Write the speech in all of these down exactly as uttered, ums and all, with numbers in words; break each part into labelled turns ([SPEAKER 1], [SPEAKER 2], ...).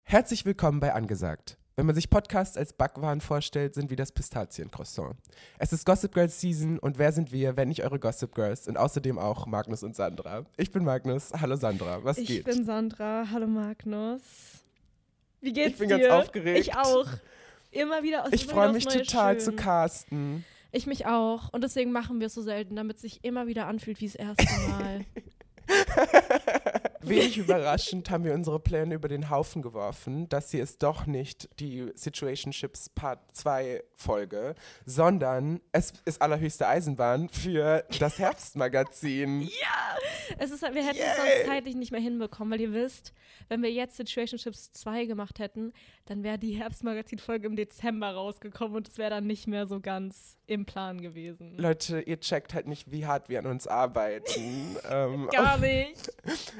[SPEAKER 1] Herzlich willkommen bei Angesagt. Wenn man sich Podcasts als Backwaren vorstellt, sind wir das Pistaziencroissant. Es ist Gossip Girls Season und wer sind wir, wenn nicht eure Gossip Girls und außerdem auch Magnus und Sandra. Ich bin Magnus, hallo Sandra, was
[SPEAKER 2] ich
[SPEAKER 1] geht?
[SPEAKER 2] Ich bin Sandra, hallo Magnus. Wie geht's dir?
[SPEAKER 1] Ich bin dir? ganz aufgeregt.
[SPEAKER 2] Ich auch. Immer wieder aus
[SPEAKER 1] Ich freue mich total
[SPEAKER 2] Schön.
[SPEAKER 1] zu casten.
[SPEAKER 2] Ich mich auch und deswegen machen wir es so selten, damit es sich immer wieder anfühlt wie das erste Mal.
[SPEAKER 1] Wenig überraschend haben wir unsere Pläne über den Haufen geworfen. Das hier ist doch nicht die Situationships Part zwei Folge, sondern es ist allerhöchste Eisenbahn für das Herbstmagazin.
[SPEAKER 2] Ja! Es ist, wir hätten
[SPEAKER 1] Yay.
[SPEAKER 2] es sonst zeitlich nicht mehr hinbekommen, weil ihr wisst, wenn wir jetzt Situationships zwei gemacht hätten, dann wäre die Herbstmagazin-Folge im Dezember rausgekommen und es wäre dann nicht mehr so ganz im Plan gewesen.
[SPEAKER 1] Leute, ihr checkt halt nicht, wie hart wir an uns arbeiten. ähm,
[SPEAKER 2] Gar nicht.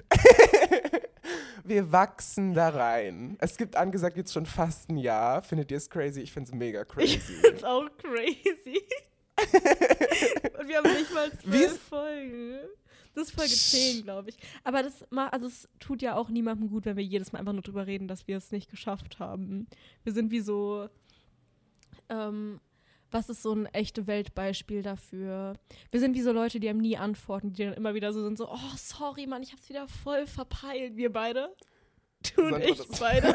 [SPEAKER 1] Wir wachsen da rein. Es gibt angesagt jetzt schon fast ein Jahr. Findet ihr es crazy? Ich finde es mega crazy.
[SPEAKER 2] Ich finde es auch crazy. Und wir haben nicht mal zwölf Folgen. Das ist Folge zehn, glaube ich. Aber das, also es tut ja auch niemandem gut, wenn wir jedes Mal einfach nur drüber reden, dass wir es nicht geschafft haben. Wir sind wie so, ähm, was ist so ein echte Weltbeispiel dafür? Wir sind wie so Leute, die einem nie antworten, die dann immer wieder so sind, so, oh, sorry, Mann, ich hab's wieder voll verpeilt. Wir beide. Du und ich beide.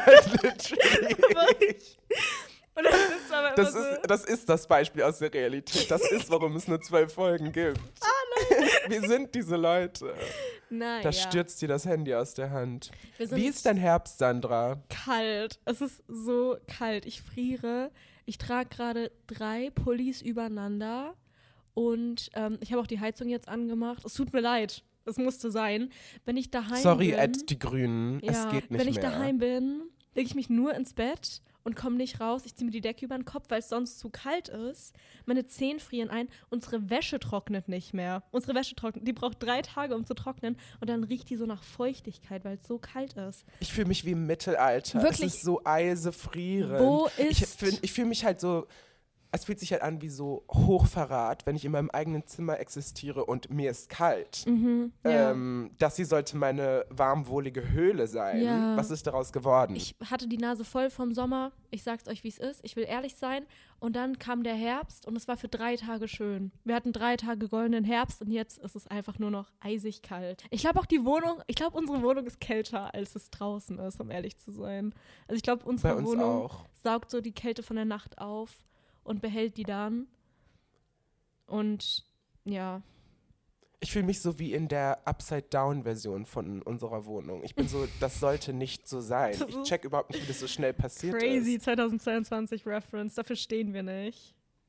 [SPEAKER 2] Und das ist aber immer
[SPEAKER 1] das,
[SPEAKER 2] so.
[SPEAKER 1] ist, das ist das Beispiel aus der Realität. Das ist, warum es nur zwölf Folgen gibt.
[SPEAKER 2] Ah, nein.
[SPEAKER 1] Wir sind diese Leute.
[SPEAKER 2] Naja.
[SPEAKER 1] Da stürzt dir das Handy aus der Hand.
[SPEAKER 2] Wir sind
[SPEAKER 1] Wie ist dein Herbst, Sandra?
[SPEAKER 2] Kalt. Es ist so kalt. Ich friere. Ich trage gerade drei Pullis übereinander. Und ähm, ich habe auch die Heizung jetzt angemacht. Es tut mir leid. Es musste sein. Wenn ich daheim
[SPEAKER 1] Sorry,
[SPEAKER 2] bin.
[SPEAKER 1] Sorry, Ed, die Grünen.
[SPEAKER 2] Ja,
[SPEAKER 1] es geht nicht
[SPEAKER 2] wenn ich
[SPEAKER 1] mehr.
[SPEAKER 2] daheim bin, lege ich mich nur ins Bett und komme nicht raus. Ich ziehe mir die Decke über den Kopf, weil es sonst zu kalt ist. Meine Zehen frieren ein. Unsere Wäsche trocknet nicht mehr. Unsere Wäsche trocknet. Die braucht drei Tage, um zu trocknen. Und dann riecht die so nach Feuchtigkeit, weil es so kalt ist.
[SPEAKER 1] Ich fühle mich wie im Mittelalter.
[SPEAKER 2] Wirklich?
[SPEAKER 1] Es ist so eisefrierend.
[SPEAKER 2] Wo ist...
[SPEAKER 1] Ich, fühl, ich fühle mich halt so... Es fühlt sich halt an wie so Hochverrat, wenn ich in meinem eigenen Zimmer existiere und mir ist kalt.
[SPEAKER 2] Mhm, ja.
[SPEAKER 1] ähm, das hier sollte meine warmwohlige Höhle sein.
[SPEAKER 2] Ja.
[SPEAKER 1] Was ist daraus geworden?
[SPEAKER 2] Ich hatte die Nase voll vom Sommer. Ich sag's euch, wie es ist. Ich will ehrlich sein. Und dann kam der Herbst und es war für drei Tage schön. Wir hatten drei Tage goldenen Herbst und jetzt ist es einfach nur noch eisig kalt. Ich glaube auch die Wohnung, ich glaube unsere Wohnung ist kälter, als es draußen ist, um ehrlich zu sein. Also ich glaube unsere
[SPEAKER 1] Bei uns
[SPEAKER 2] Wohnung
[SPEAKER 1] auch.
[SPEAKER 2] saugt so die Kälte von der Nacht auf und behält die dann. Und ja.
[SPEAKER 1] Ich fühle mich so wie in der Upside-Down-Version von unserer Wohnung. Ich bin so, das sollte nicht so sein. Ich check überhaupt nicht, wie das so schnell passiert
[SPEAKER 2] Crazy
[SPEAKER 1] ist.
[SPEAKER 2] zweitausendzweiundzwanzig Reference, dafür stehen wir nicht.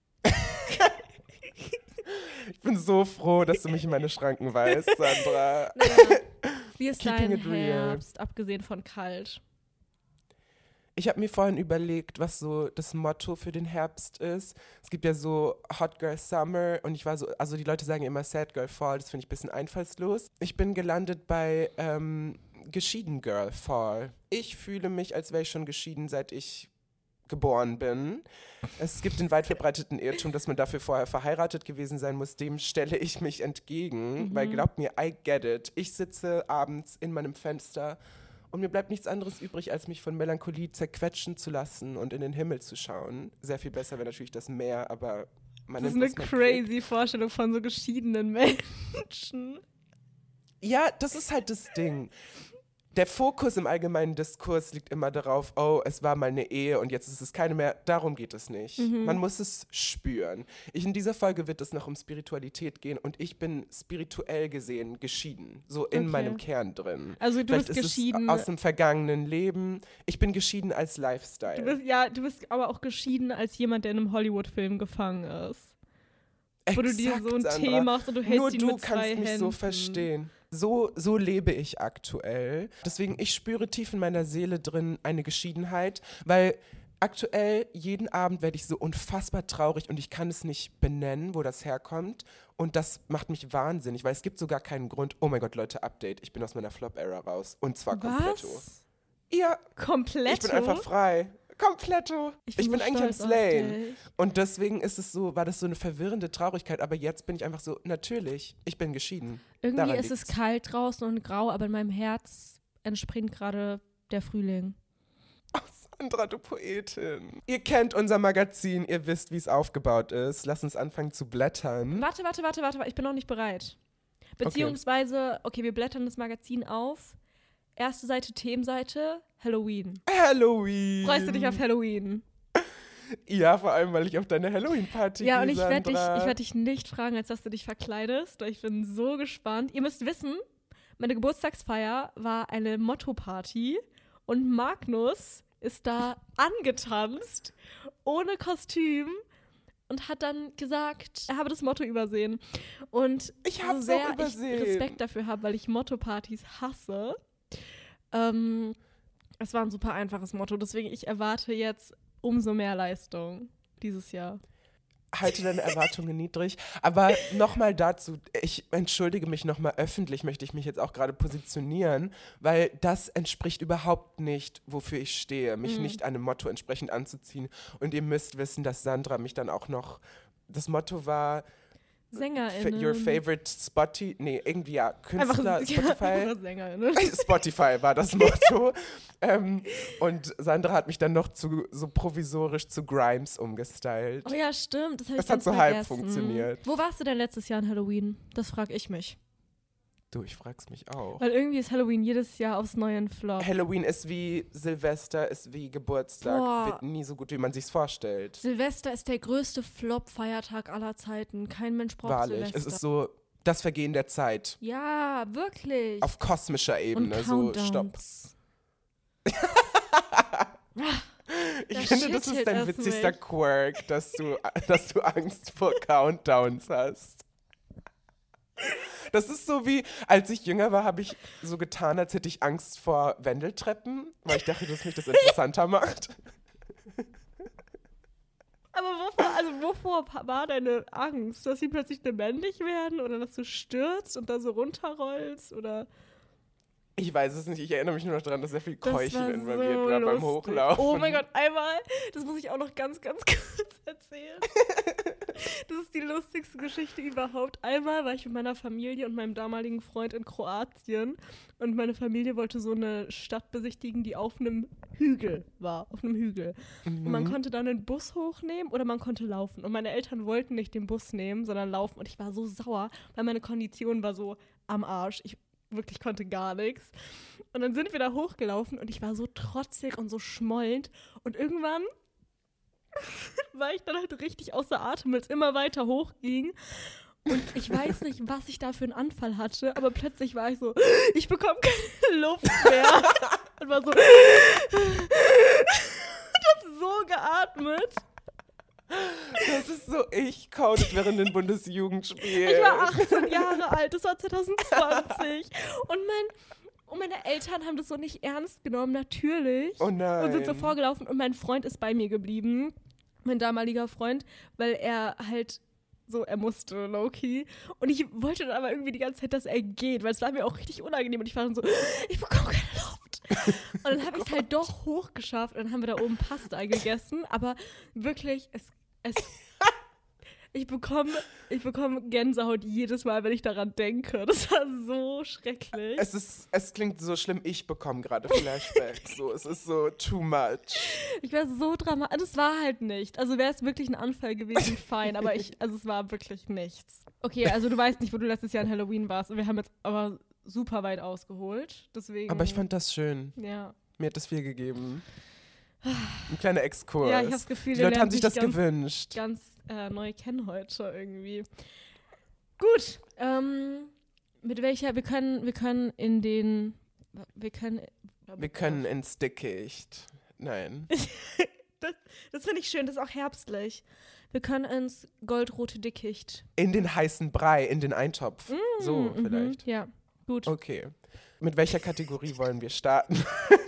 [SPEAKER 1] Ich bin so froh, dass du mich in meine Schranken weist, Sandra.
[SPEAKER 2] Naja, wie ist
[SPEAKER 1] Keeping
[SPEAKER 2] dein
[SPEAKER 1] it real.
[SPEAKER 2] Herbst, abgesehen von kalt?
[SPEAKER 1] Ich habe mir vorhin überlegt, was so das Motto für den Herbst ist. Es gibt ja so Hot Girl Summer und ich war so, also die Leute sagen immer Sad Girl Fall, das finde ich ein bisschen einfallslos. Ich bin gelandet bei ähm, Geschieden Girl Fall. Ich fühle mich, als wäre ich schon geschieden, seit ich geboren bin. Es gibt den weit verbreiteten Irrtum, dass man dafür vorher verheiratet gewesen sein muss. Dem stelle ich mich entgegen, mhm. weil glaubt mir, I get it. Ich sitze abends in meinem Fenster und mir bleibt nichts anderes übrig, als mich von Melancholie zerquetschen zu lassen und in den Himmel zu schauen. Sehr viel besser wäre natürlich das Meer, aber man
[SPEAKER 2] Das ist
[SPEAKER 1] nimmt,
[SPEAKER 2] eine
[SPEAKER 1] was man
[SPEAKER 2] crazy
[SPEAKER 1] kriegt.
[SPEAKER 2] Vorstellung von so geschiedenen Menschen.
[SPEAKER 1] Ja, das ist halt das Ding. Der Fokus im allgemeinen Diskurs liegt immer darauf, oh, es war mal eine Ehe und jetzt ist es keine mehr. Darum geht es nicht. Mhm. Man muss es spüren. Ich, in dieser Folge wird es noch um Spiritualität gehen und ich bin spirituell gesehen geschieden. So in
[SPEAKER 2] Okay.
[SPEAKER 1] meinem Kern drin.
[SPEAKER 2] Also du
[SPEAKER 1] Vielleicht
[SPEAKER 2] bist
[SPEAKER 1] ist
[SPEAKER 2] geschieden.
[SPEAKER 1] Es aus dem vergangenen Leben. Ich bin geschieden als Lifestyle.
[SPEAKER 2] Du bist, ja, du bist aber auch geschieden als jemand, der in einem Hollywood-Film gefangen ist. Wo du dir so einen
[SPEAKER 1] Sandra.
[SPEAKER 2] Tee machst und du hältst
[SPEAKER 1] Nur
[SPEAKER 2] ihn
[SPEAKER 1] du
[SPEAKER 2] mit zwei
[SPEAKER 1] kannst mich
[SPEAKER 2] Händen.
[SPEAKER 1] so verstehen. So, so lebe ich aktuell. Deswegen, ich spüre tief in meiner Seele drin eine Geschiedenheit, weil aktuell jeden Abend werde ich so unfassbar traurig und ich kann es nicht benennen, wo das herkommt. Und das macht mich wahnsinnig, weil es gibt sogar keinen Grund. Oh mein Gott, Leute, Update. Ich bin aus meiner Flop-Era raus. Und zwar kompletto.
[SPEAKER 2] Was?
[SPEAKER 1] Ja.
[SPEAKER 2] Kompletto?
[SPEAKER 1] Ich bin einfach frei. Kompletto. Ich bin, ich bin
[SPEAKER 2] so
[SPEAKER 1] eigentlich am
[SPEAKER 2] stolz auf
[SPEAKER 1] Slayen.
[SPEAKER 2] dich.
[SPEAKER 1] Und deswegen ist es so, war das so eine verwirrende Traurigkeit, aber jetzt bin ich einfach so, natürlich, ich bin geschieden.
[SPEAKER 2] Irgendwie
[SPEAKER 1] Daran
[SPEAKER 2] ist es
[SPEAKER 1] liegt's.
[SPEAKER 2] kalt draußen und grau, aber in meinem Herz entspringt gerade der Frühling.
[SPEAKER 1] Sandra, du Poetin. Ihr kennt unser Magazin, ihr wisst, wie es aufgebaut ist. Lass uns anfangen zu blättern.
[SPEAKER 2] Warte, warte, warte, warte, ich bin noch nicht bereit. Beziehungsweise, okay, wir blättern das Magazin auf. Erste Seite, Themenseite, Halloween.
[SPEAKER 1] Halloween.
[SPEAKER 2] Freust du dich auf Halloween?
[SPEAKER 1] Ja, vor allem, weil ich auf deine Halloween-Party gehe,
[SPEAKER 2] Ja, und ich
[SPEAKER 1] Sandra.
[SPEAKER 2] werde dich, ich werd dich nicht fragen, als dass du dich verkleidest. Ich bin so gespannt. Ihr müsst wissen, meine Geburtstagsfeier war eine Motto-Party und Magnus ist da angetanzt, ohne Kostüm und hat dann gesagt, er habe das Motto übersehen. Und
[SPEAKER 1] ich habe
[SPEAKER 2] so sehr
[SPEAKER 1] auch übersehen.
[SPEAKER 2] ich Respekt dafür habe, weil ich Motto-Partys hasse. Ähm, es war ein super einfaches Motto, deswegen ich erwarte jetzt umso mehr Leistung dieses Jahr.
[SPEAKER 1] Halte deine Erwartungen niedrig. Aber nochmal dazu, ich entschuldige mich nochmal öffentlich, möchte ich mich jetzt auch gerade positionieren, weil das entspricht überhaupt nicht, wofür ich stehe, mich mhm. nicht einem Motto entsprechend anzuziehen. Und ihr müsst wissen, dass Sandra mich dann auch noch, das Motto war
[SPEAKER 2] SängerInnen.
[SPEAKER 1] Your favorite Spotify, nee, irgendwie ja, Künstler,
[SPEAKER 2] einfach,
[SPEAKER 1] Spotify.
[SPEAKER 2] Ja, SängerInnen.
[SPEAKER 1] Spotify war das Motto. ähm, und Sandra hat mich dann noch zu, so provisorisch zu Grimes umgestylt.
[SPEAKER 2] Oh ja, stimmt. Das,
[SPEAKER 1] das hat so
[SPEAKER 2] vergessen.
[SPEAKER 1] halb funktioniert.
[SPEAKER 2] Wo warst du denn letztes Jahr an Halloween? Das frage ich mich.
[SPEAKER 1] Du, ich frag's mich auch.
[SPEAKER 2] Weil irgendwie ist Halloween jedes Jahr aufs Neue ein Flop.
[SPEAKER 1] Halloween ist wie Silvester, ist wie Geburtstag.
[SPEAKER 2] Boah.
[SPEAKER 1] Wird nie so gut, wie man sich's vorstellt.
[SPEAKER 2] Silvester ist der größte Flop-Feiertag aller Zeiten. Kein Mensch braucht
[SPEAKER 1] Wahrlich.
[SPEAKER 2] Silvester.
[SPEAKER 1] Es ist so das Vergehen der Zeit.
[SPEAKER 2] Ja, wirklich.
[SPEAKER 1] Auf kosmischer Ebene.
[SPEAKER 2] Und
[SPEAKER 1] so, stopp. Ich
[SPEAKER 2] Das
[SPEAKER 1] finde, das ist dein witzigster mich. Quirk, dass du, dass du Angst vor Countdowns hast. Das ist so wie, als ich jünger war, habe ich so getan, als hätte ich Angst vor Wendeltreppen, weil ich dachte, dass mich das interessanter macht.
[SPEAKER 2] Aber wovor, also wovor war deine Angst? Dass sie plötzlich lebendig werden oder dass du stürzt und da so runterrollst oder?
[SPEAKER 1] Ich weiß es nicht, ich erinnere mich nur noch daran, dass sehr viel Keuchen involviert
[SPEAKER 2] so
[SPEAKER 1] war
[SPEAKER 2] lustig.
[SPEAKER 1] beim Hochlaufen.
[SPEAKER 2] Oh mein Gott, einmal, das muss ich auch noch ganz, ganz kurz erzählen. Das ist die lustigste Geschichte überhaupt. Einmal war ich mit meiner Familie und meinem damaligen Freund in Kroatien und meine Familie wollte so eine Stadt besichtigen, die auf einem Hügel war, auf einem Hügel. Mhm. Und man konnte dann einen Bus hochnehmen oder man konnte laufen. Und meine Eltern wollten nicht den Bus nehmen, sondern laufen. Und ich war so sauer, weil meine Kondition war so am Arsch. Ich wirklich konnte gar nichts. Und dann sind wir da hochgelaufen und ich war so trotzig und so schmollend. Und irgendwann war ich dann halt richtig außer Atem, weil es immer weiter hochging. Und ich weiß nicht, was ich da für einen Anfall hatte, aber plötzlich war ich so, ich bekomme keine Luft mehr. Und war so und hab so geatmet.
[SPEAKER 1] Das ist so ich coded während den Bundesjugendspielen.
[SPEAKER 2] Ich war achtzehn Jahre alt, das war zwanzig zwanzig. Und, mein, und meine Eltern haben das so nicht ernst genommen, natürlich.
[SPEAKER 1] Oh nein.
[SPEAKER 2] Und sind so vorgelaufen und mein Freund ist bei mir geblieben. Mein damaliger Freund, weil er halt so, er musste, low-key. Und ich wollte dann aber irgendwie die ganze Zeit, dass er geht, weil es war mir auch richtig unangenehm. Und ich war dann so, ich bekomme keine Luft. Und dann habe ich es halt doch hochgeschafft. Und dann haben wir da oben Pasta gegessen. Aber wirklich, es, es ich bekomme ich bekomme Gänsehaut jedes Mal, wenn ich daran denke. Das war so schrecklich.
[SPEAKER 1] Es ist, es klingt so schlimm, ich bekomme gerade Flashbacks. So, es ist so too much.
[SPEAKER 2] Ich war so dramatisch. Das war halt nicht. Also wäre es wirklich ein Anfall gewesen, fein. Aber ich, also es war wirklich nichts. Okay, also du weißt nicht, wo du letztes Jahr an Halloween warst. Und wir haben jetzt aber super weit ausgeholt. Deswegen.
[SPEAKER 1] Aber ich fand das schön.
[SPEAKER 2] Ja.
[SPEAKER 1] Mir hat das viel gegeben. Ein kleiner Exkurs.
[SPEAKER 2] Ja, ich habe das Gefühl,
[SPEAKER 1] die Leute haben sich das
[SPEAKER 2] ganz,
[SPEAKER 1] gewünscht.
[SPEAKER 2] Ganz äh, neu kennen heute irgendwie. Gut. Ähm, mit welcher, wir können, wir können in den, wir können.
[SPEAKER 1] Wir können ins Dickicht. Nein.
[SPEAKER 2] das das finde ich schön, das ist auch herbstlich. Wir können ins goldrote Dickicht.
[SPEAKER 1] In den heißen Brei, in den Eintopf. Mm, so
[SPEAKER 2] mm-hmm,
[SPEAKER 1] vielleicht.
[SPEAKER 2] Ja, gut.
[SPEAKER 1] Okay. Mit welcher Kategorie wollen wir starten?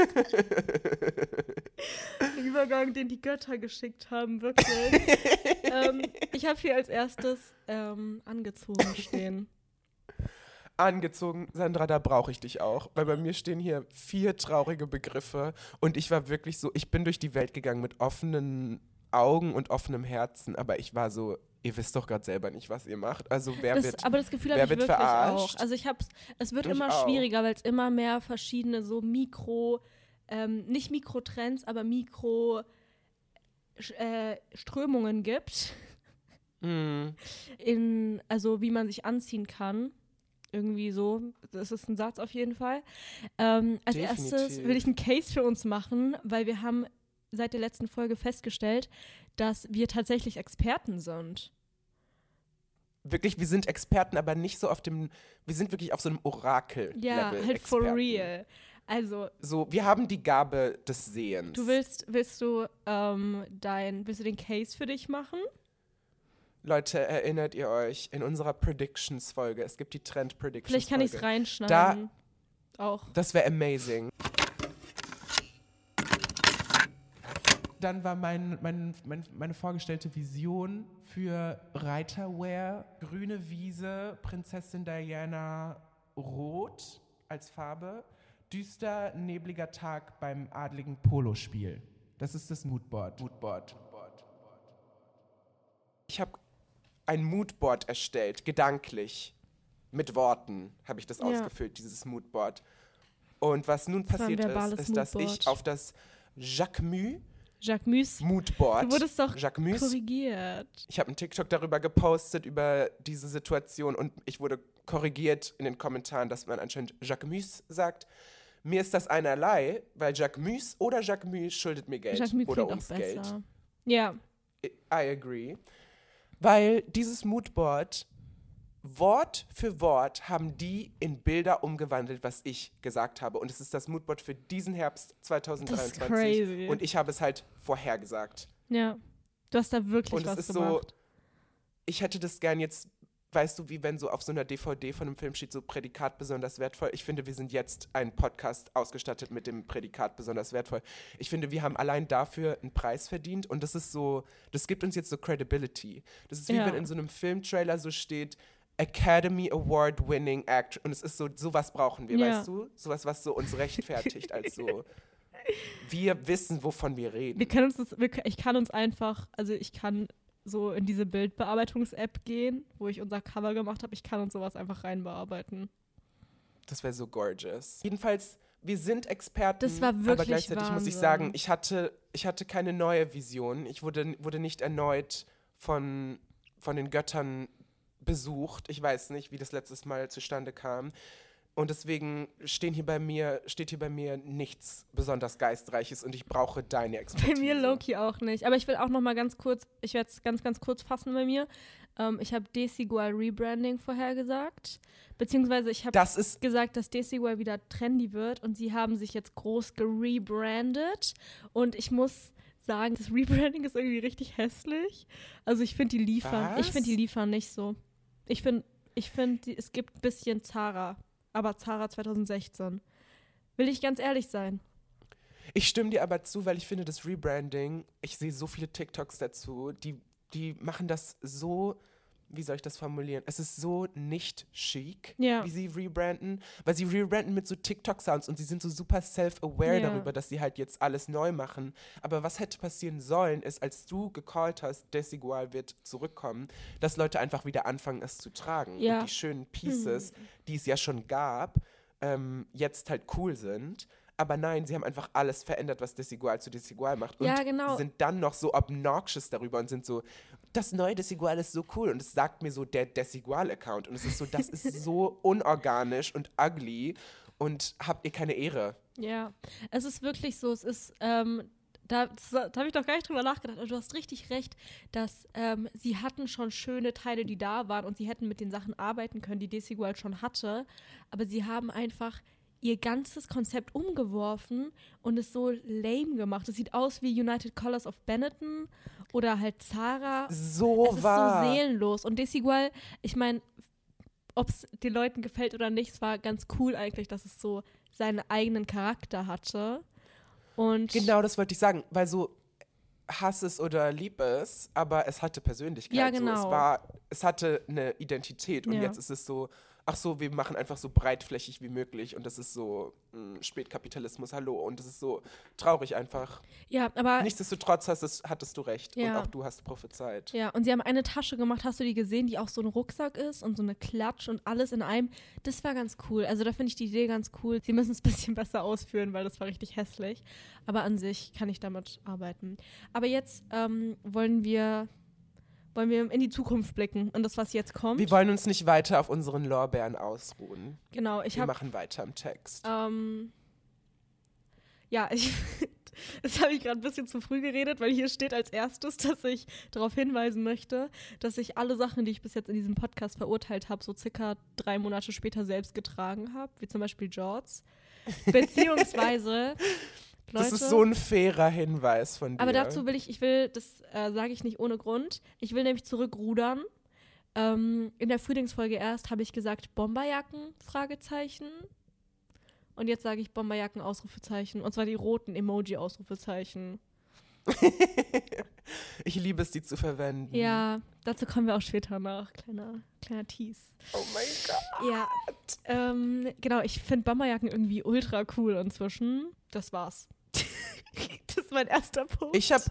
[SPEAKER 2] Der Übergang, den die Götter geschickt haben, wirklich. ähm, ich habe hier als erstes ähm, angezogen stehen.
[SPEAKER 1] Angezogen, Sandra, da brauche ich dich auch. Weil bei mir stehen hier vier traurige Begriffe. Und ich war wirklich so, ich bin durch die Welt gegangen mit offenen Augen und offenem Herzen. Aber ich war so, ihr wisst doch gerade selber nicht, was ihr macht. Also wer
[SPEAKER 2] das,
[SPEAKER 1] wird
[SPEAKER 2] Aber das Gefühl habe ich wirklich
[SPEAKER 1] verarscht?
[SPEAKER 2] auch. Also ich hab's, es wird
[SPEAKER 1] ich
[SPEAKER 2] immer
[SPEAKER 1] auch.
[SPEAKER 2] schwieriger, weil es immer mehr verschiedene so Mikro ähm, nicht Mikrotrends, aber Mikro äh, Strömungen gibt.
[SPEAKER 1] Mm.
[SPEAKER 2] In, also wie man sich anziehen kann. Irgendwie so. Das ist ein Satz auf jeden Fall. Ähm, als
[SPEAKER 1] Definitiv.
[SPEAKER 2] erstes will ich einen Case für uns machen, weil wir haben seit der letzten Folge festgestellt, dass wir tatsächlich Experten sind.
[SPEAKER 1] Wirklich, wir sind Experten, aber nicht so auf dem, wir sind wirklich auf so einem Orakel-Level.
[SPEAKER 2] Ja, halt
[SPEAKER 1] Experten.
[SPEAKER 2] for real. Also,
[SPEAKER 1] so, wir haben die Gabe des Sehens.
[SPEAKER 2] Du willst, willst du ähm, dein, willst du den Case für dich machen?
[SPEAKER 1] Leute, erinnert ihr euch in unserer Predictions-Folge, es gibt die Trend-Predictions-Folge.
[SPEAKER 2] Vielleicht kann ich es reinschneiden.
[SPEAKER 1] Da,
[SPEAKER 2] auch.
[SPEAKER 1] Das wäre amazing. Dann war mein, mein, mein, meine vorgestellte Vision für Reiterwear, grüne Wiese, Prinzessin Diana rot als Farbe, düster, nebliger Tag beim adligen Polospiel. Das ist das Moodboard. Moodboard. Ich habe ein Moodboard erstellt, gedanklich. Mit Worten habe ich das
[SPEAKER 2] Ja.
[SPEAKER 1] ausgefüllt, dieses Moodboard. Und was nun
[SPEAKER 2] Das war ein
[SPEAKER 1] passiert ist,
[SPEAKER 2] verbales
[SPEAKER 1] ist, dass
[SPEAKER 2] Moodboard.
[SPEAKER 1] ich auf das Jacquemus
[SPEAKER 2] Jacquemus,
[SPEAKER 1] Moodboard.
[SPEAKER 2] du wurdest doch
[SPEAKER 1] Jacquemus.
[SPEAKER 2] korrigiert.
[SPEAKER 1] Ich habe einen TikTok darüber gepostet, über diese Situation und ich wurde korrigiert in den Kommentaren, dass man anscheinend Jacquemus sagt. Mir ist das einerlei, weil Jacquemus oder Jacquemus schuldet mir Geld
[SPEAKER 2] Jacquemus
[SPEAKER 1] oder
[SPEAKER 2] klingt
[SPEAKER 1] uns
[SPEAKER 2] auch
[SPEAKER 1] Geld.
[SPEAKER 2] besser. Ja.
[SPEAKER 1] I, I agree. Weil dieses Moodboard, Wort für Wort, haben die in Bilder umgewandelt, was ich gesagt habe. Und es ist das Moodboard für diesen Herbst zwanzig dreiundzwanzig.
[SPEAKER 2] Das ist crazy.
[SPEAKER 1] Und ich habe es halt vorhergesagt.
[SPEAKER 2] Ja. Du hast da wirklich
[SPEAKER 1] Und
[SPEAKER 2] was
[SPEAKER 1] es ist
[SPEAKER 2] gemacht.
[SPEAKER 1] so, ich hätte das gern jetzt, weißt du, wie wenn so auf so einer D V D von einem Film steht, so Prädikat besonders wertvoll. Ich finde, wir sind jetzt ein Podcast ausgestattet mit dem Prädikat besonders wertvoll. Ich finde, wir haben allein dafür einen Preis verdient und das ist so, das gibt uns jetzt so Credibility. Das ist wie
[SPEAKER 2] Ja.
[SPEAKER 1] wenn in so einem Filmtrailer so steht, Academy Award Winning Actor. Und es ist so, sowas brauchen wir,
[SPEAKER 2] Ja.
[SPEAKER 1] weißt du? Sowas, was so uns rechtfertigt als so, wir wissen, wovon wir reden.
[SPEAKER 2] Wir können uns das, wir, ich kann uns einfach, also ich kann so in diese Bildbearbeitungs-App gehen, wo ich unser Cover gemacht habe. Ich kann uns sowas einfach reinbearbeiten.
[SPEAKER 1] Das wäre so gorgeous. Jedenfalls, wir sind Experten,
[SPEAKER 2] Das war
[SPEAKER 1] aber
[SPEAKER 2] wirklich
[SPEAKER 1] gleichzeitig muss ich
[SPEAKER 2] Wahnsinn.
[SPEAKER 1] sagen, ich hatte, ich hatte keine neue Vision. Ich wurde, wurde nicht erneut von, von den Göttern besucht. Ich weiß nicht, wie das letztes Mal zustande kam. Und deswegen stehen hier bei mir, steht hier bei mir nichts besonders Geistreiches und ich brauche deine Expertise.
[SPEAKER 2] Bei mir Loki auch nicht. Aber ich will auch noch mal ganz kurz, ich werde es ganz, ganz kurz fassen bei mir. Ähm, ich habe Desigual Rebranding vorhergesagt. Beziehungsweise ich habe
[SPEAKER 1] Das ist
[SPEAKER 2] gesagt, dass Desigual wieder trendy wird und sie haben sich jetzt groß gerebrandet. Und ich muss sagen, das Rebranding ist irgendwie richtig hässlich. Also ich finde, die liefern,
[SPEAKER 1] Was?
[SPEAKER 2] ich finde, die liefern nicht so. Ich finde, ich finde, es gibt ein bisschen Zara. Aber Zara zwanzig sechzehn. Will ich ganz ehrlich sein.
[SPEAKER 1] Ich stimme dir aber zu, weil ich finde, das Rebranding, ich sehe so viele TikToks dazu, die, die machen das so, wie soll ich das formulieren? Es ist so nicht chic,
[SPEAKER 2] Ja.
[SPEAKER 1] wie sie rebranden, weil sie rebranden mit so TikTok-Sounds und sie sind so super self-aware
[SPEAKER 2] Ja.
[SPEAKER 1] darüber, dass sie halt jetzt alles neu machen. Aber was hätte passieren sollen, ist, als du gecallt hast, Desigual wird zurückkommen, dass Leute einfach wieder anfangen, es zu tragen.
[SPEAKER 2] Ja.
[SPEAKER 1] Und die schönen Pieces, die es ja schon gab, ähm, jetzt halt cool sind. Aber nein, sie haben einfach alles verändert, was Desigual zu Desigual macht. Und
[SPEAKER 2] Ja, genau.
[SPEAKER 1] sind dann noch so obnoxious darüber und sind so, das neue Desigual ist so cool. Und es sagt mir so der Desigual-Account. Und es ist so, das ist so unorganisch und ugly. Und habt ihr keine Ehre.
[SPEAKER 2] Ja, es ist wirklich so, es ist, ähm, da, das- da habe ich doch gar nicht drüber nachgedacht, aber du hast richtig recht, dass ähm, sie hatten schon schöne Teile, die da waren und sie hätten mit den Sachen arbeiten können, die Desigual schon hatte, aber sie haben einfach ihr ganzes Konzept umgeworfen und es so lame gemacht. Es sieht aus wie United Colors of Benetton oder halt Zara.
[SPEAKER 1] So
[SPEAKER 2] Es ist
[SPEAKER 1] wahr.
[SPEAKER 2] so seelenlos. Und Desigual, ich meine, ob es den Leuten gefällt oder nicht, es war ganz cool eigentlich, dass es so seinen eigenen Charakter hatte. Und
[SPEAKER 1] Genau, das wollte ich sagen. Weil so, hass es oder lieb es, aber es hatte Persönlichkeit.
[SPEAKER 2] Ja,
[SPEAKER 1] So, es,
[SPEAKER 2] genau.
[SPEAKER 1] war, es hatte eine Identität. Und
[SPEAKER 2] Ja.
[SPEAKER 1] jetzt ist es so, ach so, wir machen einfach so breitflächig wie möglich und das ist so mh, Spätkapitalismus, hallo. Und das ist so traurig einfach.
[SPEAKER 2] Ja, aber...
[SPEAKER 1] Nichtsdestotrotz hast es, hattest du recht
[SPEAKER 2] Ja.
[SPEAKER 1] und auch du hast prophezeit.
[SPEAKER 2] Ja, und sie haben eine Tasche gemacht, hast du die gesehen, die auch so ein Rucksack ist und so eine Klatsch und alles in einem. Das war ganz cool. Also da finde ich die Idee ganz cool. Sie müssen es ein bisschen besser ausführen, weil das war richtig hässlich. Aber an sich kann ich damit arbeiten. Aber jetzt ähm, wollen wir... wollen wir in die Zukunft blicken und das, was jetzt kommt.
[SPEAKER 1] Wir wollen uns nicht weiter auf unseren Lorbeeren ausruhen.
[SPEAKER 2] Genau, ich
[SPEAKER 1] Wir
[SPEAKER 2] habe...
[SPEAKER 1] machen weiter im Text.
[SPEAKER 2] Ähm, ja, ich... Das habe ich gerade ein bisschen zu früh geredet, weil hier steht als erstes, dass ich darauf hinweisen möchte, dass ich alle Sachen, die ich bis jetzt in diesem Podcast verurteilt habe, so circa drei Monate später selbst getragen habe, wie zum Beispiel Jorts. Beziehungsweise... Leute,
[SPEAKER 1] das ist so ein fairer Hinweis von dir.
[SPEAKER 2] Aber dazu will ich, ich will, das äh, sage ich nicht ohne Grund, ich will nämlich zurückrudern. Ähm, in der Frühlingsfolge erst habe ich gesagt Bomberjacken, Fragezeichen. Und jetzt sage ich Bomberjacken, Ausrufezeichen. Und zwar die roten Emoji-Ausrufezeichen.
[SPEAKER 1] Ich liebe es, die zu verwenden.
[SPEAKER 2] Ja, dazu kommen wir auch später noch. Kleiner, kleiner Tease.
[SPEAKER 1] Oh mein Gott.
[SPEAKER 2] Ja, ähm, genau, ich finde Bomberjacken irgendwie ultra cool inzwischen. Das war's. Das ist mein erster Punkt.
[SPEAKER 1] Ich hab...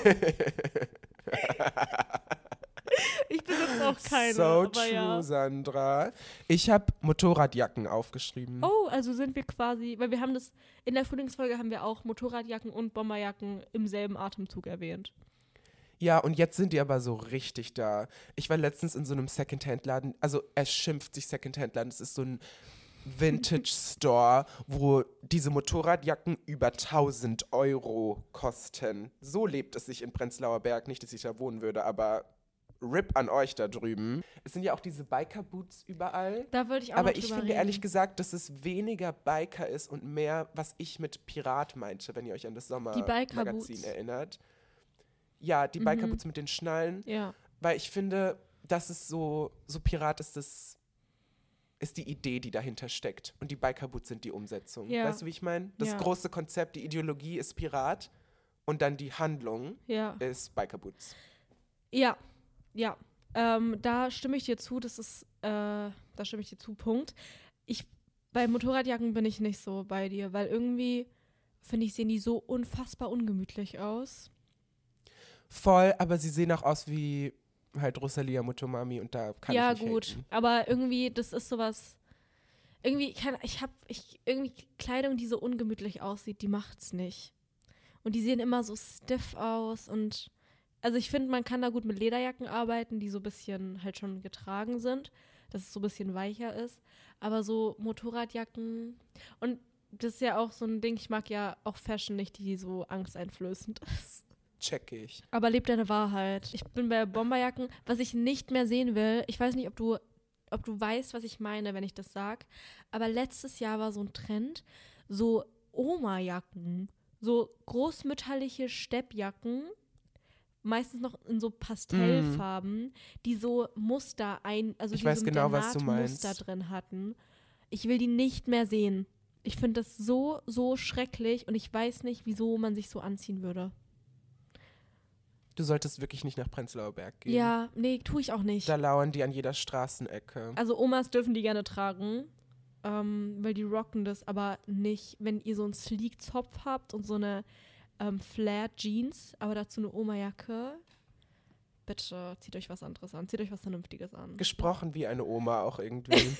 [SPEAKER 2] Ich besitze auch keine.
[SPEAKER 1] So
[SPEAKER 2] aber
[SPEAKER 1] true,
[SPEAKER 2] ja.
[SPEAKER 1] Sandra. Ich habe Motorradjacken aufgeschrieben.
[SPEAKER 2] Oh, also sind wir quasi, weil wir haben das, in der Frühlingsfolge haben wir auch Motorradjacken und Bomberjacken im selben Atemzug erwähnt.
[SPEAKER 1] Ja, und jetzt sind die aber so richtig da. Ich war letztens in so einem Secondhand-Laden, also es schimpft sich Secondhand-Laden, es ist so ein Vintage-Store, wo diese Motorradjacken über tausend Euro kosten. So lebt es sich in Prenzlauer Berg, nicht, dass ich da wohnen würde, aber R I P an euch da drüben. Es sind ja auch diese Biker-Boots überall.
[SPEAKER 2] Da wollte ich auch
[SPEAKER 1] Aber
[SPEAKER 2] noch
[SPEAKER 1] ich
[SPEAKER 2] drüber
[SPEAKER 1] finde
[SPEAKER 2] reden.
[SPEAKER 1] ehrlich gesagt, dass es weniger Biker ist und mehr, was ich mit Pirat meinte, wenn ihr euch an das Sommermagazin erinnert. Ja, die
[SPEAKER 2] Mhm.
[SPEAKER 1] Biker-Boots mit den Schnallen.
[SPEAKER 2] Ja.
[SPEAKER 1] Weil ich finde, das ist so, so Pirat ist das, ist die Idee, die dahinter steckt. Und die Biker-Boots sind die Umsetzung.
[SPEAKER 2] Ja.
[SPEAKER 1] Weißt du, wie ich meine? Das
[SPEAKER 2] Ja.
[SPEAKER 1] große Konzept, die Ideologie ist Pirat und dann die Handlung
[SPEAKER 2] Ja.
[SPEAKER 1] ist Biker-Boots.
[SPEAKER 2] Ja, ja. Ähm, da stimme ich dir zu, das ist, äh, da stimme ich dir zu, Punkt. Ich, bei Motorradjacken bin ich nicht so bei dir, weil irgendwie, finde ich, sehen die so unfassbar ungemütlich aus.
[SPEAKER 1] Voll, aber sie sehen auch aus wie halt Rosalia Motomami und da kann
[SPEAKER 2] ja,
[SPEAKER 1] ich nicht
[SPEAKER 2] gut,
[SPEAKER 1] haten.
[SPEAKER 2] aber irgendwie, das ist sowas, irgendwie, kann, ich habe, ich, irgendwie Kleidung, die so ungemütlich aussieht, die macht's nicht. Und die sehen immer so stiff aus und also ich finde, man kann da gut mit Lederjacken arbeiten, die so ein bisschen halt schon getragen sind, dass es so ein bisschen weicher ist. Aber so Motorradjacken und das ist ja auch so ein Ding, ich mag ja auch Fashion nicht, die so angsteinflößend ist.
[SPEAKER 1] Check ich.
[SPEAKER 2] Aber lebt deine Wahrheit. Ich bin bei Bomberjacken, was ich nicht mehr sehen will, ich weiß nicht, ob du, ob du weißt, was ich meine, wenn ich das sag, aber letztes Jahr war so ein Trend, so Oma-Jacken, so großmütterliche Steppjacken, meistens noch in so Pastellfarben, mm. die so Muster ein, also
[SPEAKER 1] ich
[SPEAKER 2] die
[SPEAKER 1] weiß
[SPEAKER 2] so mit
[SPEAKER 1] genau,
[SPEAKER 2] der
[SPEAKER 1] was
[SPEAKER 2] Naht
[SPEAKER 1] du meinst.
[SPEAKER 2] Muster drin hatten. Ich will die nicht mehr sehen. Ich finde das so, so schrecklich und ich weiß nicht, wieso man sich so anziehen würde.
[SPEAKER 1] Du solltest wirklich nicht nach Prenzlauer Berg gehen.
[SPEAKER 2] Ja, nee, tue ich auch nicht.
[SPEAKER 1] Da lauern die an jeder Straßenecke.
[SPEAKER 2] Also Omas dürfen die gerne tragen, ähm, weil die rocken das, aber nicht, wenn ihr so einen Sleek-Zopf habt und so eine Ähm, Flared-Jeans, aber dazu eine Oma-Jacke. Bitte, zieht euch was anderes an. Zieht euch was Vernünftiges an.
[SPEAKER 1] Gesprochen wie eine Oma auch irgendwie.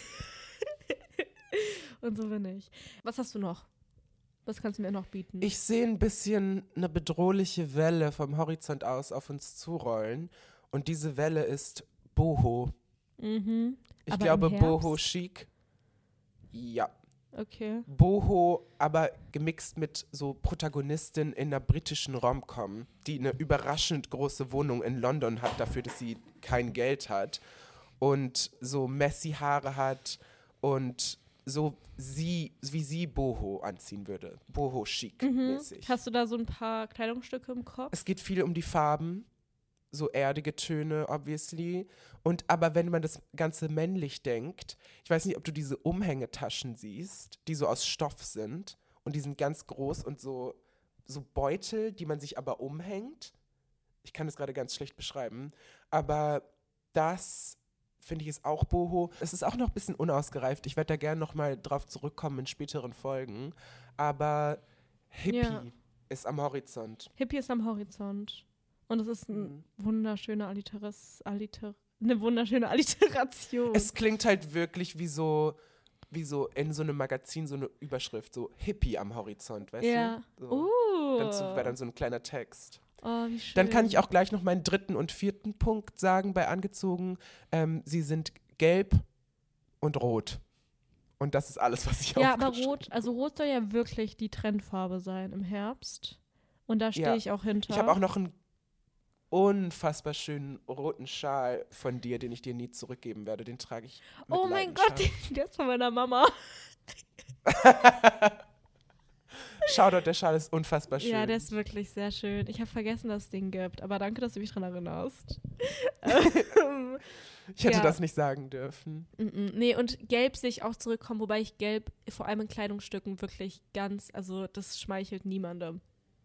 [SPEAKER 2] Und so bin ich. Was hast du noch? Was kannst du mir noch bieten?
[SPEAKER 1] Ich sehe ein bisschen eine bedrohliche Welle vom Horizont aus auf uns zurollen. Und diese Welle ist Boho.
[SPEAKER 2] Mhm.
[SPEAKER 1] Ich
[SPEAKER 2] aber
[SPEAKER 1] glaube
[SPEAKER 2] im Herbst?
[SPEAKER 1] Boho chic. Ja.
[SPEAKER 2] Okay.
[SPEAKER 1] Boho, aber gemixt mit so Protagonistin in einer britischen Rom-Com, die eine überraschend große Wohnung in London hat, dafür, dass sie kein Geld hat und so messy Haare hat und so sie, wie sie Boho anziehen würde. Boho chic mäßig.
[SPEAKER 2] Mhm. Hast du da so ein paar Kleidungsstücke im Kopf?
[SPEAKER 1] Es geht viel um die Farben, so erdige Töne, obviously. Und aber wenn man das Ganze männlich denkt, ich weiß nicht, ob du diese Umhängetaschen siehst, die so aus Stoff sind und die sind ganz groß und so, so Beutel, die man sich aber umhängt. Ich kann das gerade ganz schlecht beschreiben, aber das finde ich, ist auch Boho. Es ist auch noch ein bisschen unausgereift. Ich werde da gerne nochmal drauf zurückkommen in späteren Folgen. Aber Hippie
[SPEAKER 2] Ja.
[SPEAKER 1] ist am Horizont.
[SPEAKER 2] Hippie ist am Horizont. Und es ist ein
[SPEAKER 1] Mhm.
[SPEAKER 2] wunderschöner Alliteras, Alliter, eine wunderschöne Alliteration.
[SPEAKER 1] Es klingt halt wirklich wie so, wie so in so einem Magazin so eine Überschrift, so Hippie am Horizont, weißt
[SPEAKER 2] ja.
[SPEAKER 1] du? So.
[SPEAKER 2] Uh.
[SPEAKER 1] Dann wäre dann so ein kleiner Text.
[SPEAKER 2] Oh, wie schön.
[SPEAKER 1] Dann kann ich auch gleich noch meinen dritten und vierten Punkt sagen bei angezogen. Ähm, sie sind gelb und rot. Und das ist alles, was ich
[SPEAKER 2] Ja, aber
[SPEAKER 1] aufgeschrieben
[SPEAKER 2] rot, also rot soll ja wirklich die Trendfarbe sein im Herbst. Und da stehe
[SPEAKER 1] Ja.
[SPEAKER 2] ich auch hinter.
[SPEAKER 1] Ich habe auch noch einen unfassbar schönen roten Schal von dir, den ich dir nie zurückgeben werde. Den trage ich mit
[SPEAKER 2] Oh mein Gott,
[SPEAKER 1] Leidenschaft.
[SPEAKER 2] der ist von meiner Mama.
[SPEAKER 1] Shoutout, der Schal ist unfassbar schön.
[SPEAKER 2] Ja, der ist wirklich sehr schön. Ich habe vergessen, dass es den gibt, aber danke, dass du mich daran erinnerst.
[SPEAKER 1] Ich hätte
[SPEAKER 2] ja.
[SPEAKER 1] das nicht sagen dürfen.
[SPEAKER 2] Mm-mm. Nee, und gelb sehe ich auch zurückkommen, wobei ich gelb vor allem in Kleidungsstücken wirklich ganz, also das schmeichelt niemandem.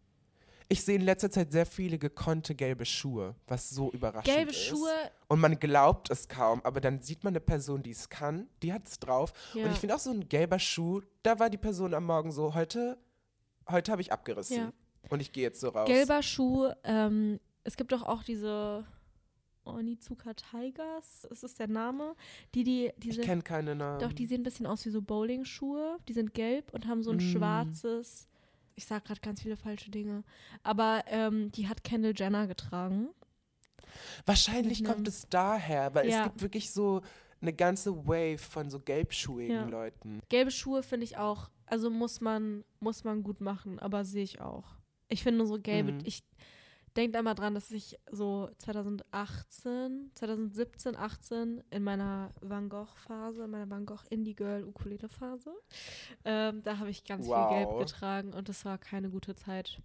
[SPEAKER 1] Ich sehe in letzter Zeit sehr viele gekonnte gelbe Schuhe, was so überraschend
[SPEAKER 2] Gelbe
[SPEAKER 1] ist.
[SPEAKER 2] Schuhe,
[SPEAKER 1] Und man glaubt es kaum, aber dann sieht man eine Person, die es kann, die hat es drauf.
[SPEAKER 2] ja.
[SPEAKER 1] Und ich finde auch so ein gelber Schuh, da war die Person am Morgen so, heute, heute habe ich abgerissen.
[SPEAKER 2] Ja.
[SPEAKER 1] Und ich gehe jetzt so raus.
[SPEAKER 2] Gelber Schuh, ähm, es gibt doch auch diese Onizuka Tigers, ist das der Name? Die, die, diese,
[SPEAKER 1] ich kenne keine Namen.
[SPEAKER 2] doch, die sehen ein bisschen aus wie so Bowling-Schuhe. Die sind gelb und haben so ein
[SPEAKER 1] Mm.
[SPEAKER 2] schwarzes, ich sag gerade ganz viele falsche Dinge, aber ähm, die hat Kendall Jenner getragen.
[SPEAKER 1] Wahrscheinlich
[SPEAKER 2] Mhm.
[SPEAKER 1] kommt es daher, weil
[SPEAKER 2] Ja.
[SPEAKER 1] es gibt wirklich so eine ganze Wave von so gelbschuhigen
[SPEAKER 2] Ja.
[SPEAKER 1] Leuten.
[SPEAKER 2] Gelbe Schuhe finde ich auch, also muss man, muss man gut machen, aber sehe ich auch. Ich finde so gelbe,
[SPEAKER 1] Mhm.
[SPEAKER 2] ich denke da mal dran, dass ich so zwanzig achtzehn, zwanzig siebzehn, achtzehn in meiner Van Gogh-Phase, in meiner Van Gogh Indie-Girl-Ukulele-Phase, ähm, da habe ich ganz
[SPEAKER 1] Wow.
[SPEAKER 2] viel Gelb getragen und das war keine gute Zeit.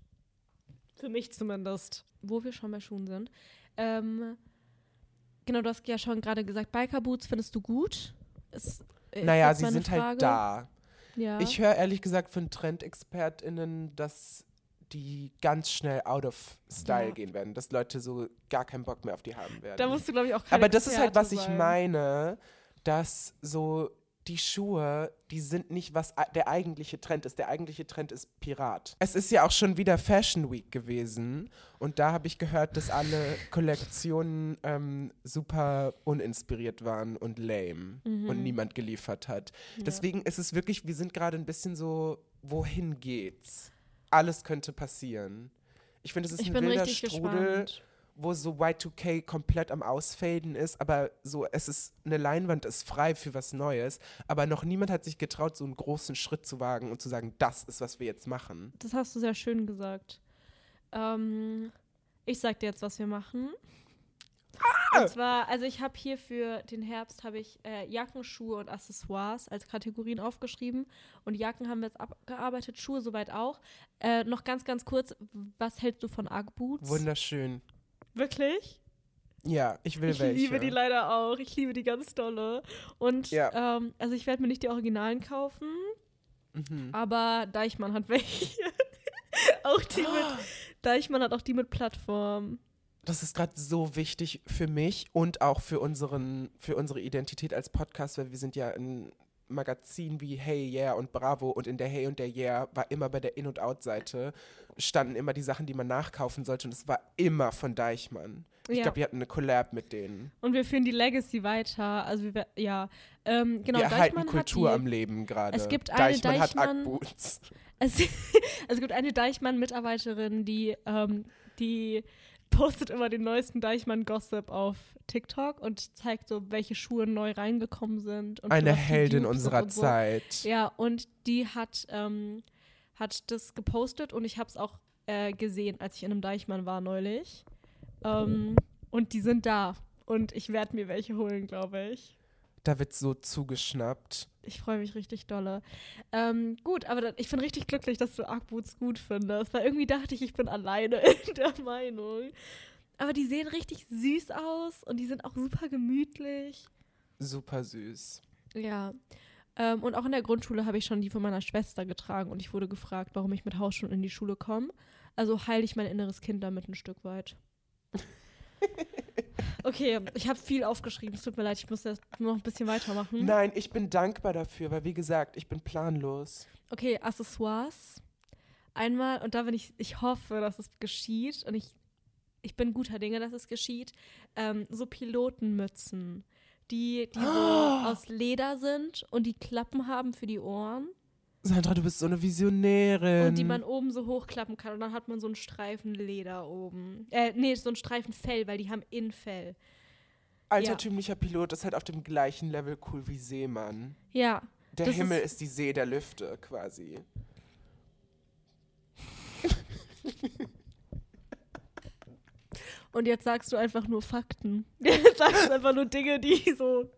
[SPEAKER 2] Für mich zumindest. Wo wir schon bei Schuhen sind. Ähm, genau, du hast ja schon gerade gesagt, Biker-Boots findest du gut? Ist, ist
[SPEAKER 1] Naja,
[SPEAKER 2] jetzt
[SPEAKER 1] sie
[SPEAKER 2] meine
[SPEAKER 1] sind
[SPEAKER 2] Frage.
[SPEAKER 1] halt da.
[SPEAKER 2] Ja.
[SPEAKER 1] Ich höre ehrlich gesagt von TrendexpertInnen, dass die ganz schnell out of style
[SPEAKER 2] Ja.
[SPEAKER 1] gehen werden, dass Leute so gar keinen Bock mehr auf die haben werden.
[SPEAKER 2] Da musst du, glaube ich, auch keine
[SPEAKER 1] Aber das ist halt, was
[SPEAKER 2] Experte
[SPEAKER 1] ich
[SPEAKER 2] sein.
[SPEAKER 1] meine, dass so die Schuhe, die sind nicht, was a- der eigentliche Trend ist. Der eigentliche Trend ist Pirat. Es ist ja auch schon wieder Fashion Week gewesen und da habe ich gehört, dass alle Kollektionen ähm, super uninspiriert waren und lame
[SPEAKER 2] Mhm.
[SPEAKER 1] und niemand geliefert hat.
[SPEAKER 2] Ja.
[SPEAKER 1] Deswegen ist es wirklich, wir sind gerade ein bisschen so, wohin geht's? Alles könnte passieren. Ich finde, es ist
[SPEAKER 2] Ich
[SPEAKER 1] ein
[SPEAKER 2] bin
[SPEAKER 1] wilder
[SPEAKER 2] richtig
[SPEAKER 1] Strudel,
[SPEAKER 2] gespannt.
[SPEAKER 1] wo so Y zwei K komplett am Ausfaden ist, aber so, es ist, eine Leinwand ist frei für was Neues, aber noch niemand hat sich getraut, so einen großen Schritt zu wagen und zu sagen, das ist, was wir jetzt machen.
[SPEAKER 2] Das hast du sehr schön gesagt. Ähm, ich sag dir jetzt, was wir machen.
[SPEAKER 1] Ah!
[SPEAKER 2] Und zwar, also ich habe hier für den Herbst habe ich äh, Jacken, Schuhe und Accessoires als Kategorien aufgeschrieben. Und Jacken haben wir jetzt abgearbeitet, Schuhe soweit auch. Äh, noch ganz, ganz kurz, was hältst du von Ugg-Boots?
[SPEAKER 1] Wunderschön.
[SPEAKER 2] Wirklich?
[SPEAKER 1] Ja, ich will
[SPEAKER 2] Ich
[SPEAKER 1] welche.
[SPEAKER 2] liebe die leider auch. Ich liebe die ganz dolle. Und
[SPEAKER 1] Ja.
[SPEAKER 2] ähm, also ich werde mir nicht die Originalen kaufen,
[SPEAKER 1] Mhm.
[SPEAKER 2] aber Deichmann hat welche. auch die mit, Deichmann hat auch die mit Plattform.
[SPEAKER 1] Das ist gerade so wichtig für mich und auch für, unseren, für unsere Identität als Podcast, weil wir sind ja ein Magazin wie Hey Yeah und Bravo und in der Hey und der Yeah war immer bei der In- und Out-Seite standen immer die Sachen, die man nachkaufen sollte und es war immer von Deichmann. Ich
[SPEAKER 2] Ja.
[SPEAKER 1] glaube, die hatten eine Collab mit denen.
[SPEAKER 2] Und wir führen die Legacy weiter. Also wir, ja, ähm, genau.
[SPEAKER 1] wir erhalten
[SPEAKER 2] Deichmann
[SPEAKER 1] Kultur
[SPEAKER 2] hat die,
[SPEAKER 1] am Leben gerade.
[SPEAKER 2] Es gibt eine
[SPEAKER 1] Deichmann hat
[SPEAKER 2] Deichmann-
[SPEAKER 1] Ugg-Boots.
[SPEAKER 2] es, es gibt eine Deichmann-Mitarbeiterin, die, ähm, die postet immer den neuesten Deichmann-Gossip auf TikTok und zeigt so, welche Schuhe neu reingekommen sind. Und
[SPEAKER 1] Eine
[SPEAKER 2] was die
[SPEAKER 1] Heldin
[SPEAKER 2] Dupes
[SPEAKER 1] unserer
[SPEAKER 2] und so.
[SPEAKER 1] Zeit.
[SPEAKER 2] Ja, und die hat, ähm, hat das gepostet und ich habe es auch äh, gesehen, als ich in einem Deichmann war neulich. Ähm, und die sind da. Und ich werde mir welche holen, glaube ich.
[SPEAKER 1] Da wird so zugeschnappt.
[SPEAKER 2] Ich freue mich richtig dolle. Ähm, gut, aber da, ich bin richtig glücklich, dass du Ugg-Boots gut findest, weil irgendwie dachte ich, ich bin alleine in der Meinung. Aber die sehen richtig süß aus und die sind auch super gemütlich.
[SPEAKER 1] Super süß.
[SPEAKER 2] Ja. Ähm, und auch in der Grundschule habe ich schon die von meiner Schwester getragen und ich wurde gefragt, warum ich mit Hausschuhen in die Schule komme. Also heile ich mein inneres Kind damit ein Stück weit. Okay, ich habe viel aufgeschrieben. Es tut mir leid, ich muss jetzt noch ein bisschen weitermachen.
[SPEAKER 1] Nein, ich bin dankbar dafür, weil wie gesagt, ich bin planlos.
[SPEAKER 2] Okay, Accessoires. Einmal, und da bin ich, ich hoffe, dass es geschieht. Und ich, ich bin guter Dinge, dass es geschieht. Ähm, so Pilotenmützen, die, die so oh. aus Leder sind und die Klappen haben für die Ohren.
[SPEAKER 1] Sandra, du bist so eine Visionärin.
[SPEAKER 2] Und die man oben so hochklappen kann und dann hat man so einen Streifen Leder oben. Äh, nee, so einen Streifen Fell, weil die haben Innenfell.
[SPEAKER 1] Altertümlicher ja. Pilot ist halt auf dem gleichen Level cool wie Seemann.
[SPEAKER 2] Ja.
[SPEAKER 1] Der Himmel ist, ist die See der Lüfte quasi.
[SPEAKER 2] Und jetzt sagst du einfach nur Fakten. Jetzt sagst du einfach nur Dinge, die so...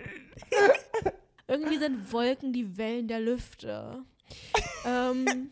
[SPEAKER 2] Irgendwie sind Wolken die Wellen der Lüfte. ähm,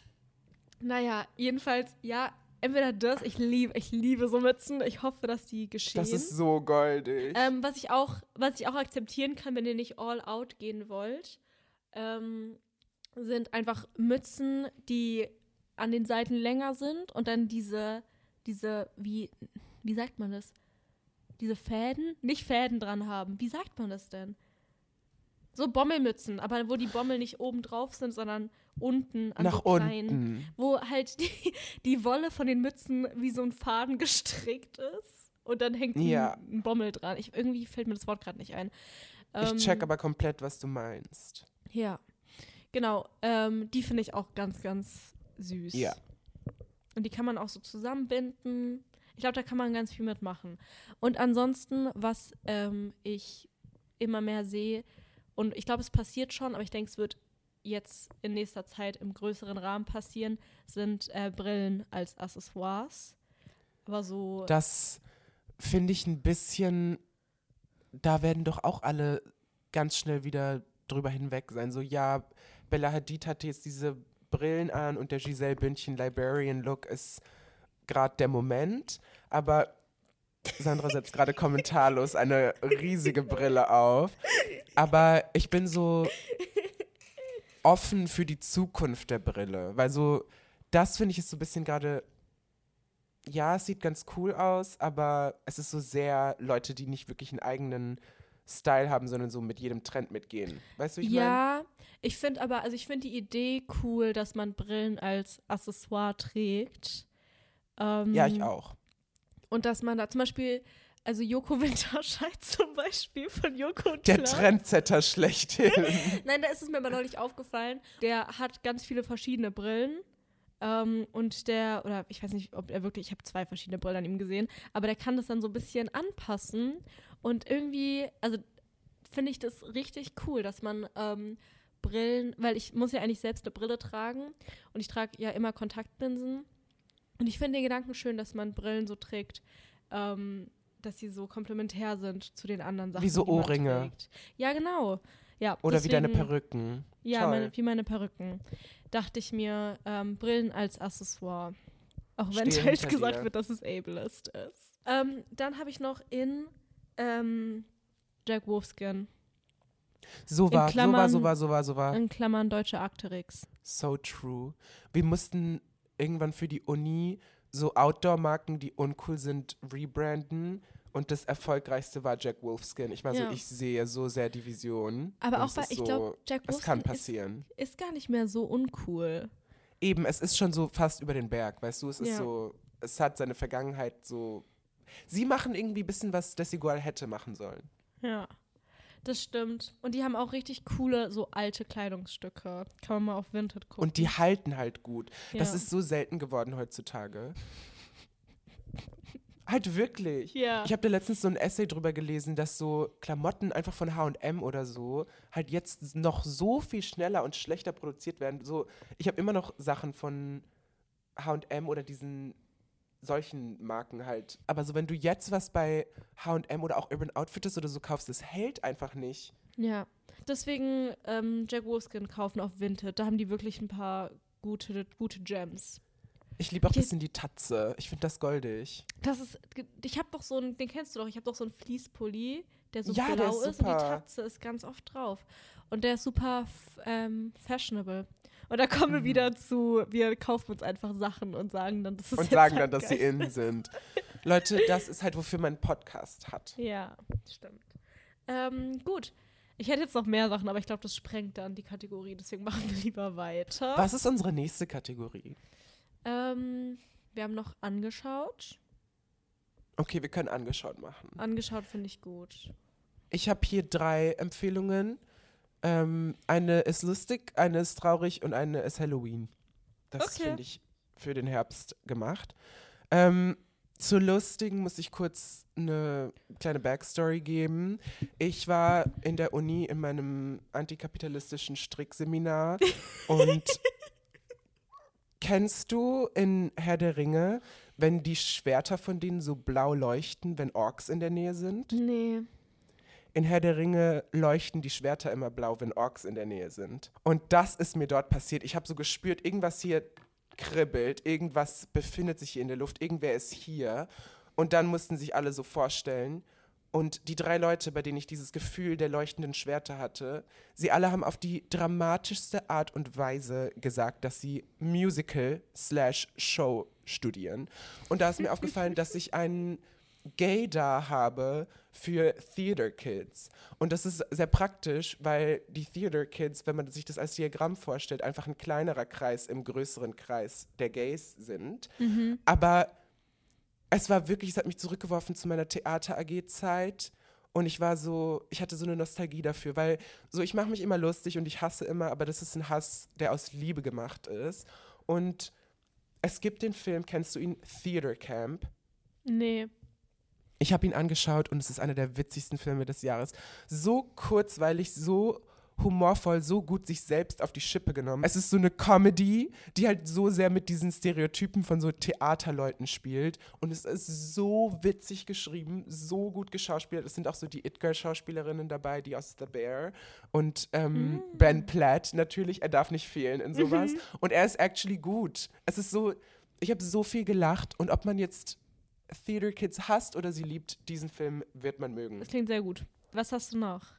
[SPEAKER 2] naja, jedenfalls, ja, entweder das, ich liebe, ich liebe so Mützen, ich hoffe, dass die geschehen.
[SPEAKER 1] Das ist so goldig.
[SPEAKER 2] Ähm, was ich auch, was ich auch akzeptieren kann, wenn ihr nicht all out gehen wollt, ähm, sind einfach Mützen, die an den Seiten länger sind und dann diese, diese, wie, wie sagt man das? Diese Fäden? Nicht Fäden dran haben. Wie sagt man das denn? So Bommelmützen, aber wo die Bommel nicht oben drauf sind, sondern unten an
[SPEAKER 1] Nach
[SPEAKER 2] so kleinen,
[SPEAKER 1] unten.
[SPEAKER 2] wo halt die, die Wolle von den Mützen wie so ein Faden gestrickt ist und dann hängt
[SPEAKER 1] ja.
[SPEAKER 2] ein, ein Bommel dran. Ich, irgendwie fällt mir das Wort gerade nicht ein.
[SPEAKER 1] Ich
[SPEAKER 2] Ähm,
[SPEAKER 1] check aber komplett, was du meinst.
[SPEAKER 2] Ja, genau. Ähm, die finde ich auch ganz, ganz süß.
[SPEAKER 1] Ja.
[SPEAKER 2] Und die kann man auch so zusammenbinden. Ich glaube, da kann man ganz viel mitmachen. Und ansonsten, was ähm, ich immer mehr sehe, und ich glaube, es passiert schon, aber ich denke, es wird jetzt in nächster Zeit im größeren Rahmen passieren, sind äh, Brillen als Accessoires. Aber so...
[SPEAKER 1] Das finde ich ein bisschen, da werden doch auch alle ganz schnell wieder drüber hinweg sein. So, ja, Bella Hadid hatte jetzt diese Brillen an und der Giselle Bündchen Librarian-Look ist gerade der Moment, aber Sandra setzt gerade kommentarlos eine riesige Brille auf. Aber ich bin so offen für die Zukunft der Brille, weil so, das finde ich ist so ein bisschen gerade, ja, es sieht ganz cool aus, aber es ist so sehr Leute, die nicht wirklich einen eigenen Style haben, sondern so mit jedem Trend mitgehen. Weißt du, wie ich meine?
[SPEAKER 2] Ja, ich finde aber, also ich finde die Idee cool, dass man Brillen als Accessoire trägt. Ähm,
[SPEAKER 1] Ja, ich auch.
[SPEAKER 2] Und dass man da zum Beispiel, also Joko Winterscheid zum Beispiel von Joko und
[SPEAKER 1] Der
[SPEAKER 2] Klaas.
[SPEAKER 1] Trendsetter schlechthin.
[SPEAKER 2] Nein, da ist es mir aber neulich aufgefallen. Der hat ganz viele verschiedene Brillen. Ähm, und der, oder ich weiß nicht, ob er wirklich, ich habe zwei verschiedene Brillen an ihm gesehen, aber der kann das dann so ein bisschen anpassen. Und irgendwie, also finde ich das richtig cool, dass man ähm, Brillen, weil ich muss ja eigentlich selbst eine Brille tragen und ich trage ja immer Kontaktlinsen. Und ich finde den Gedanken schön, dass man Brillen so trägt, ähm, dass sie so komplementär sind zu den anderen Sachen,
[SPEAKER 1] Wie so
[SPEAKER 2] die man
[SPEAKER 1] Ohrringe.
[SPEAKER 2] trägt. Ja, genau. Ja,
[SPEAKER 1] Oder
[SPEAKER 2] deswegen,
[SPEAKER 1] wie deine Perücken.
[SPEAKER 2] Ja,
[SPEAKER 1] Toll.
[SPEAKER 2] meine, wie meine Perücken. Dachte ich mir, ähm, Brillen als Accessoire. Auch wenn
[SPEAKER 1] Stehen
[SPEAKER 2] halt
[SPEAKER 1] hinter
[SPEAKER 2] gesagt
[SPEAKER 1] dir.
[SPEAKER 2] wird, dass es ableist ist. Ähm, dann habe ich noch in ähm, Jack Wolfskin.
[SPEAKER 1] So war,
[SPEAKER 2] Klammern-
[SPEAKER 1] so war, so war, so war, so war.
[SPEAKER 2] In Klammern deutsche Arcteryx.
[SPEAKER 1] So true. Wir mussten irgendwann für die Uni so Outdoor-Marken, die uncool sind, rebranden. Und das erfolgreichste war Jack Wolfskin. Ich war
[SPEAKER 2] Ja.
[SPEAKER 1] so, ich sehe so sehr die Vision.
[SPEAKER 2] Aber
[SPEAKER 1] Und
[SPEAKER 2] auch,
[SPEAKER 1] es
[SPEAKER 2] weil
[SPEAKER 1] ist
[SPEAKER 2] ich
[SPEAKER 1] so,
[SPEAKER 2] glaube, Jack
[SPEAKER 1] es kann
[SPEAKER 2] Wolfskin ist,
[SPEAKER 1] passieren.
[SPEAKER 2] ist gar nicht mehr so uncool.
[SPEAKER 1] Eben, es ist schon so fast über den Berg, weißt du? Es ist
[SPEAKER 2] Ja.
[SPEAKER 1] so, es hat seine Vergangenheit so. Sie machen irgendwie ein bisschen, was Desigual hätte machen sollen.
[SPEAKER 2] Ja, das stimmt. Und die haben auch richtig coole, so alte Kleidungsstücke. Kann man mal auf Vinted gucken.
[SPEAKER 1] Und die halten halt gut.
[SPEAKER 2] ja.
[SPEAKER 1] Das ist so selten geworden heutzutage. Halt wirklich.
[SPEAKER 2] Ja.
[SPEAKER 1] Ich habe da letztens so ein Essay drüber gelesen, dass so Klamotten einfach von H und M oder so halt jetzt noch so viel schneller und schlechter produziert werden. So, ich habe immer noch Sachen von H und M oder diesen solchen Marken halt. Aber so, wenn du jetzt was bei H und M oder auch Urban Outfitters oder so kaufst, das hält einfach nicht.
[SPEAKER 2] Ja. Deswegen ähm, Jack Wolfskin kaufen auf Vinted. Da haben die wirklich ein paar gute, gute Gems.
[SPEAKER 1] Ich liebe auch ein
[SPEAKER 2] Ich-
[SPEAKER 1] bisschen die Tatze. Ich finde das goldig.
[SPEAKER 2] Das ist, ich habe doch so einen, den kennst du doch, ich habe doch so einen Fleece-Pulli, der so
[SPEAKER 1] Ja, der
[SPEAKER 2] blau
[SPEAKER 1] ist
[SPEAKER 2] ist und die
[SPEAKER 1] super.
[SPEAKER 2] Tatze ist ganz oft drauf. Und der ist super f- ähm, fashionable. Und da kommen wir
[SPEAKER 1] Mhm.
[SPEAKER 2] wieder zu, wir kaufen uns einfach Sachen und sagen dann, dass es
[SPEAKER 1] Und
[SPEAKER 2] jetzt
[SPEAKER 1] sagen dann, dass sie
[SPEAKER 2] Zeitgeist
[SPEAKER 1] in
[SPEAKER 2] ist.
[SPEAKER 1] sind. Leute, das ist halt, wofür man einen Podcast hat.
[SPEAKER 2] Ja, stimmt. Ähm, gut. Ich hätte jetzt noch mehr Sachen, aber ich glaube, das sprengt dann die Kategorie. Deswegen machen wir lieber weiter.
[SPEAKER 1] Was ist unsere nächste Kategorie?
[SPEAKER 2] Ähm, wir haben noch angeschaut.
[SPEAKER 1] Okay, wir können angeschaut machen.
[SPEAKER 2] Angeschaut finde ich gut.
[SPEAKER 1] Ich habe hier drei Empfehlungen. Ähm, eine ist lustig, eine ist traurig und eine ist Halloween. Das
[SPEAKER 2] Okay.
[SPEAKER 1] finde ich für den Herbst gemacht. Ähm, Zur lustigen muss ich kurz eine kleine Backstory geben. Ich war in der Uni in meinem antikapitalistischen Strickseminar und kennst du in Herr der Ringe, wenn die Schwerter von denen so blau leuchten, wenn Orks in der Nähe sind?
[SPEAKER 2] Nee.
[SPEAKER 1] In Herr der Ringe leuchten die Schwerter immer blau, wenn Orks in der Nähe sind. Und das ist mir dort passiert. Ich habe so gespürt, irgendwas hier kribbelt, irgendwas befindet sich hier in der Luft, irgendwer ist hier. Und dann mussten sich alle so vorstellen. Und die drei Leute, bei denen ich dieses Gefühl der leuchtenden Schwerter hatte, sie alle haben auf die dramatischste Art und Weise gesagt, dass sie Musical slash Show studieren. Und da ist mir aufgefallen, dass ich einen Gaydar habe für Theater Kids. Und das ist sehr praktisch, weil die Theater Kids, wenn man sich das als Diagramm vorstellt, einfach ein kleinerer Kreis im größeren Kreis der Gays sind.
[SPEAKER 2] Mhm.
[SPEAKER 1] Aber es war wirklich, es hat mich zurückgeworfen zu meiner Theater-A G-Zeit. Und ich war so, ich hatte so eine Nostalgie dafür, weil so, ich mache mich immer lustig und ich hasse immer, aber das ist ein Hass, der aus Liebe gemacht ist. Und es gibt den Film, kennst du ihn, Theater Camp?
[SPEAKER 2] Nee.
[SPEAKER 1] Ich habe ihn angeschaut und es ist einer der witzigsten Filme des Jahres. So kurzweilig, so humorvoll, so gut sich selbst auf die Schippe genommen. Es ist so eine Comedy, die halt so sehr mit diesen Stereotypen von so Theaterleuten spielt. Und es ist so witzig geschrieben, so gut geschauspielert. Es sind auch so die It-Girl-Schauspielerinnen dabei, die aus The Bear. Und ähm, mm. Ben Platt natürlich, er darf nicht fehlen in sowas. Mhm. Und er ist actually gut. Es ist so, ich habe so viel gelacht. Und ob man jetzt Theater Kids hasst oder sie liebt, diesen Film wird man mögen.
[SPEAKER 2] Das klingt sehr gut. Was hast du noch?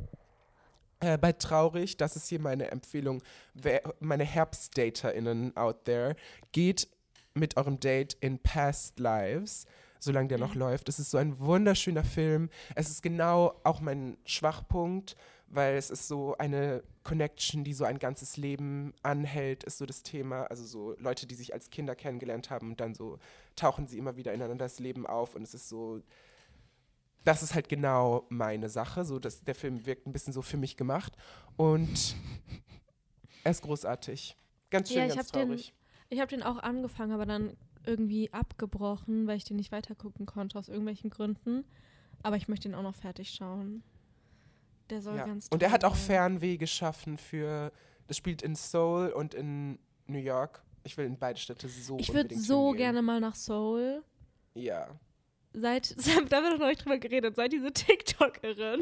[SPEAKER 1] Äh, bei Traurig, das ist hier meine Empfehlung, wer, meine HerbstdaterInnen out there, geht mit eurem Date in Past Lives, solange der noch läuft. Es ist so ein wunderschöner Film. Es ist genau auch mein Schwachpunkt, weil es ist so eine Connection, die so ein ganzes Leben anhält, ist so das Thema. Also so Leute, die sich als Kinder kennengelernt haben und dann so tauchen sie immer wieder ineinander das Leben auf und es ist so, das ist halt genau meine Sache. So, dass der Film wirkt ein bisschen so für mich gemacht und er ist großartig. Ganz schön,
[SPEAKER 2] ja, ich
[SPEAKER 1] ganz
[SPEAKER 2] hab
[SPEAKER 1] traurig.
[SPEAKER 2] Den, ich habe den auch angefangen, aber dann irgendwie abgebrochen, weil ich den nicht weitergucken konnte aus irgendwelchen Gründen. Aber ich möchte ihn auch noch fertig schauen. Der soll
[SPEAKER 1] ja.
[SPEAKER 2] ganz
[SPEAKER 1] Und er hat auch
[SPEAKER 2] sein.
[SPEAKER 1] Fernweh geschaffen für, das spielt in Seoul und in New York. Ich will in beide Städte so
[SPEAKER 2] Ich würde so
[SPEAKER 1] hingehen.
[SPEAKER 2] gerne mal nach Seoul.
[SPEAKER 1] Ja.
[SPEAKER 2] Seit, da haben wir doch noch nicht drüber geredet, seit diese TikTokerin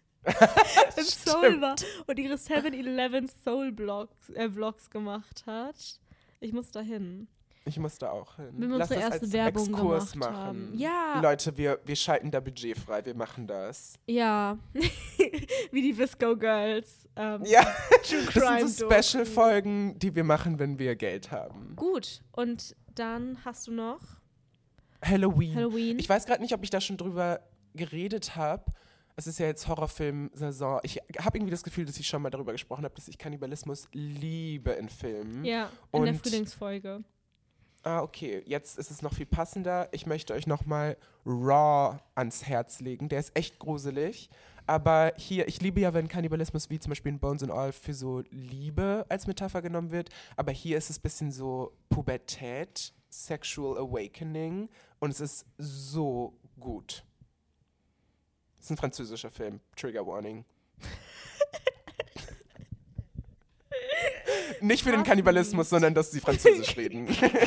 [SPEAKER 2] in Seoul war und ihre seven eleven Seoul-Vlogs äh, Vlogs gemacht hat. Ich muss da hin.
[SPEAKER 1] Ich muss da auch hin.
[SPEAKER 2] Wenn wir
[SPEAKER 1] Lass
[SPEAKER 2] unsere
[SPEAKER 1] das
[SPEAKER 2] erste
[SPEAKER 1] als
[SPEAKER 2] Werbung
[SPEAKER 1] Exkurs
[SPEAKER 2] gemacht
[SPEAKER 1] machen.
[SPEAKER 2] haben. Ja.
[SPEAKER 1] Leute, wir, wir schalten da Budget frei, wir machen das.
[SPEAKER 2] Ja. Wie die Visco Girls. Ähm,
[SPEAKER 1] Ja,
[SPEAKER 2] True
[SPEAKER 1] das
[SPEAKER 2] Crime
[SPEAKER 1] sind so
[SPEAKER 2] Doku.
[SPEAKER 1] Special-Folgen, die wir machen, wenn wir Geld haben.
[SPEAKER 2] Gut, und dann hast du noch
[SPEAKER 1] Halloween.
[SPEAKER 2] Halloween.
[SPEAKER 1] Ich weiß gerade nicht, ob ich da schon drüber geredet habe. Es ist ja jetzt Horrorfilm-Saison. Ich habe irgendwie das Gefühl, dass ich schon mal darüber gesprochen habe, dass ich Kannibalismus liebe in Filmen.
[SPEAKER 2] Ja, in der
[SPEAKER 1] Und-
[SPEAKER 2] Frühlingsfolge.
[SPEAKER 1] Ah, okay. Jetzt ist es noch viel passender. Ich möchte euch nochmal Raw ans Herz legen. Der ist echt gruselig. Aber hier, ich liebe ja, wenn Kannibalismus wie zum Beispiel in Bones and All für so Liebe als Metapher genommen wird. Aber hier ist es ein bisschen so Pubertät, Sexual Awakening. Und es ist so gut. Es ist ein französischer Film. Trigger Warning. Nicht für den Kannibalismus, sondern dass sie Französisch reden.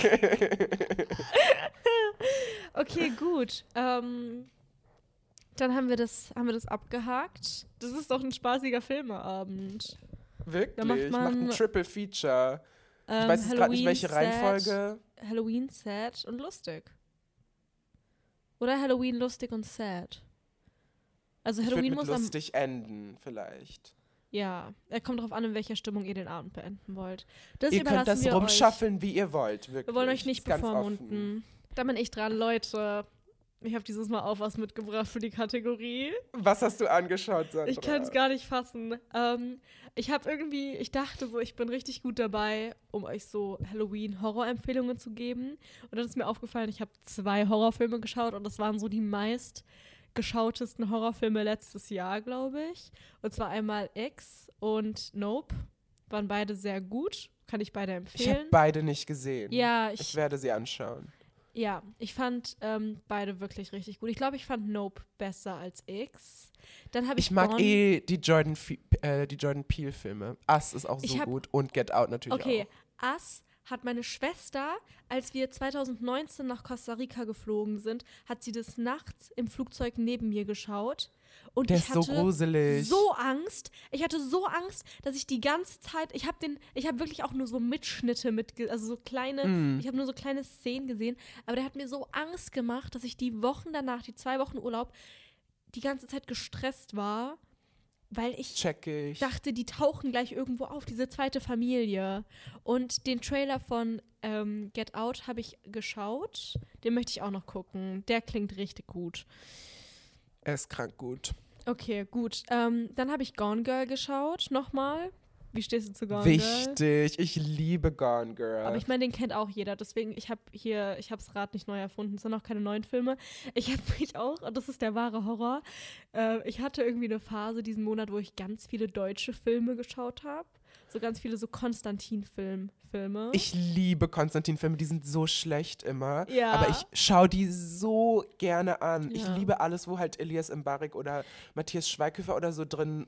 [SPEAKER 2] Okay, gut. Ähm, dann haben wir das, haben wir das abgehakt. Das ist doch ein spaßiger Filmeabend.
[SPEAKER 1] Wirklich?
[SPEAKER 2] Da macht
[SPEAKER 1] Ich mach ein
[SPEAKER 2] man,
[SPEAKER 1] Triple Feature.
[SPEAKER 2] Ähm,
[SPEAKER 1] Ich weiß jetzt gerade nicht, welche
[SPEAKER 2] Halloween
[SPEAKER 1] Reihenfolge.
[SPEAKER 2] Sad, Halloween, sad und lustig. Oder Halloween, lustig und sad. Also
[SPEAKER 1] Ich würde
[SPEAKER 2] Halloween
[SPEAKER 1] mit
[SPEAKER 2] muss am...
[SPEAKER 1] lustig enden, vielleicht.
[SPEAKER 2] Ja, er kommt darauf an, in welcher Stimmung ihr den Abend beenden wollt. Das
[SPEAKER 1] Ihr könnt
[SPEAKER 2] überlassen
[SPEAKER 1] das
[SPEAKER 2] wir
[SPEAKER 1] rumschaffeln, wie ihr wollt,
[SPEAKER 2] euch.
[SPEAKER 1] wirklich.
[SPEAKER 2] Wir wollen euch nicht
[SPEAKER 1] Ist ganz offen.
[SPEAKER 2] bevormunden. Da bin ich dran, Leute. Ich habe dieses Mal auch was mitgebracht für die Kategorie.
[SPEAKER 1] Was hast du angeschaut, Sandra?
[SPEAKER 2] Ich kann es gar nicht fassen. Ähm, ich habe irgendwie, ich dachte so, ich bin richtig gut dabei, um euch so Halloween-Horror-Empfehlungen zu geben. Und dann ist mir aufgefallen, ich habe zwei Horrorfilme geschaut und das waren so die meist geschautesten Horrorfilme letztes Jahr, glaube ich. Und zwar einmal X und Nope. Waren beide sehr gut. Kann ich beide empfehlen.
[SPEAKER 1] Ich habe beide nicht gesehen.
[SPEAKER 2] Ja, ich,
[SPEAKER 1] ich werde sie anschauen.
[SPEAKER 2] Ja, ich fand ähm, beide wirklich richtig gut. Ich glaube, ich fand Nope besser als X. Dann habe ich
[SPEAKER 1] Ich mag
[SPEAKER 2] Gone.
[SPEAKER 1] eh die Jordan, F- äh, die Jordan Peele-Filme. Us ist auch so
[SPEAKER 2] hab,
[SPEAKER 1] gut und Get Out natürlich
[SPEAKER 2] okay,
[SPEAKER 1] auch.
[SPEAKER 2] Okay, Us hat meine Schwester, als wir zwanzig neunzehn nach Costa Rica geflogen sind, hat sie das nachts im Flugzeug neben mir geschaut. Und
[SPEAKER 1] Der
[SPEAKER 2] ich
[SPEAKER 1] ist
[SPEAKER 2] hatte
[SPEAKER 1] so gruselig.
[SPEAKER 2] so Angst. Ich hatte so Angst, dass ich die ganze Zeit, ich habe den, ich habe wirklich auch nur so Mitschnitte mit, also so kleine,
[SPEAKER 1] Mm.
[SPEAKER 2] ich habe nur so kleine Szenen gesehen, aber der hat mir so Angst gemacht, dass ich die Wochen danach, die zwei Wochen Urlaub, die ganze Zeit gestresst war, weil ich,
[SPEAKER 1] Check ich.
[SPEAKER 2] dachte, die tauchen gleich irgendwo auf, diese zweite Familie. Und den Trailer von ähm, Get Out habe ich geschaut. Den möchte ich auch noch gucken. Der klingt richtig gut.
[SPEAKER 1] Er ist krank gut.
[SPEAKER 2] Okay, gut. Ähm, dann habe ich Gone Girl geschaut, nochmal. Wie stehst du zu Gone
[SPEAKER 1] Wichtig.
[SPEAKER 2] Girl?
[SPEAKER 1] Ich liebe Gone Girl.
[SPEAKER 2] Aber ich meine, den kennt auch jeder. Deswegen, ich habe hier, ich habe das Rad nicht neu erfunden. Es sind noch keine neuen Filme. Ich habe mich auch, und das ist der wahre Horror, äh, ich hatte irgendwie eine Phase diesen Monat, wo ich ganz viele deutsche Filme geschaut habe. So ganz viele so Konstantin-Film-Filme.
[SPEAKER 1] Ich liebe Konstantin-Filme, die sind so schlecht immer.
[SPEAKER 2] Ja.
[SPEAKER 1] Aber ich schaue die so gerne an.
[SPEAKER 2] Ja.
[SPEAKER 1] Ich liebe alles, wo halt Elias Mbarek oder Matthias Schweighöfer oder so drin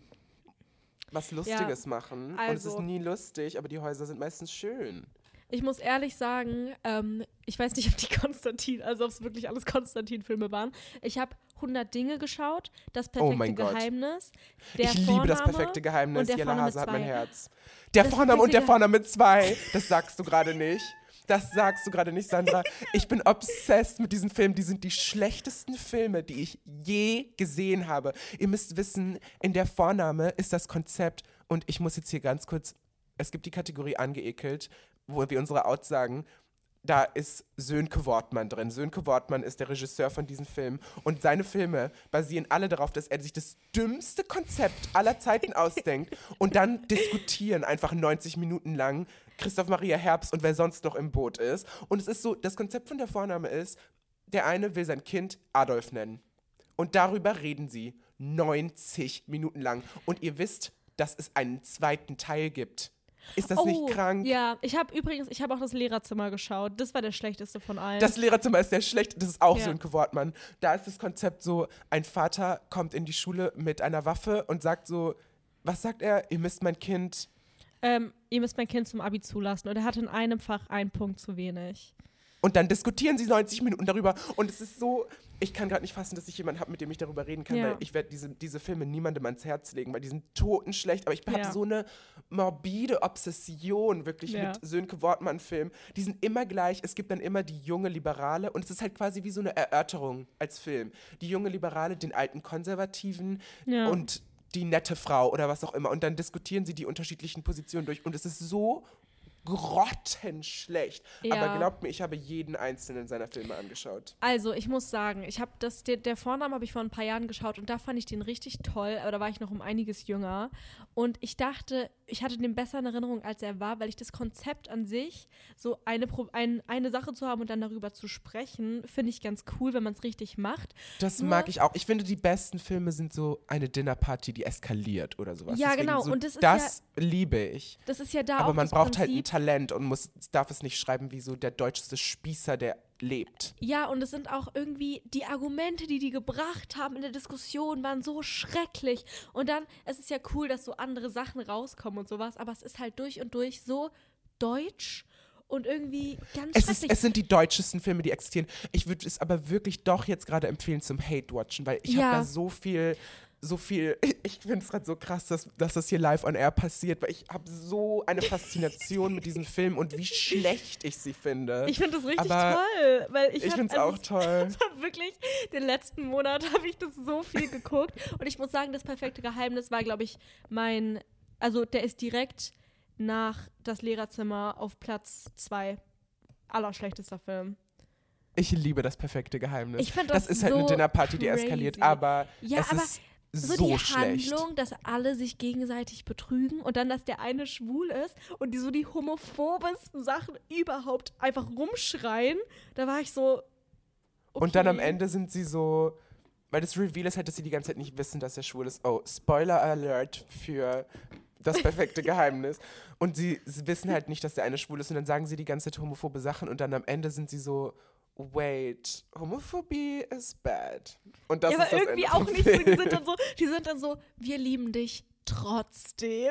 [SPEAKER 1] was Lustiges
[SPEAKER 2] Ja,
[SPEAKER 1] machen. Und es
[SPEAKER 2] also-
[SPEAKER 1] ist nie lustig, aber die Häuser sind meistens schön.
[SPEAKER 2] Ich muss ehrlich sagen, ähm, ich weiß nicht, ob die Konstantin, also ob es wirklich alles Konstantin-Filme waren. Ich habe hundert Dinge geschaut, das perfekte
[SPEAKER 1] Oh mein Gott.
[SPEAKER 2] Geheimnis, der
[SPEAKER 1] ich liebe
[SPEAKER 2] Vorname
[SPEAKER 1] das perfekte Geheimnis.
[SPEAKER 2] und der
[SPEAKER 1] Jella
[SPEAKER 2] Vorname
[SPEAKER 1] Hase hat mein
[SPEAKER 2] zwei.
[SPEAKER 1] Herz. Der
[SPEAKER 2] Das
[SPEAKER 1] Vorname und der
[SPEAKER 2] perfekte
[SPEAKER 1] Vorname zwei. Das sagst du gerade nicht. Das sagst du gerade nicht, Sandra. Ich bin obsessed mit diesen Filmen. Die sind die schlechtesten Filme, die ich je gesehen habe. Ihr müsst wissen, in der Vorname ist das Konzept, und ich muss jetzt hier ganz kurz, es gibt die Kategorie angeekelt, wo wir unsere Outs sagen, da ist Sönke Wortmann drin. Sönke Wortmann ist der Regisseur von diesen Filmen. Und seine Filme basieren alle darauf, dass er sich das dümmste Konzept aller Zeiten ausdenkt und dann diskutieren einfach neunzig Minuten lang Christoph Maria Herbst und wer sonst noch im Boot ist. Und es ist so, das Konzept von der Vorname ist, der eine will sein Kind Adolf nennen. Und darüber reden sie neunzig Minuten lang. Und ihr wisst, dass es einen zweiten Teil gibt. Ist das
[SPEAKER 2] oh,
[SPEAKER 1] nicht krank?
[SPEAKER 2] Ja, ich habe übrigens, ich habe auch das Lehrerzimmer geschaut. Das war der schlechteste von allen.
[SPEAKER 1] Das Lehrerzimmer ist sehr schlecht, das ist auch
[SPEAKER 2] Ja.
[SPEAKER 1] Sönke Wortmann. Da ist das Konzept so, ein Vater kommt in die Schule mit einer Waffe und sagt so, was sagt er? Ihr müsst mein Kind...
[SPEAKER 2] ähm, ihr müsst mein Kind zum Abi zulassen. Und er hatte in einem Fach einen Punkt zu wenig.
[SPEAKER 1] Und dann diskutieren sie neunzig Minuten darüber. Und es ist so, ich kann gerade nicht fassen, dass ich jemanden habe, mit dem ich darüber reden kann,
[SPEAKER 2] Ja.
[SPEAKER 1] weil ich werde diese, diese Filme niemandem ans Herz legen, weil die sind totenschlecht. Aber ich habe
[SPEAKER 2] Ja.
[SPEAKER 1] so eine morbide Obsession wirklich
[SPEAKER 2] Ja.
[SPEAKER 1] mit Sönke Wortmann-Filmen. Die sind immer gleich. Es gibt dann immer die junge Liberale und es ist halt quasi wie so eine Erörterung als Film. Die junge Liberale, den alten Konservativen
[SPEAKER 2] Ja.
[SPEAKER 1] und die nette Frau oder was auch immer. Und dann diskutieren sie die unterschiedlichen Positionen durch. Und es ist so grottenschlecht.
[SPEAKER 2] Ja.
[SPEAKER 1] Aber glaubt mir, ich habe jeden einzelnen seiner Filme angeschaut.
[SPEAKER 2] Also, ich muss sagen, ich habe das, der, der Vorname habe ich vor ein paar Jahren geschaut und da fand ich den richtig toll, aber da war ich noch um einiges jünger. Und ich dachte, ich hatte den besser in Erinnerung, als er war, weil ich das Konzept an sich, so eine, Pro- ein, eine Sache zu haben und dann darüber zu sprechen, finde ich ganz cool, wenn man es richtig macht.
[SPEAKER 1] Das
[SPEAKER 2] Nur-
[SPEAKER 1] mag ich auch. Ich finde, die besten Filme sind so eine Dinnerparty, die eskaliert oder sowas.
[SPEAKER 2] Ja,
[SPEAKER 1] Deswegen
[SPEAKER 2] genau.
[SPEAKER 1] So,
[SPEAKER 2] Und das ist
[SPEAKER 1] das liebe ich.
[SPEAKER 2] Das ist ja da
[SPEAKER 1] Aber
[SPEAKER 2] auch
[SPEAKER 1] man
[SPEAKER 2] das
[SPEAKER 1] braucht halt ein
[SPEAKER 2] Prinzip.
[SPEAKER 1] Talent und muss, darf es nicht schreiben wie so der deutscheste Spießer, der lebt.
[SPEAKER 2] Ja, und es sind auch irgendwie die Argumente, die die gebracht haben in der Diskussion, waren so schrecklich. Und dann, es ist ja cool, dass so andere Sachen rauskommen und sowas, aber es ist halt durch und durch so deutsch und irgendwie ganz
[SPEAKER 1] Es, ist,
[SPEAKER 2] schrecklich.
[SPEAKER 1] es sind die deutschesten Filme, die existieren. Ich würde es aber wirklich doch jetzt gerade empfehlen zum Hate-Watchen, weil ich
[SPEAKER 2] Ja.
[SPEAKER 1] habe da so viel, so viel, ich finde es gerade so krass, dass, dass das hier live on air passiert, weil ich habe so eine Faszination mit diesen Filmen und wie schlecht ich sie finde.
[SPEAKER 2] Ich finde das richtig
[SPEAKER 1] Aber
[SPEAKER 2] toll, weil ich,
[SPEAKER 1] Ich
[SPEAKER 2] hab-
[SPEAKER 1] finde es
[SPEAKER 2] also
[SPEAKER 1] auch toll.
[SPEAKER 2] Ich habe wirklich, den letzten Monat habe ich das so viel geguckt und ich muss sagen, das perfekte Geheimnis war, glaube ich, mein, also der ist direkt nach Das Lehrerzimmer auf Platz zwei allerschlechtester Film.
[SPEAKER 1] Ich liebe das perfekte Geheimnis.
[SPEAKER 2] Ich find das
[SPEAKER 1] das ist halt
[SPEAKER 2] so
[SPEAKER 1] eine Dinnerparty, die
[SPEAKER 2] crazy.
[SPEAKER 1] eskaliert, aber
[SPEAKER 2] ja,
[SPEAKER 1] es
[SPEAKER 2] aber
[SPEAKER 1] ist
[SPEAKER 2] so,
[SPEAKER 1] so
[SPEAKER 2] die
[SPEAKER 1] schlecht.
[SPEAKER 2] Handlung, dass alle sich gegenseitig betrügen und dann, dass der eine schwul ist und die so die homophobesten Sachen überhaupt einfach rumschreien, da war ich so, okay.
[SPEAKER 1] Und dann am Ende sind sie so, weil das Reveal ist halt, dass sie die ganze Zeit nicht wissen, dass er schwul ist. Oh, Spoiler Alert für das perfekte Geheimnis. Und sie, sie wissen halt nicht, dass der eine schwul ist und dann sagen sie die ganze Zeit homophobe Sachen und dann am Ende sind sie so, wait, Homophobie is bad. Und das
[SPEAKER 2] ja,
[SPEAKER 1] ist
[SPEAKER 2] aber
[SPEAKER 1] das
[SPEAKER 2] irgendwie
[SPEAKER 1] Ende
[SPEAKER 2] auch
[SPEAKER 1] vom
[SPEAKER 2] nicht,
[SPEAKER 1] Film.
[SPEAKER 2] die sind, dann so, die sind dann so, wir lieben dich trotzdem.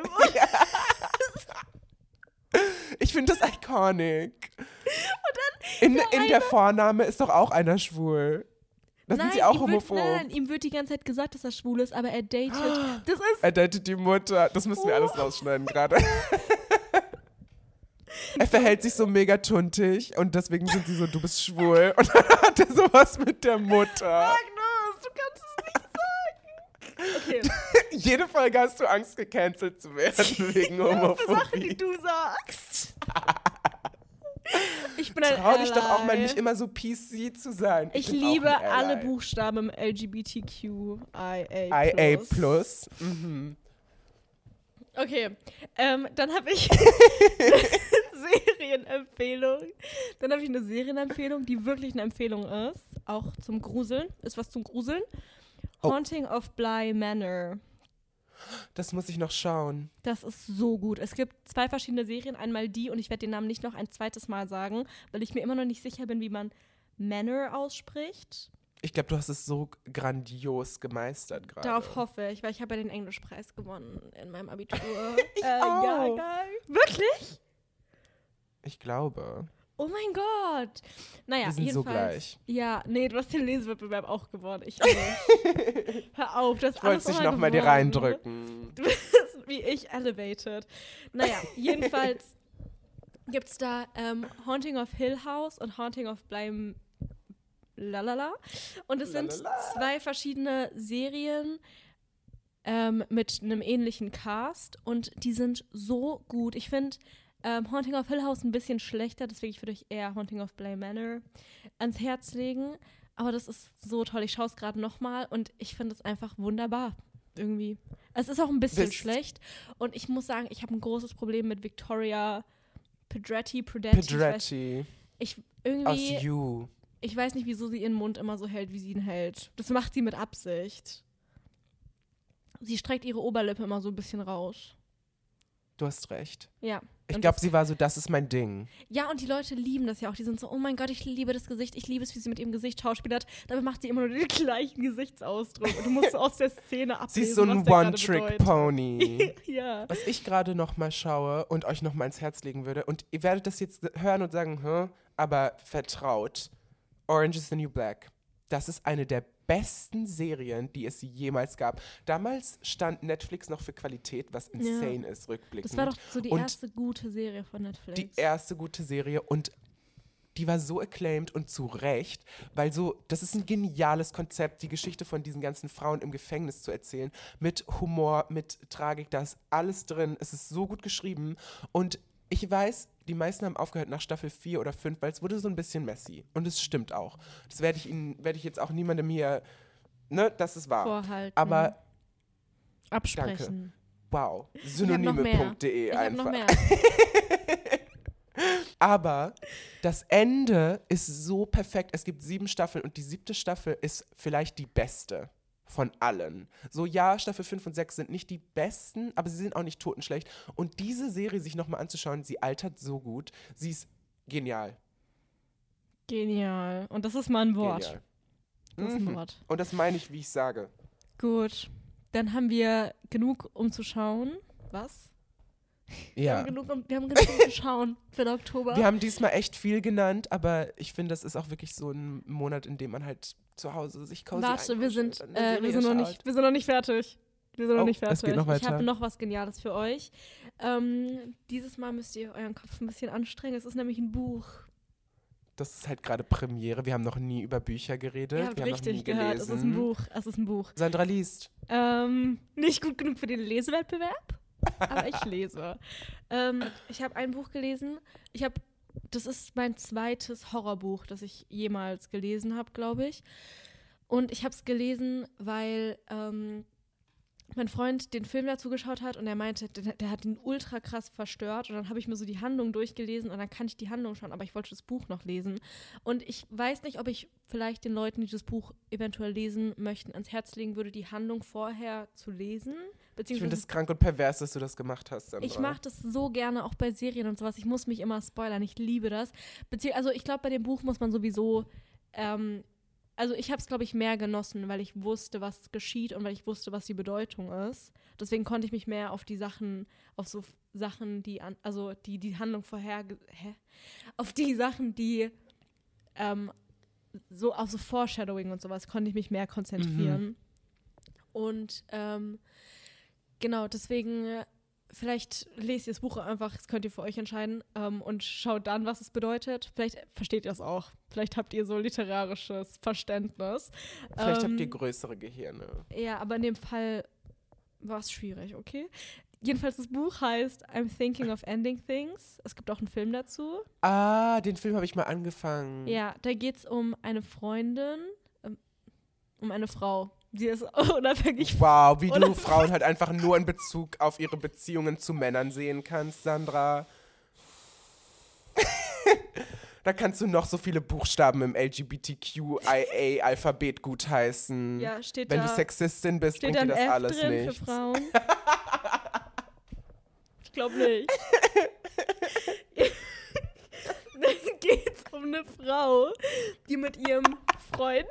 [SPEAKER 1] Ich finde das iconic. Und dann in, der in der Vorname ist doch auch einer schwul. Da sind sie auch homophob.
[SPEAKER 2] Wird, nein, ihm wird die ganze Zeit gesagt, dass er schwul ist, aber er datet. Das ist
[SPEAKER 1] er datet die Mutter. Das müssen wir
[SPEAKER 2] oh.
[SPEAKER 1] alles rausschneiden gerade. Er verhält sich so mega tuntig und deswegen sind sie so, du bist schwul. Und dann hat er sowas mit der Mutter.
[SPEAKER 2] Agnes, du kannst es nicht sagen. Okay.
[SPEAKER 1] Jede Folge hast du Angst, gecancelt zu werden wegen Homophobie.
[SPEAKER 2] Für Sachen, die du sagst. Ich bin ein
[SPEAKER 1] Trau dich
[SPEAKER 2] Ally.
[SPEAKER 1] doch auch mal nicht immer so P C zu sein.
[SPEAKER 2] Ich,
[SPEAKER 1] Ich, bin
[SPEAKER 2] liebe
[SPEAKER 1] auch ein
[SPEAKER 2] alle
[SPEAKER 1] Ally.
[SPEAKER 2] Buchstaben im L G B T Q I A
[SPEAKER 1] I A plus. Mhm.
[SPEAKER 2] Okay, ähm, dann habe ich Serienempfehlung. Dann habe ich eine Serienempfehlung, die wirklich eine Empfehlung ist. Auch zum Gruseln. Ist was zum Gruseln.
[SPEAKER 1] Oh.
[SPEAKER 2] Haunting of Bly Manor.
[SPEAKER 1] Das muss ich noch schauen.
[SPEAKER 2] Das ist so gut. Es gibt zwei verschiedene Serien. Einmal die und ich werde den Namen nicht noch ein zweites Mal sagen, weil ich mir immer noch nicht sicher bin, wie man Manor ausspricht.
[SPEAKER 1] Ich glaube, du hast es so grandios gemeistert gerade.
[SPEAKER 2] Darauf hoffe ich, weil ich habe ja den Englischpreis gewonnen in meinem Abitur.
[SPEAKER 1] Ich
[SPEAKER 2] äh, Ja,
[SPEAKER 1] auch.
[SPEAKER 2] geil. Wirklich?
[SPEAKER 1] Ich glaube.
[SPEAKER 2] Oh mein Gott. Naja,
[SPEAKER 1] Wir sind so
[SPEAKER 2] jedenfalls.
[SPEAKER 1] gleich.
[SPEAKER 2] Ja, nee, du hast den Lesewettbewerb auch gewonnen. Ich nicht. Hör auf, das
[SPEAKER 1] Ich wollte dich nochmal dir reindrücken.
[SPEAKER 2] Du bist wie ich elevated. Naja, jedenfalls gibt es da ähm, Haunting of Hill House und Haunting of Bly Lalala. Und es sind
[SPEAKER 1] Lalala.
[SPEAKER 2] zwei verschiedene Serien ähm, mit einem ähnlichen Cast und die sind so gut. Ich finde ähm, Haunting of Hill House ein bisschen schlechter, deswegen würde ich eher Haunting of Bly Manor ans Herz legen. Aber das ist so toll. Ich schaue es gerade nochmal und ich finde es einfach wunderbar. Irgendwie. Es ist auch ein bisschen
[SPEAKER 1] Wisst-
[SPEAKER 2] schlecht und ich muss sagen, ich habe ein großes Problem mit Victoria Pedretti. Pedretti. Ich, weiß,
[SPEAKER 1] Pedretti.
[SPEAKER 2] ich
[SPEAKER 1] Aus
[SPEAKER 2] irgendwie.
[SPEAKER 1] You.
[SPEAKER 2] Ich weiß nicht, wieso sie ihren Mund immer so hält, wie sie ihn hält. Das macht sie mit Absicht. Sie streckt ihre Oberlippe immer so ein bisschen raus.
[SPEAKER 1] Du hast recht.
[SPEAKER 2] Ja.
[SPEAKER 1] Ich
[SPEAKER 2] Und
[SPEAKER 1] glaube,
[SPEAKER 2] das-
[SPEAKER 1] sie war so, das ist mein Ding.
[SPEAKER 2] Ja, und die Leute lieben das ja auch. Die sind so, oh mein Gott, ich liebe das Gesicht. Ich liebe es, wie sie mit ihrem Gesicht schauspielert. Dabei macht sie immer nur den gleichen Gesichtsausdruck. Und du musst so aus der Szene ablesen,
[SPEAKER 1] Sie ist so ein
[SPEAKER 2] was der gerade
[SPEAKER 1] One-Trick-Pony.
[SPEAKER 2] bedeutet. Ja.
[SPEAKER 1] Was ich gerade noch mal schaue und euch noch mal ins Herz legen würde, und ihr werdet das jetzt hören und sagen, hm, aber vertraut, Orange is the New Black. Das ist eine der besten Serien, die es jemals gab. Damals stand Netflix noch für Qualität, was insane ist, rückblickend.
[SPEAKER 2] Das war doch so die
[SPEAKER 1] Und
[SPEAKER 2] erste gute Serie von Netflix.
[SPEAKER 1] die erste gute Serie und die war so acclaimed und zu Recht, weil so, das ist ein geniales Konzept, die Geschichte von diesen ganzen Frauen im Gefängnis zu erzählen, mit Humor, mit Tragik, da ist alles drin, es ist so gut geschrieben und ich weiß, die meisten haben aufgehört nach Staffel vier oder fünf, weil es wurde so ein bisschen messy und es stimmt auch. Das werde ich Ihnen, werde ich jetzt auch niemandem hier, ne, das ist wahr.
[SPEAKER 2] Vorhalten.
[SPEAKER 1] Aber
[SPEAKER 2] absprechen.
[SPEAKER 1] wow,
[SPEAKER 2] Ich hab noch
[SPEAKER 1] synonyme
[SPEAKER 2] mehr.
[SPEAKER 1] Punkt de
[SPEAKER 2] Ich hab
[SPEAKER 1] einfach.
[SPEAKER 2] noch mehr.
[SPEAKER 1] Aber das Ende ist so perfekt. Es gibt sieben Staffeln und die siebte Staffel ist vielleicht die beste von allen. So, ja, Staffel fünf und sechs sind nicht die besten, aber sie sind auch nicht totenschlecht. Und diese Serie sich nochmal anzuschauen, sie altert so gut. Sie ist genial.
[SPEAKER 2] Genial. Und das ist mal ein Wort.
[SPEAKER 1] Genial.
[SPEAKER 2] Das ist ein
[SPEAKER 1] Mhm.
[SPEAKER 2] Wort.
[SPEAKER 1] Und das meine ich, wie ich sage.
[SPEAKER 2] Gut. Dann haben wir genug, um zu schauen. Was? Wir
[SPEAKER 1] Ja.
[SPEAKER 2] haben genug, um, wir haben genug, um zu schauen für den Oktober.
[SPEAKER 1] Wir haben diesmal echt viel genannt, aber ich finde, das ist auch wirklich so ein Monat, in dem man halt zu Hause sich cozy
[SPEAKER 2] Warte, wir sind,
[SPEAKER 1] einkuschelt und eine
[SPEAKER 2] äh, wir,
[SPEAKER 1] Serie
[SPEAKER 2] sind noch
[SPEAKER 1] schaut.
[SPEAKER 2] nicht, wir sind noch nicht fertig. Wir sind noch
[SPEAKER 1] Oh,
[SPEAKER 2] nicht fertig.
[SPEAKER 1] es geht noch
[SPEAKER 2] Ich
[SPEAKER 1] weiter.
[SPEAKER 2] habe noch was Geniales für euch. Ähm, dieses Mal müsst ihr euren Kopf ein bisschen anstrengen. Es ist nämlich ein Buch.
[SPEAKER 1] Das ist halt gerade Premiere. Wir haben noch nie über Bücher geredet.
[SPEAKER 2] Ihr habt
[SPEAKER 1] wir haben noch nie
[SPEAKER 2] richtig gehört. Es
[SPEAKER 1] gelesen.
[SPEAKER 2] ist ein Buch. Es ist ein Buch.
[SPEAKER 1] Sandra liest.
[SPEAKER 2] Ähm, nicht gut genug für den Lesewettbewerb, aber ich lese. ähm, ich habe ein Buch gelesen. Ich habe das ist mein zweites Horrorbuch, das ich jemals gelesen habe, glaube ich. Und ich habe es gelesen, weil ähm, mein Freund den Film dazu geschaut hat und er meinte, der, der hat ihn ultra krass verstört. Und dann habe ich mir so die Handlung durchgelesen und dann kann ich die Handlung schauen, aber ich wollte das Buch noch lesen. Und ich weiß nicht, ob ich vielleicht den Leuten, die das Buch eventuell lesen möchten, ans Herz legen würde, die Handlung vorher zu lesen.
[SPEAKER 1] Ich finde es krank und pervers, dass du das gemacht hast, Sandra.
[SPEAKER 2] Ich mache das so gerne, auch bei Serien und sowas. Ich muss mich immer spoilern, ich liebe das. Bezieh- also ich glaube, bei dem Buch muss man sowieso, ähm, also ich habe es, glaube ich, mehr genossen, weil ich wusste, was geschieht und weil ich wusste, was die Bedeutung ist. Deswegen konnte ich mich mehr auf die Sachen, auf so Sachen, die, an, also die die Handlung vorher, hä? Auf die Sachen, die, ähm, so auf so Foreshadowing und sowas, konnte ich mich mehr konzentrieren. Mhm. Und, ähm, genau, deswegen, äh, vielleicht lest ihr das Buch einfach, das könnt ihr für euch entscheiden ähm, und schaut dann, was es bedeutet. Vielleicht versteht ihr es auch. Vielleicht habt ihr so literarisches Verständnis.
[SPEAKER 1] Vielleicht
[SPEAKER 2] ähm,
[SPEAKER 1] habt ihr größere Gehirne.
[SPEAKER 2] Ja, aber in dem Fall war es schwierig, okay? Jedenfalls, das Buch heißt I'm Thinking of Ending Things. Es gibt auch einen Film dazu.
[SPEAKER 1] Ah, den Film habe ich mal angefangen.
[SPEAKER 2] Ja, da geht es um eine Freundin, ähm, um eine Frau. Die ist unabhängig.
[SPEAKER 1] Wow, wie du Frauen halt einfach nur in Bezug auf ihre Beziehungen zu Männern sehen kannst, Sandra. Da kannst du noch so viele Buchstaben im L G B T Q I A-Alphabet gutheißen.
[SPEAKER 2] Ja, steht
[SPEAKER 1] Wenn
[SPEAKER 2] da,
[SPEAKER 1] du Sexistin bist,
[SPEAKER 2] steht
[SPEAKER 1] bringt dir
[SPEAKER 2] da
[SPEAKER 1] das
[SPEAKER 2] ein F
[SPEAKER 1] alles
[SPEAKER 2] drin
[SPEAKER 1] nichts.
[SPEAKER 2] Für Frauen? Ich glaube nicht. Dann geht's um eine Frau, die mit ihrem Freund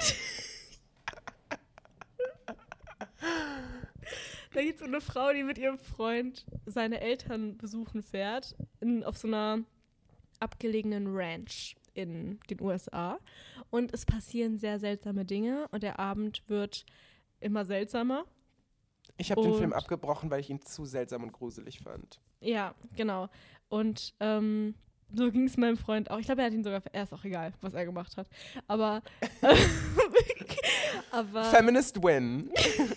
[SPEAKER 2] Da geht es um eine Frau, die mit ihrem Freund seine Eltern besuchen fährt, in, auf so einer abgelegenen Ranch in den U S A. Und es passieren sehr seltsame Dinge und der Abend wird immer seltsamer.
[SPEAKER 1] Ich habe den Film abgebrochen, weil ich ihn zu seltsam und gruselig fand.
[SPEAKER 2] Ja, genau. Und ähm, so ging es meinem Freund auch. Ich glaube, er hat ihn sogar, er ist auch egal, was er gemacht hat. Aber, äh, aber
[SPEAKER 1] Feminist win.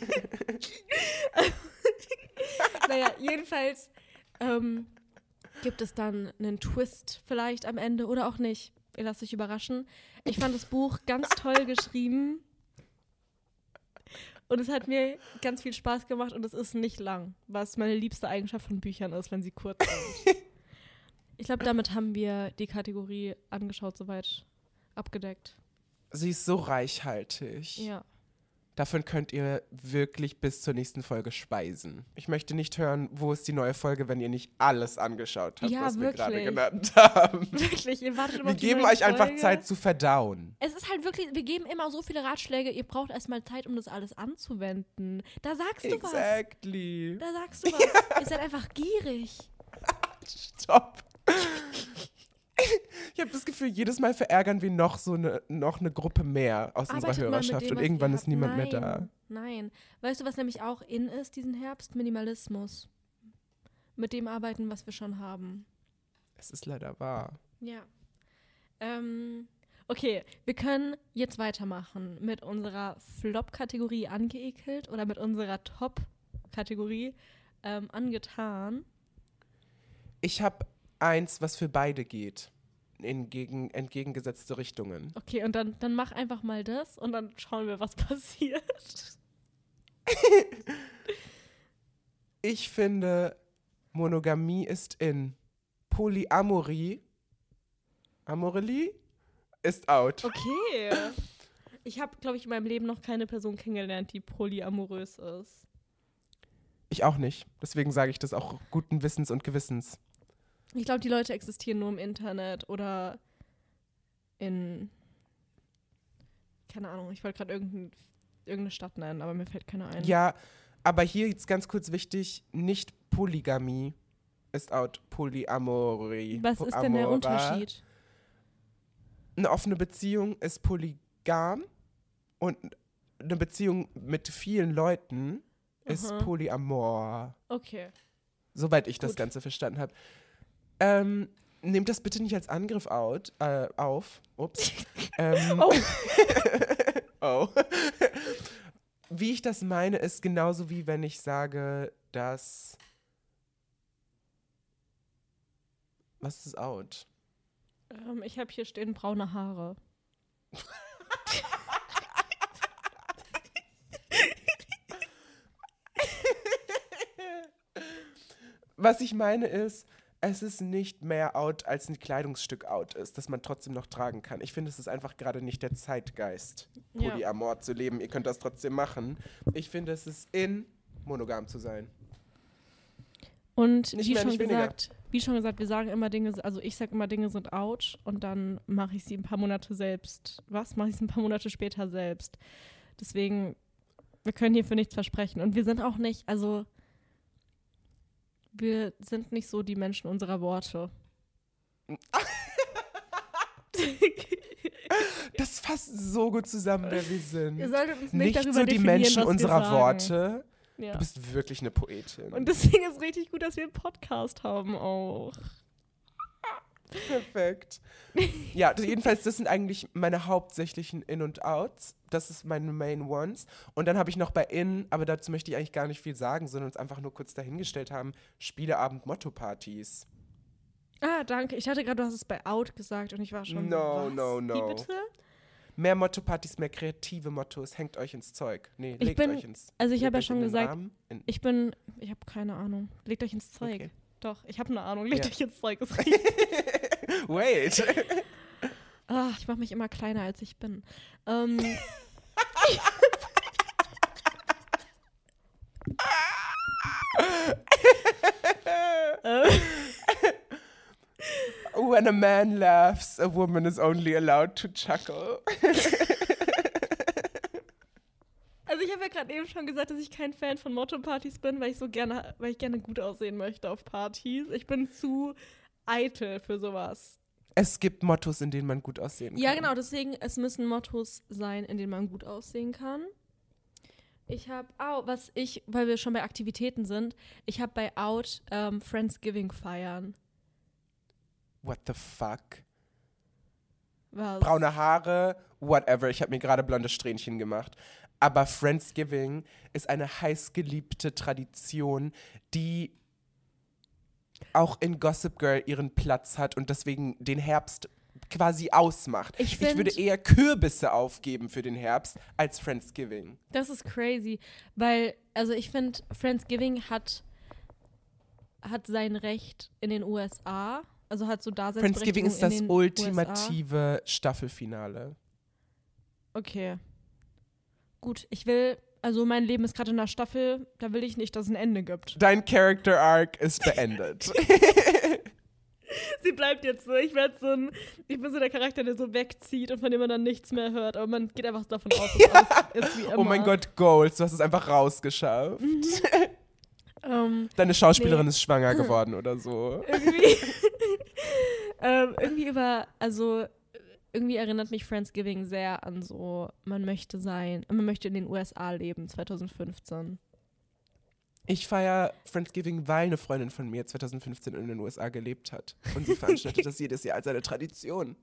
[SPEAKER 2] Naja, jedenfalls ähm, gibt es dann einen Twist vielleicht am Ende oder auch nicht. Ihr lasst euch überraschen. Ich fand das Buch ganz toll geschrieben. Und es hat mir ganz viel Spaß gemacht und es ist nicht lang, was meine liebste Eigenschaft von Büchern ist, wenn sie kurz sind. Ich glaube, damit haben wir die Kategorie angeschaut, soweit abgedeckt.
[SPEAKER 1] Sie ist so reichhaltig.
[SPEAKER 2] Ja.
[SPEAKER 1] Davon könnt ihr wirklich bis zur nächsten Folge speisen. Ich möchte nicht hören, wo ist die neue Folge, wenn ihr nicht alles angeschaut habt,
[SPEAKER 2] ja,
[SPEAKER 1] was
[SPEAKER 2] wirklich.
[SPEAKER 1] wir gerade genannt haben.
[SPEAKER 2] Wirklich, ihr wartet immer
[SPEAKER 1] Wir
[SPEAKER 2] auf die
[SPEAKER 1] geben
[SPEAKER 2] neue
[SPEAKER 1] euch einfach
[SPEAKER 2] Folge.
[SPEAKER 1] Zeit zu verdauen.
[SPEAKER 2] Es ist halt wirklich, wir geben immer so viele Ratschläge, ihr braucht erstmal Zeit, um das alles anzuwenden. Da sagst du
[SPEAKER 1] Exactly.
[SPEAKER 2] was. Da sagst du was. Ihr seid einfach gierig.
[SPEAKER 1] Stopp. Ich habe das Gefühl, jedes Mal verärgern wir noch so eine noch eine Gruppe mehr aus
[SPEAKER 2] Arbeitet
[SPEAKER 1] unserer
[SPEAKER 2] mal mit
[SPEAKER 1] Hörerschaft
[SPEAKER 2] dem,
[SPEAKER 1] und irgendwann
[SPEAKER 2] was
[SPEAKER 1] ist
[SPEAKER 2] ihr
[SPEAKER 1] niemand
[SPEAKER 2] habt.
[SPEAKER 1] mehr
[SPEAKER 2] Nein,
[SPEAKER 1] da.
[SPEAKER 2] Nein. Weißt du, was nämlich auch in ist diesen Herbst? Minimalismus. Mit dem arbeiten, was wir schon haben.
[SPEAKER 1] Es ist leider wahr.
[SPEAKER 2] Ja. Ähm, okay, wir können jetzt weitermachen mit unserer Flop-Kategorie angeekelt oder mit unserer Top-Kategorie ähm, angetan.
[SPEAKER 1] Ich habe eins, was für beide geht. In gegen, entgegengesetzte Richtungen.
[SPEAKER 2] Okay, und dann, dann mach einfach mal das und dann schauen wir, was passiert.
[SPEAKER 1] Ich finde, Monogamie ist in. Polyamorie, Amorelie, ist out.
[SPEAKER 2] Okay. Ich habe, glaube ich, in meinem Leben noch keine Person kennengelernt, die polyamorös ist.
[SPEAKER 1] Ich auch nicht. Deswegen sage ich das auch guten Wissens und Gewissens.
[SPEAKER 2] Ich glaube, die Leute existieren nur im Internet oder in, keine Ahnung, ich wollte gerade irgendein, irgendeine Stadt nennen, aber mir fällt keine ein.
[SPEAKER 1] Ja, aber hier jetzt ganz kurz wichtig, nicht Polygamie ist out, Polyamorie.
[SPEAKER 2] Was ist denn der Unterschied?
[SPEAKER 1] Eine offene Beziehung ist polygam und eine Beziehung mit vielen Leuten ist
[SPEAKER 2] Aha.
[SPEAKER 1] Polyamor.
[SPEAKER 2] Okay.
[SPEAKER 1] Soweit ich
[SPEAKER 2] Gut.
[SPEAKER 1] das Ganze verstanden habe. Ähm, nehmt das bitte nicht als Angriff out, äh, auf. Ups. ähm,
[SPEAKER 2] Oh.
[SPEAKER 1] oh. Wie ich das meine, ist genauso wie wenn ich sage, dass. Was ist out?
[SPEAKER 2] Ähm, ich habe hier stehen braune Haare.
[SPEAKER 1] Was ich meine ist, es ist nicht mehr out, als ein Kleidungsstück out ist, das man trotzdem noch tragen kann. Ich finde, es ist einfach gerade nicht der Zeitgeist,
[SPEAKER 2] Ja.
[SPEAKER 1] Polyamor zu leben. Ihr könnt das trotzdem machen. Ich finde, es ist in, monogam zu sein.
[SPEAKER 2] Und
[SPEAKER 1] Nicht
[SPEAKER 2] wie
[SPEAKER 1] mehr,
[SPEAKER 2] schon
[SPEAKER 1] nicht weniger.
[SPEAKER 2] gesagt, wie schon gesagt, wir sagen immer Dinge, also ich sage immer Dinge sind out und dann mache ich sie ein paar Monate selbst. Was? Mache ich sie ein paar Monate später selbst. Deswegen, wir können hierfür nichts versprechen. Und wir sind auch nicht, also wir sind nicht so die Menschen unserer Worte.
[SPEAKER 1] Das fasst so gut zusammen, wer wir sind.
[SPEAKER 2] Wir sollten uns nicht,
[SPEAKER 1] Nicht
[SPEAKER 2] darüber
[SPEAKER 1] so die
[SPEAKER 2] definieren,
[SPEAKER 1] Menschen
[SPEAKER 2] was
[SPEAKER 1] unserer
[SPEAKER 2] wir sagen.
[SPEAKER 1] Worte.
[SPEAKER 2] Ja.
[SPEAKER 1] Du bist wirklich eine Poetin.
[SPEAKER 2] Und deswegen ist es richtig gut, dass wir einen Podcast haben auch.
[SPEAKER 1] Perfekt. Ja, das, jedenfalls, das sind eigentlich meine hauptsächlichen In- und Outs. Das ist meine Main Ones. Und dann habe ich noch bei In, aber dazu möchte ich eigentlich gar nicht viel sagen, sondern uns einfach nur kurz dahingestellt haben, Spieleabend-Motto-Partys.
[SPEAKER 2] Ah, danke. Ich hatte gerade, du hast es bei Out gesagt und ich war schon
[SPEAKER 1] No,
[SPEAKER 2] was?
[SPEAKER 1] no, no.
[SPEAKER 2] Wie bitte?
[SPEAKER 1] Mehr Motto-Partys, mehr kreative Mottos. Hängt euch ins Zeug. Nee,
[SPEAKER 2] Ich
[SPEAKER 1] legt
[SPEAKER 2] bin-
[SPEAKER 1] euch ins
[SPEAKER 2] Also ich
[SPEAKER 1] legt
[SPEAKER 2] habe ja
[SPEAKER 1] euch
[SPEAKER 2] schon
[SPEAKER 1] in den
[SPEAKER 2] gesagt,
[SPEAKER 1] Arm, in,
[SPEAKER 2] ich bin, ich habe keine Ahnung. Legt euch ins Zeug.
[SPEAKER 1] Okay.
[SPEAKER 2] Doch, ich habe eine Ahnung. Legt
[SPEAKER 1] Ja.
[SPEAKER 2] euch ins Zeug. Ist richtig.
[SPEAKER 1] Wait.
[SPEAKER 2] Ah, ich mache mich immer kleiner, als ich bin. Ähm, äh,
[SPEAKER 1] When a man laughs, a woman is only allowed to chuckle.
[SPEAKER 2] also ich habe ja gerade eben schon gesagt, dass ich kein Fan von Motto-Partys bin, weil ich so gerne, weil ich gerne gut aussehen möchte auf Partys. Ich bin zu eitel für sowas.
[SPEAKER 1] Es gibt Mottos, in denen man gut aussehen kann.
[SPEAKER 2] Ja, genau, deswegen, es müssen Mottos sein, in denen man gut aussehen kann. Ich habe, oh, was ich, weil wir schon bei Aktivitäten sind, ich habe bei Out ähm, Friendsgiving feiern.
[SPEAKER 1] What the fuck?
[SPEAKER 2] Was?
[SPEAKER 1] Braune Haare, whatever. Ich habe mir gerade blonde Strähnchen gemacht. Aber Friendsgiving ist eine heißgeliebte Tradition, die auch in Gossip Girl ihren Platz hat und deswegen den Herbst quasi ausmacht.
[SPEAKER 2] Ich
[SPEAKER 1] Ich,
[SPEAKER 2] find-
[SPEAKER 1] würde eher Kürbisse aufgeben für den Herbst als Friendsgiving.
[SPEAKER 2] Das ist crazy, weil, also ich finde, Friendsgiving hat, hat sein Recht in den U S A, also hat so
[SPEAKER 1] Friendsgiving
[SPEAKER 2] Daseinsberechtigung
[SPEAKER 1] ist das
[SPEAKER 2] in den
[SPEAKER 1] ultimative Staffelfinale.
[SPEAKER 2] U S A. Okay. Gut, ich will, also mein Leben ist gerade in einer Staffel, da will ich nicht, dass es ein Ende gibt.
[SPEAKER 1] Dein Character Arc ist beendet.
[SPEAKER 2] Sie bleibt jetzt so, ich werde so ein, ich bin so der Charakter, der so wegzieht und von dem man dann nichts mehr hört, aber man geht einfach davon aus, dass alles ist wie immer.
[SPEAKER 1] Oh mein Gott, Goals, du hast es einfach rausgeschafft.
[SPEAKER 2] Ähm,
[SPEAKER 1] Deine Schauspielerin
[SPEAKER 2] Nee.
[SPEAKER 1] ist schwanger geworden oder so.
[SPEAKER 2] irgendwie, ähm, irgendwie über, also irgendwie erinnert mich Friendsgiving sehr an so, man möchte sein, man möchte in den U S A leben, zwanzig fünfzehn.
[SPEAKER 1] Ich feiere Friendsgiving, weil eine Freundin von mir zwanzig fünfzehn in den U S A gelebt hat. Und sie veranstaltet das jedes Jahr als eine Tradition.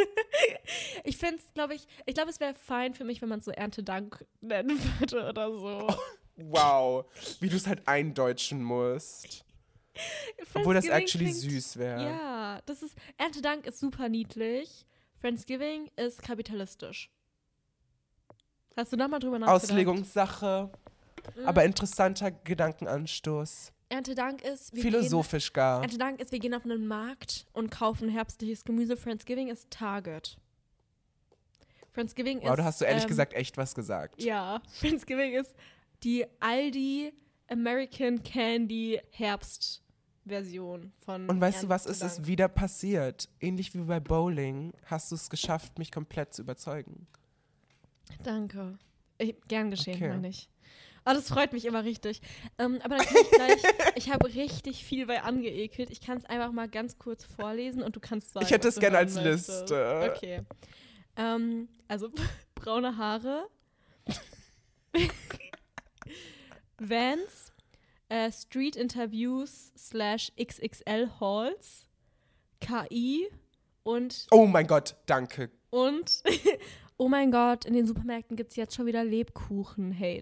[SPEAKER 2] Ich finde es, glaube ich, ich glaube, es wäre fein für mich, wenn man es so Erntedank nennen würde oder so.
[SPEAKER 1] Wow, wie du es halt eindeutschen musst. Obwohl das
[SPEAKER 2] Friendsgiving
[SPEAKER 1] actually
[SPEAKER 2] klingt-
[SPEAKER 1] süß wäre.
[SPEAKER 2] Ja, das ist, Erntedank ist super niedlich. Friendsgiving ist kapitalistisch. Hast du da mal drüber nachgedacht?
[SPEAKER 1] Auslegungssache,
[SPEAKER 2] Mhm.
[SPEAKER 1] aber interessanter Gedankenanstoß.
[SPEAKER 2] Erntedank ist, wir
[SPEAKER 1] Philosophisch gar.
[SPEAKER 2] Gehen, Erntedank ist, wir gehen auf einen Markt und kaufen herbstliches Gemüse. Friendsgiving ist Target. Friendsgiving ist.
[SPEAKER 1] Wow, du hast du ehrlich
[SPEAKER 2] ähm,
[SPEAKER 1] gesagt echt was gesagt.
[SPEAKER 2] Ja, Friendsgiving ist die Aldi American Candy Herbstversion von.
[SPEAKER 1] Und weißt du was, es
[SPEAKER 2] Erntedank.
[SPEAKER 1] ist wieder passiert. Ähnlich wie bei Bowling hast du es geschafft, mich komplett zu überzeugen.
[SPEAKER 2] Danke. Ich, gern geschehen,
[SPEAKER 1] Okay.
[SPEAKER 2] meine ich. Oh, das freut mich immer richtig. Ähm, aber dann kann ich gleich, ich habe richtig viel bei angeekelt. Ich kann es einfach mal ganz kurz vorlesen und du kannst sagen,
[SPEAKER 1] Ich hätte
[SPEAKER 2] was
[SPEAKER 1] es
[SPEAKER 2] du
[SPEAKER 1] gerne
[SPEAKER 2] hören
[SPEAKER 1] als
[SPEAKER 2] möchtest.
[SPEAKER 1] Liste.
[SPEAKER 2] Okay. Ähm, also braune Haare. Vans. Äh, Street Interviews slash X X L Halls. K I. Und
[SPEAKER 1] Oh mein Gott, danke.
[SPEAKER 2] und, oh mein Gott, in den Supermärkten gibt es jetzt schon wieder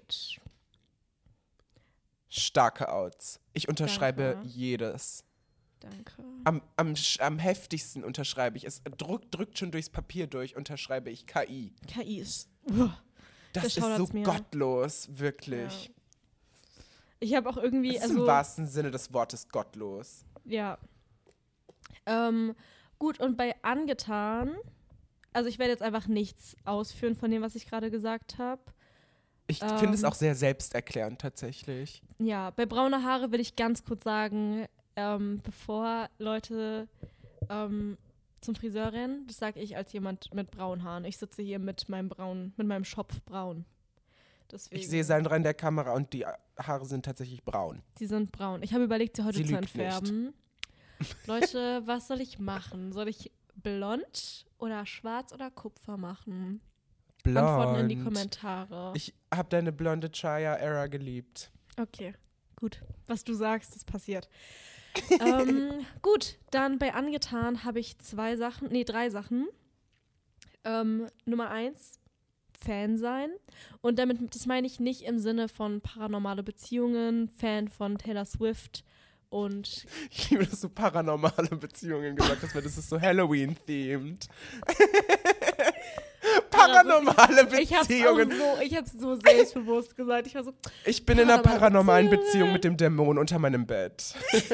[SPEAKER 2] Lebkuchen-Hate.
[SPEAKER 1] Starke Outs. Ich unterschreibe
[SPEAKER 2] Danke.
[SPEAKER 1] jedes.
[SPEAKER 2] Danke.
[SPEAKER 1] Am, am, am heftigsten unterschreibe ich. Es drückt, drückt schon durchs Papier durch, unterschreibe ich K I.
[SPEAKER 2] K I ist. Uh,
[SPEAKER 1] das ist so mir. gottlos, wirklich.
[SPEAKER 2] Ja. Ich habe auch irgendwie.
[SPEAKER 1] Das ist
[SPEAKER 2] also,
[SPEAKER 1] im wahrsten Sinne des Wortes gottlos.
[SPEAKER 2] Ja. Ähm, gut, und bei angetan, also ich werde jetzt einfach nichts ausführen von dem, was ich gerade gesagt habe.
[SPEAKER 1] Ich
[SPEAKER 2] ähm,
[SPEAKER 1] finde es auch sehr selbsterklärend tatsächlich.
[SPEAKER 2] Ja, bei braune Haare will ich ganz kurz sagen, ähm, bevor Leute ähm, zum Friseur rennen, das sage ich als jemand mit braunen Haaren. Ich sitze hier mit meinem braunen, mit meinem Schopf braun. Deswegen.
[SPEAKER 1] Ich sehe Sandra in der Kamera und die Haare sind tatsächlich braun.
[SPEAKER 2] Sie sind braun. Ich habe überlegt, sie heute
[SPEAKER 1] sie
[SPEAKER 2] zu entfärben.
[SPEAKER 1] Nicht.
[SPEAKER 2] Leute, was soll ich machen? Soll ich blond oder schwarz oder Kupfer machen?
[SPEAKER 1] Blond.
[SPEAKER 2] Antworten in die Kommentare.
[SPEAKER 1] Ich habe deine blonde Chaya-Era geliebt.
[SPEAKER 2] Okay, gut. Was du sagst, das passiert. ähm, gut, dann bei angetan habe ich zwei Sachen, nee, drei Sachen. Ähm, Nummer eins, Fan sein. Und damit, das meine ich nicht im Sinne von paranormale Beziehungen, Fan von Taylor Swift und...
[SPEAKER 1] Ich liebe, dass du paranormale Beziehungen gesagt hast, weil das ist so Halloween-themed. Paranormale Beziehungen.
[SPEAKER 2] Ich habe es so, so selbstbewusst gesagt. Ich war so,
[SPEAKER 1] ich bin in einer paranormalen Beziehung mit dem Dämon unter meinem Bett.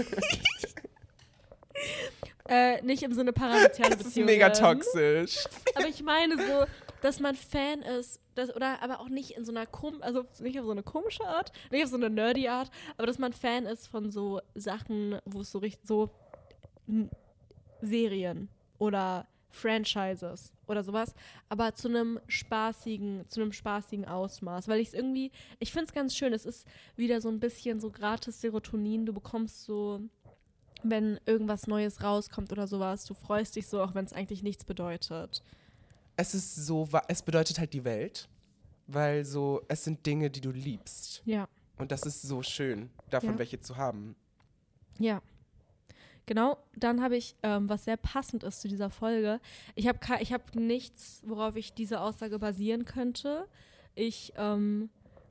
[SPEAKER 2] äh, nicht im Sinne parasoziale Beziehungen.
[SPEAKER 1] Das ist mega toxisch.
[SPEAKER 2] Aber ich meine so, dass man Fan ist, dass, oder aber auch nicht in so einer kom also nicht auf so eine komische Art, nicht auf so eine nerdy Art, aber dass man Fan ist von so Sachen, wo es so richtig so n- Serien oder Franchises oder sowas, aber zu einem spaßigen, zu einem spaßigen Ausmaß, weil ich es irgendwie, ich finde es ganz schön, es ist wieder so ein bisschen so gratis Serotonin, du bekommst so, wenn irgendwas Neues rauskommt oder sowas, du freust dich so, auch wenn es eigentlich nichts bedeutet.
[SPEAKER 1] Es ist so, es bedeutet halt die Welt, weil so, es sind Dinge, die du liebst.
[SPEAKER 2] Ja.
[SPEAKER 1] Und das ist so schön, davon
[SPEAKER 2] Ja.
[SPEAKER 1] welche zu haben.
[SPEAKER 2] Ja. Genau, dann habe ich, ähm, was sehr passend ist zu dieser Folge, ich habe ich hab nichts, worauf ich diese Aussage basieren könnte. Ich, ähm,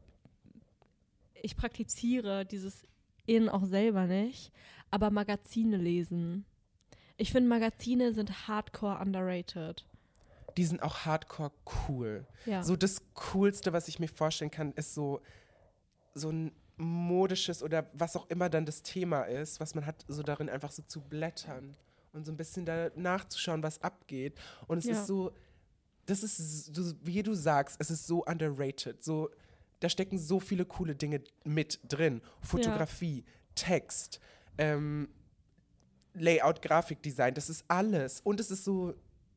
[SPEAKER 2] ich praktiziere dieses In auch selber nicht, aber Magazine lesen. Ich finde, Magazine sind hardcore underrated.
[SPEAKER 1] Die sind auch hardcore cool.
[SPEAKER 2] Ja.
[SPEAKER 1] So das Coolste, was ich mir vorstellen kann, ist so, so ein modisches oder was auch immer dann das Thema ist, was man hat, so darin einfach so zu blättern und so ein bisschen da nachzuschauen, was abgeht. Und es
[SPEAKER 2] Ja.
[SPEAKER 1] ist so, das ist, so, wie du sagst, es ist so underrated. So, da stecken so viele coole Dinge mit drin. Fotografie, ja. Text, ähm, Layout, Grafikdesign, das ist alles. Und es ist so,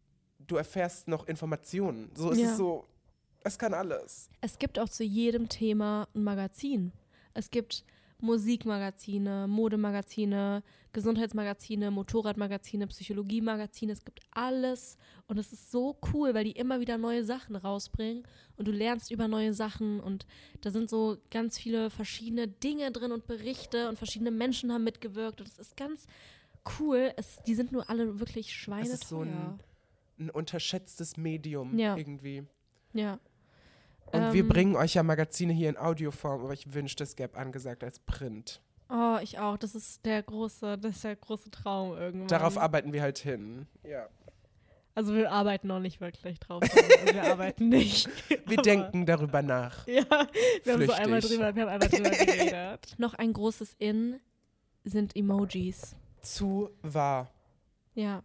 [SPEAKER 1] du erfährst noch Informationen. So, es
[SPEAKER 2] ja.
[SPEAKER 1] ist so, es kann alles.
[SPEAKER 2] Es gibt auch zu jedem Thema ein Magazin. Es gibt Musikmagazine, Modemagazine, Gesundheitsmagazine, Motorradmagazine, Psychologiemagazine. Es gibt alles und es ist so cool, weil die immer wieder neue Sachen rausbringen und du lernst über neue Sachen und da sind so ganz viele verschiedene Dinge drin und Berichte und verschiedene Menschen haben mitgewirkt und es ist ganz cool. Es, die sind nur alle wirklich schweineteuer.
[SPEAKER 1] Es ist so ein, ein unterschätztes Medium
[SPEAKER 2] ja.
[SPEAKER 1] irgendwie.
[SPEAKER 2] Ja.
[SPEAKER 1] Und
[SPEAKER 2] ähm,
[SPEAKER 1] wir bringen euch ja Magazine hier in Audioform, aber ich wünschte, es gäbe angesagt als Print.
[SPEAKER 2] Oh, ich auch. Das ist der große, das ist der große Traum irgendwann.
[SPEAKER 1] Darauf arbeiten wir halt hin. Ja.
[SPEAKER 2] Also wir arbeiten noch nicht wirklich drauf. Also wir arbeiten nicht.
[SPEAKER 1] Wir denken darüber nach.
[SPEAKER 2] Ja, wir haben
[SPEAKER 1] Flüchtig.
[SPEAKER 2] so einmal drüber, wir haben einmal drüber geredet. Noch ein großes In sind Emojis.
[SPEAKER 1] Zu wahr.
[SPEAKER 2] Ja.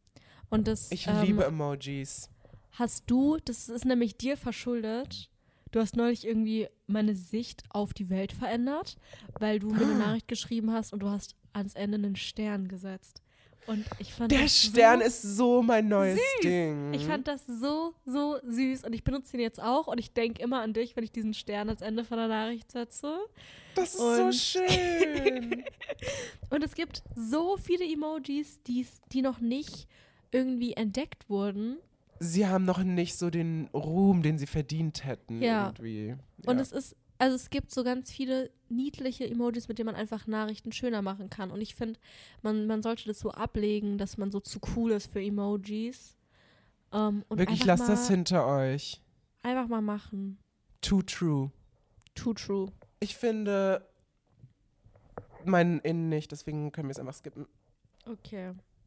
[SPEAKER 2] Und das
[SPEAKER 1] Ich
[SPEAKER 2] ähm,
[SPEAKER 1] liebe Emojis.
[SPEAKER 2] Hast du, das ist nämlich dir verschuldet, du hast neulich irgendwie meine Sicht auf die Welt verändert, weil du mir eine Nachricht geschrieben hast und du hast ans Ende einen Stern gesetzt. Und ich fand
[SPEAKER 1] Der
[SPEAKER 2] das
[SPEAKER 1] Stern
[SPEAKER 2] so
[SPEAKER 1] ist so mein neues
[SPEAKER 2] süß.
[SPEAKER 1] Ding.
[SPEAKER 2] Ich fand das so, so süß und ich benutze ihn jetzt auch und ich denke immer an dich, wenn ich diesen Stern ans Ende von der Nachricht setze.
[SPEAKER 1] Das ist
[SPEAKER 2] und
[SPEAKER 1] so schön.
[SPEAKER 2] Und es gibt so viele Emojis, die's, die noch nicht irgendwie entdeckt wurden.
[SPEAKER 1] Sie haben noch nicht so den Ruhm, den sie verdient hätten.
[SPEAKER 2] Ja.
[SPEAKER 1] Irgendwie. Ja.
[SPEAKER 2] Und es ist, also es gibt so ganz viele niedliche Emojis, mit denen man einfach Nachrichten schöner machen kann. Und ich finde, man, man sollte das so ablegen, dass man so zu cool ist für Emojis. Um, und
[SPEAKER 1] Wirklich,
[SPEAKER 2] einfach
[SPEAKER 1] lasst
[SPEAKER 2] mal,
[SPEAKER 1] das hinter euch.
[SPEAKER 2] Einfach mal machen.
[SPEAKER 1] Too true.
[SPEAKER 2] Too true.
[SPEAKER 1] Ich finde meinen Innen nicht, deswegen können wir es einfach skippen.
[SPEAKER 2] Okay.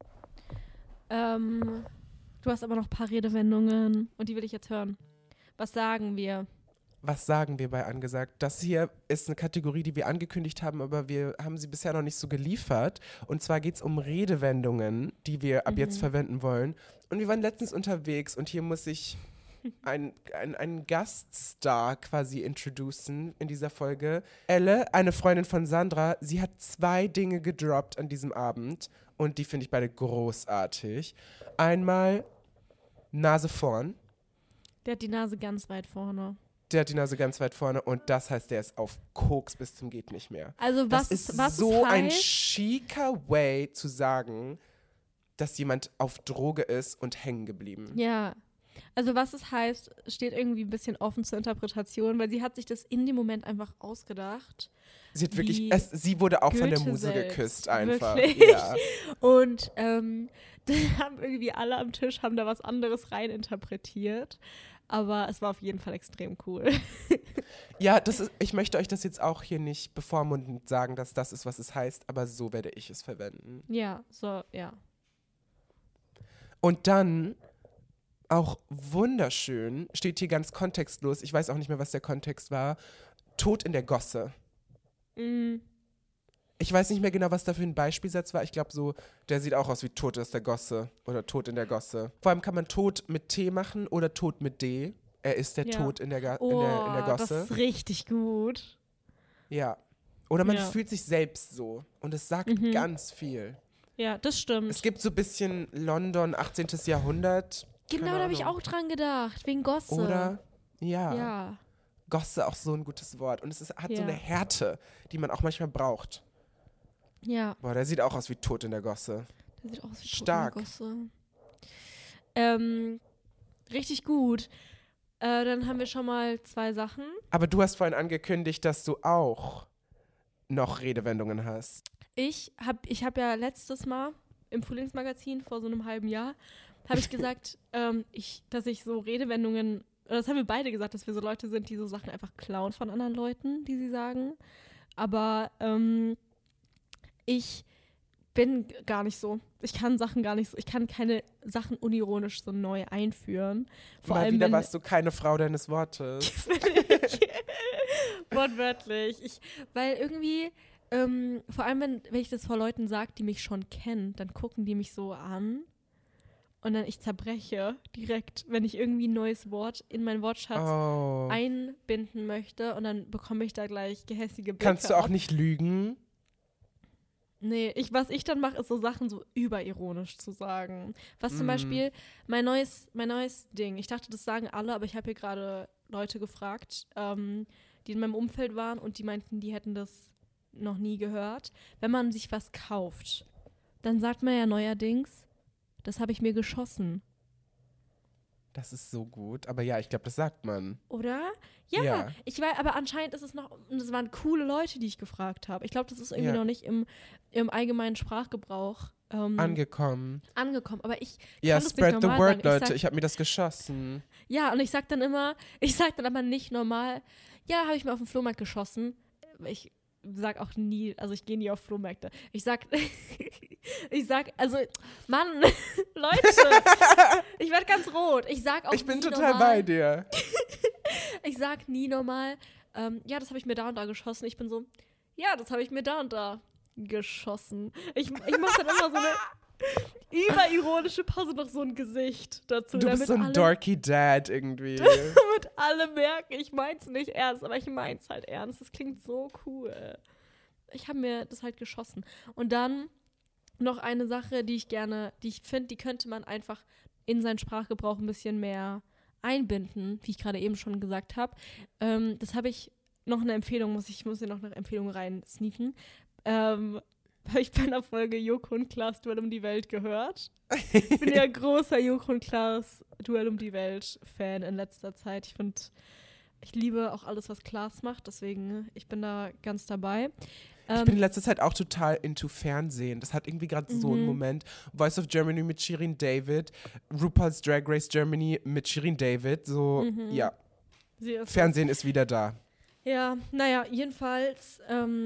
[SPEAKER 2] Ähm, du hast aber noch ein paar Redewendungen und die will ich jetzt hören. Was sagen wir?
[SPEAKER 1] Was sagen wir bei angesagt? Das hier ist eine Kategorie, die wir angekündigt haben, aber wir haben sie bisher noch nicht so geliefert. Und zwar geht es um Redewendungen, die wir ab
[SPEAKER 2] Mhm.
[SPEAKER 1] jetzt verwenden wollen. Und wir waren letztens unterwegs und hier muss ich ein, ein, einen Gaststar quasi introducen in dieser Folge. Elle, eine Freundin von Sandra, sie hat zwei Dinge gedroppt an diesem Abend und die finde ich beide großartig. Einmal Nase vorn.
[SPEAKER 2] Der hat die Nase ganz weit vorne.
[SPEAKER 1] Der hat die Nase ganz weit vorne und das heißt, der ist auf Koks bis zum geht nicht mehr.
[SPEAKER 2] Also was
[SPEAKER 1] das ist
[SPEAKER 2] was
[SPEAKER 1] so
[SPEAKER 2] es
[SPEAKER 1] ein
[SPEAKER 2] heißt,
[SPEAKER 1] chicer Way zu sagen, dass jemand auf Droge ist und hängen geblieben.
[SPEAKER 2] ja. Also was es heißt, steht irgendwie ein bisschen offen zur Interpretation, weil sie hat sich das in dem Moment einfach ausgedacht.
[SPEAKER 1] Sie hat wirklich,
[SPEAKER 2] Wie
[SPEAKER 1] es, sie wurde auch von der
[SPEAKER 2] Goethe
[SPEAKER 1] Muse
[SPEAKER 2] selbst.
[SPEAKER 1] geküsst einfach.
[SPEAKER 2] Wirklich?
[SPEAKER 1] Ja.
[SPEAKER 2] Und ähm, da haben irgendwie alle am Tisch haben da was anderes reininterpretiert. Aber es war auf jeden Fall extrem cool.
[SPEAKER 1] Ja, das ist, ich möchte euch das jetzt auch hier nicht bevormundend sagen, dass das ist, was es heißt, aber so werde ich es verwenden.
[SPEAKER 2] Ja, so, ja.
[SPEAKER 1] Und dann, auch wunderschön, steht hier ganz kontextlos, ich weiß auch nicht mehr, was der Kontext war, Tod in der Gosse.
[SPEAKER 2] Mm,
[SPEAKER 1] Ich weiß nicht mehr genau, was da für ein Beispielsatz war. Ich glaube so, der sieht auch aus wie Tod aus der Gosse oder Tod in der Gosse. Vor allem kann man Tod mit T machen oder Tod mit D. Er ist der
[SPEAKER 2] Ja.
[SPEAKER 1] Tod in der, Ga-
[SPEAKER 2] oh,
[SPEAKER 1] in der, in der
[SPEAKER 2] das
[SPEAKER 1] Gosse.
[SPEAKER 2] ist richtig gut.
[SPEAKER 1] Ja. Oder man
[SPEAKER 2] Ja.
[SPEAKER 1] fühlt sich selbst so. Und es sagt
[SPEAKER 2] Mhm.
[SPEAKER 1] ganz viel.
[SPEAKER 2] Ja, das stimmt.
[SPEAKER 1] Es gibt so ein bisschen London, achtzehnten. Jahrhundert.
[SPEAKER 2] Genau,
[SPEAKER 1] keine
[SPEAKER 2] da habe ich
[SPEAKER 1] Ahnung.
[SPEAKER 2] auch dran gedacht, wegen Gosse.
[SPEAKER 1] Oder? Ja.
[SPEAKER 2] Ja.
[SPEAKER 1] Gosse, auch so ein gutes Wort. Und es ist, hat
[SPEAKER 2] Ja.
[SPEAKER 1] so eine Härte, die man auch manchmal braucht.
[SPEAKER 2] Ja,
[SPEAKER 1] Boah, der sieht auch aus wie Tod in der Gosse.
[SPEAKER 2] der sieht aus wie
[SPEAKER 1] Stark.
[SPEAKER 2] Tod in der Gosse. Ähm, richtig gut. Äh, dann haben wir schon mal zwei Sachen.
[SPEAKER 1] Aber du hast vorhin angekündigt, dass du auch noch Redewendungen hast.
[SPEAKER 2] Ich habe ich hab ja letztes Mal im Frühlingsmagazin vor so einem halben Jahr, habe ich gesagt, ähm, ich, dass ich so Redewendungen, oder das haben wir beide gesagt, dass wir so Leute sind, die so Sachen einfach klauen von anderen Leuten, die sie sagen. Aber ähm, ich bin g- gar nicht so. Ich kann Sachen gar nicht so. Ich kann keine Sachen unironisch so neu einführen. Vor
[SPEAKER 1] Mal
[SPEAKER 2] allem,
[SPEAKER 1] wieder
[SPEAKER 2] wenn,
[SPEAKER 1] warst du keine Frau deines Wortes.
[SPEAKER 2] wortwörtlich. Ich, weil irgendwie, ähm, vor allem, wenn, wenn ich das vor Leuten sage, die mich schon kennen, dann gucken die mich so an und dann ich zerbreche direkt, wenn ich irgendwie ein neues Wort in meinen Wortschatz
[SPEAKER 1] Oh.
[SPEAKER 2] einbinden möchte und dann bekomme ich da gleich gehässige Blicke.
[SPEAKER 1] Kannst du auch
[SPEAKER 2] ab.
[SPEAKER 1] nicht lügen?
[SPEAKER 2] Nee, ich, was ich dann mache, ist so Sachen so überironisch zu sagen. Was zum
[SPEAKER 1] Mm.
[SPEAKER 2] Beispiel mein neues, mein neues Ding. Ich dachte, das sagen alle, aber ich habe hier gerade Leute gefragt, ähm, die in meinem Umfeld waren und die meinten, die hätten das noch nie gehört. Wenn man sich was kauft, dann sagt man ja neuerdings, das habe ich mir geschossen.
[SPEAKER 1] Das ist so gut. Aber ja, ich glaube, das sagt man.
[SPEAKER 2] Oder? Ja,
[SPEAKER 1] Ja.
[SPEAKER 2] ich weiß, aber anscheinend ist es noch, und es waren coole Leute, die ich gefragt habe. Ich glaube, das ist irgendwie
[SPEAKER 1] Ja.
[SPEAKER 2] noch nicht im, im allgemeinen Sprachgebrauch ähm,
[SPEAKER 1] Angekommen.
[SPEAKER 2] angekommen. Aber ich
[SPEAKER 1] Ja,
[SPEAKER 2] kann das nicht
[SPEAKER 1] spread the
[SPEAKER 2] normal
[SPEAKER 1] word,
[SPEAKER 2] sagen. Ich
[SPEAKER 1] Leute.
[SPEAKER 2] sag-
[SPEAKER 1] Ich habe mir das geschossen.
[SPEAKER 2] Ja, und ich sag dann immer, ich sag dann aber nicht normal, ja, habe ich mir auf den Flohmarkt geschossen. Ich sag auch nie, also ich gehe nie auf Flohmärkte. Ich sag, ich sag, also, Mann, Leute, ich werde ganz rot. Ich sag auch
[SPEAKER 1] Ich bin
[SPEAKER 2] nie
[SPEAKER 1] total
[SPEAKER 2] normal,
[SPEAKER 1] bei dir.
[SPEAKER 2] Ich sag nie normal, ähm, ja, das habe ich mir da und da geschossen. Ich bin so, ja, das habe ich mir da und da geschossen. Ich, ich mache dann immer so eine überironische Pause, noch so ein Gesicht dazu.
[SPEAKER 1] Du bist
[SPEAKER 2] damit
[SPEAKER 1] so ein
[SPEAKER 2] alle,
[SPEAKER 1] dorky Dad irgendwie.
[SPEAKER 2] damit alle merken, ich mein's nicht ernst, aber ich mein's halt ernst. Das klingt so cool. Ich habe mir das halt geschossen. Und dann noch eine Sache, die ich gerne, die ich finde, die könnte man einfach in seinen Sprachgebrauch ein bisschen mehr einbinden, wie ich gerade eben schon gesagt habe. Ähm, das habe ich noch eine Empfehlung, muss ich, ich muss hier noch eine Empfehlung rein sneaken. Ähm, habe ich bei einer Folge Joko und Klaas Duell um die Welt gehört. Ich bin ja großer Joko und Klaas Duell um die Welt Fan in letzter Zeit. Ich finde, ich liebe auch alles, was Klaas macht, deswegen ich bin da ganz dabei.
[SPEAKER 1] Ich bin in letzter Zeit auch total into Fernsehen. Das hat irgendwie gerade so einen
[SPEAKER 2] Mhm.
[SPEAKER 1] Moment. Voice of Germany mit Shirin David, RuPaul's Drag Race Germany mit Shirin David. So,
[SPEAKER 2] Mhm.
[SPEAKER 1] ja,
[SPEAKER 2] Sie ist
[SPEAKER 1] Fernsehen ist wieder da.
[SPEAKER 2] Ja, naja, jedenfalls ähm,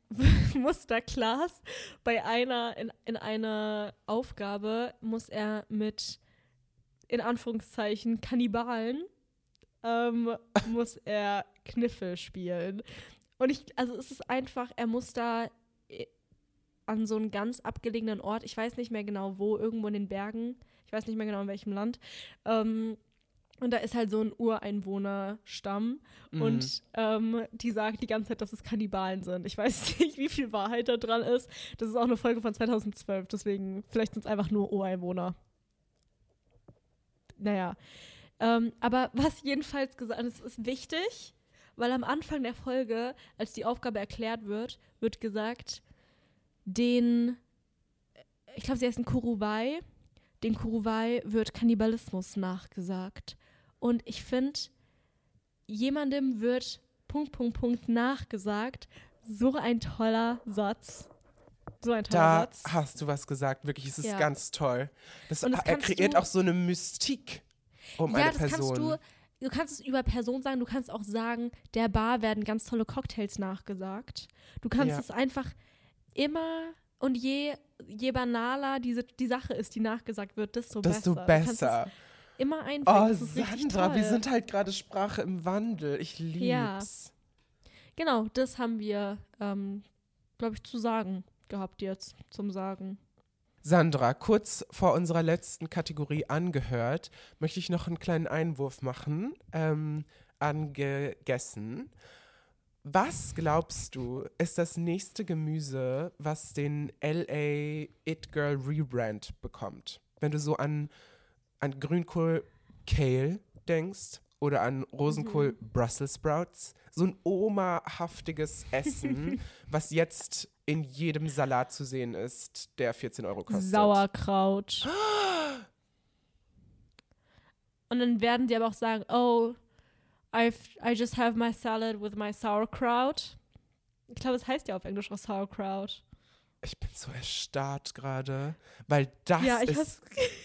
[SPEAKER 2] muss da Klaas bei einer, in, in einer Aufgabe, muss er mit, in Anführungszeichen, Kannibalen, ähm, muss er Kniffel spielen. Und ich, also es ist einfach, er muss da an so einen ganz abgelegenen Ort, ich weiß nicht mehr genau wo, irgendwo in den Bergen, ich weiß nicht mehr genau in welchem Land, ähm, und da ist halt so ein Ureinwohnerstamm mhm. und ähm, die sagen die ganze Zeit, dass es Kannibalen sind. Ich weiß nicht, wie viel Wahrheit da dran ist. Das ist auch eine Folge von zweitausendzwölf, deswegen vielleicht sind es einfach nur Ureinwohner. Naja, ähm, aber was jedenfalls gesagt ist, ist wichtig, weil am Anfang der Folge, als die Aufgabe erklärt wird, wird gesagt, den, ich glaube, sie heißen Kuruwai, den Kuruwai wird Kannibalismus nachgesagt. Und ich finde, jemandem wird Punkt, Punkt, Punkt nachgesagt. So ein toller Satz. So ein toller
[SPEAKER 1] da
[SPEAKER 2] Satz.
[SPEAKER 1] Da hast du was gesagt. Wirklich, es ist ja. ganz toll. Das,
[SPEAKER 2] das
[SPEAKER 1] er kreiert
[SPEAKER 2] du,
[SPEAKER 1] auch so eine Mystik um ja, eine Person. Ja, das kannst
[SPEAKER 2] du, du kannst es über Personen sagen. Du kannst auch sagen, der Bar werden ganz tolle Cocktails nachgesagt. Du kannst ja. es einfach immer und je, je banaler diese, die Sache ist, die nachgesagt wird, desto,
[SPEAKER 1] desto
[SPEAKER 2] besser.
[SPEAKER 1] besser.
[SPEAKER 2] Immer einfach.
[SPEAKER 1] Oh,
[SPEAKER 2] das ist
[SPEAKER 1] Sandra, wir sind halt gerade Sprache im Wandel. Ich lieb's.
[SPEAKER 2] Ja. Genau, das haben wir, ähm, glaube ich, zu sagen gehabt jetzt, zum Sagen.
[SPEAKER 1] Sandra, kurz vor unserer letzten Kategorie angehört, möchte ich noch einen kleinen Einwurf machen, ähm, angegessen. Was glaubst du, ist das nächste Gemüse, was den L A It Girl Rebrand bekommt? Wenn du so an, an Grünkohl Kale denkst oder an Rosenkohl mhm. Brussels Sprouts, so ein Oma-haftiges Essen, was jetzt in jedem Salat zu sehen ist, der vierzehn Euro kostet.
[SPEAKER 2] Sauerkraut. Und dann werden die aber auch sagen, oh, I've, I just have my salad with my sauerkraut. Ich glaube, es heißt ja auf Englisch auch sauerkraut.
[SPEAKER 1] Ich bin so erstarrt gerade, weil das
[SPEAKER 2] ja, ich
[SPEAKER 1] ist,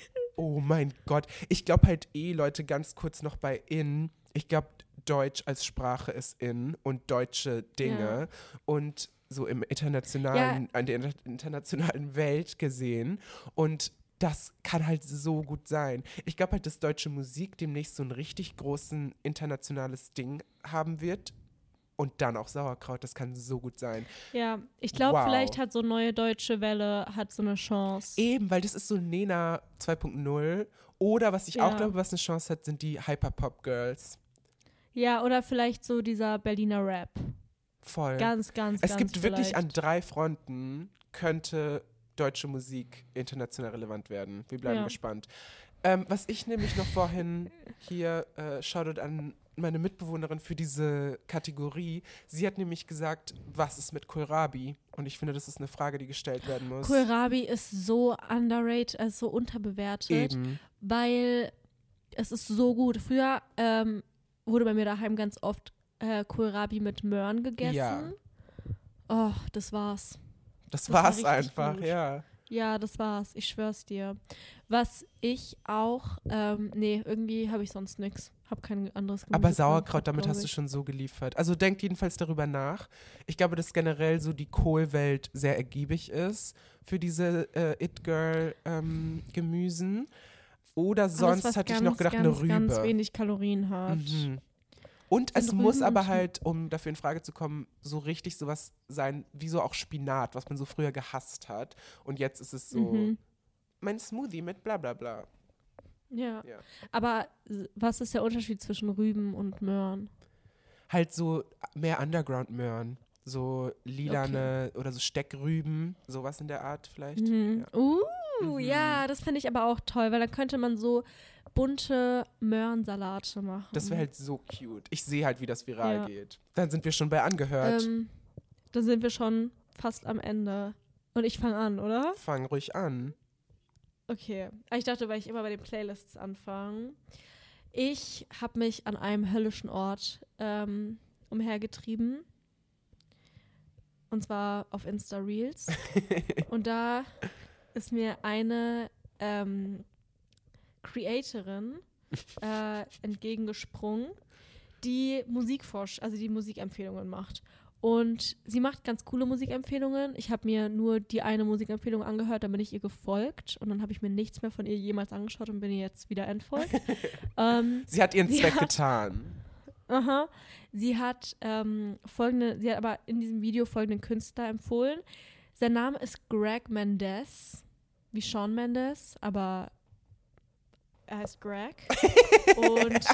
[SPEAKER 1] oh mein Gott. Ich glaube halt eh, Leute, ganz kurz noch bei in, ich glaube, Deutsch als Sprache ist in und deutsche Dinge ja. und so im internationalen, ja. an der internationalen Welt gesehen und das kann halt so gut sein. Ich glaube halt, dass deutsche Musik demnächst so ein richtig großen internationales Ding haben wird. Und dann auch Sauerkraut, das kann so gut sein.
[SPEAKER 2] Ja, ich glaube, wow. vielleicht hat so Neue Deutsche Welle hat so eine Chance.
[SPEAKER 1] Eben, weil das ist so Nena zwei Punkt null. Oder was ich ja. auch glaube, was eine Chance hat, sind die Hyperpop-Girls.
[SPEAKER 2] Ja, oder vielleicht so dieser Berliner Rap.
[SPEAKER 1] Voll.
[SPEAKER 2] Ganz, ganz,
[SPEAKER 1] es
[SPEAKER 2] ganz
[SPEAKER 1] gibt
[SPEAKER 2] vielleicht.
[SPEAKER 1] wirklich an drei Fronten könnte deutsche Musik international relevant werden. Wir bleiben ja. gespannt. Ähm, was ich nämlich noch vorhin hier, äh, Shoutout an meine Mitbewohnerin für diese Kategorie, sie hat nämlich gesagt, was ist mit Kohlrabi? Und ich finde, das ist eine Frage, die gestellt werden muss.
[SPEAKER 2] Kohlrabi ist so underrated, also so unterbewertet,
[SPEAKER 1] Eben.
[SPEAKER 2] weil es ist so gut. Früher ähm, wurde bei mir daheim ganz oft äh, Kohlrabi mit Möhren gegessen.
[SPEAKER 1] Ja.
[SPEAKER 2] Oh, das war's.
[SPEAKER 1] Das,
[SPEAKER 2] das
[SPEAKER 1] war's
[SPEAKER 2] war
[SPEAKER 1] einfach,
[SPEAKER 2] gut.
[SPEAKER 1] ja.
[SPEAKER 2] Ja, das war's. Ich schwör's dir. Was ich auch, ähm, nee, irgendwie habe ich sonst nichts. Hab kein anderes Gemüse.
[SPEAKER 1] Aber Sauerkraut, damit hast du schon so geliefert. Also denkt jedenfalls darüber nach. Ich glaube, dass generell so die Kohlwelt sehr ergiebig ist für diese äh, It-Girl-Gemüsen. Ähm, Oder sonst
[SPEAKER 2] Alles,
[SPEAKER 1] hatte
[SPEAKER 2] ganz,
[SPEAKER 1] ich noch gedacht,
[SPEAKER 2] ganz,
[SPEAKER 1] eine Rübe.
[SPEAKER 2] ganz wenig Kalorien hat.
[SPEAKER 1] Mhm. Und es
[SPEAKER 2] Rüben
[SPEAKER 1] muss aber halt, um dafür in Frage zu kommen, so richtig sowas sein, wie so auch Spinat, was man so früher gehasst hat. Und jetzt ist es so,
[SPEAKER 2] mhm.
[SPEAKER 1] mein Smoothie mit bla bla bla.
[SPEAKER 2] Ja. ja, aber was ist der Unterschied zwischen Rüben und Möhren?
[SPEAKER 1] Halt so mehr Underground-Möhren. So lilane okay. oder so Steckrüben, sowas in der Art vielleicht.
[SPEAKER 2] Mhm. Ja. Uh, mhm. ja, das finde ich aber auch toll, weil dann könnte man so bunte Möhrensalate machen.
[SPEAKER 1] Das wäre halt so cute. Ich sehe halt, wie das viral ja. geht. Dann sind wir schon bei angehört.
[SPEAKER 2] Ähm, dann sind wir schon fast am Ende. Und ich fange an, oder?
[SPEAKER 1] Fang ruhig an.
[SPEAKER 2] Okay. Ich dachte, weil ich immer bei den Playlists anfange. Ich habe mich an einem höllischen Ort ähm, umhergetrieben. Und zwar auf Insta-Reels. Und da ist mir eine ähm, Creatorin äh, entgegengesprungen, die Musikforsch, also die Musikempfehlungen macht. Und sie macht ganz coole Musikempfehlungen. Ich habe mir nur die eine Musikempfehlung angehört, dann bin ich ihr gefolgt. Und dann habe ich mir nichts mehr von ihr jemals angeschaut und bin ihr jetzt wieder entfolgt. ähm,
[SPEAKER 1] sie hat ihren
[SPEAKER 2] sie
[SPEAKER 1] Zweck
[SPEAKER 2] hat,
[SPEAKER 1] getan.
[SPEAKER 2] Aha. Sie hat ähm, folgende, sie hat aber in diesem Video folgenden Künstler empfohlen. Sein Name ist Greg Mendes, wie Shawn Mendes, aber er heißt Greg. Und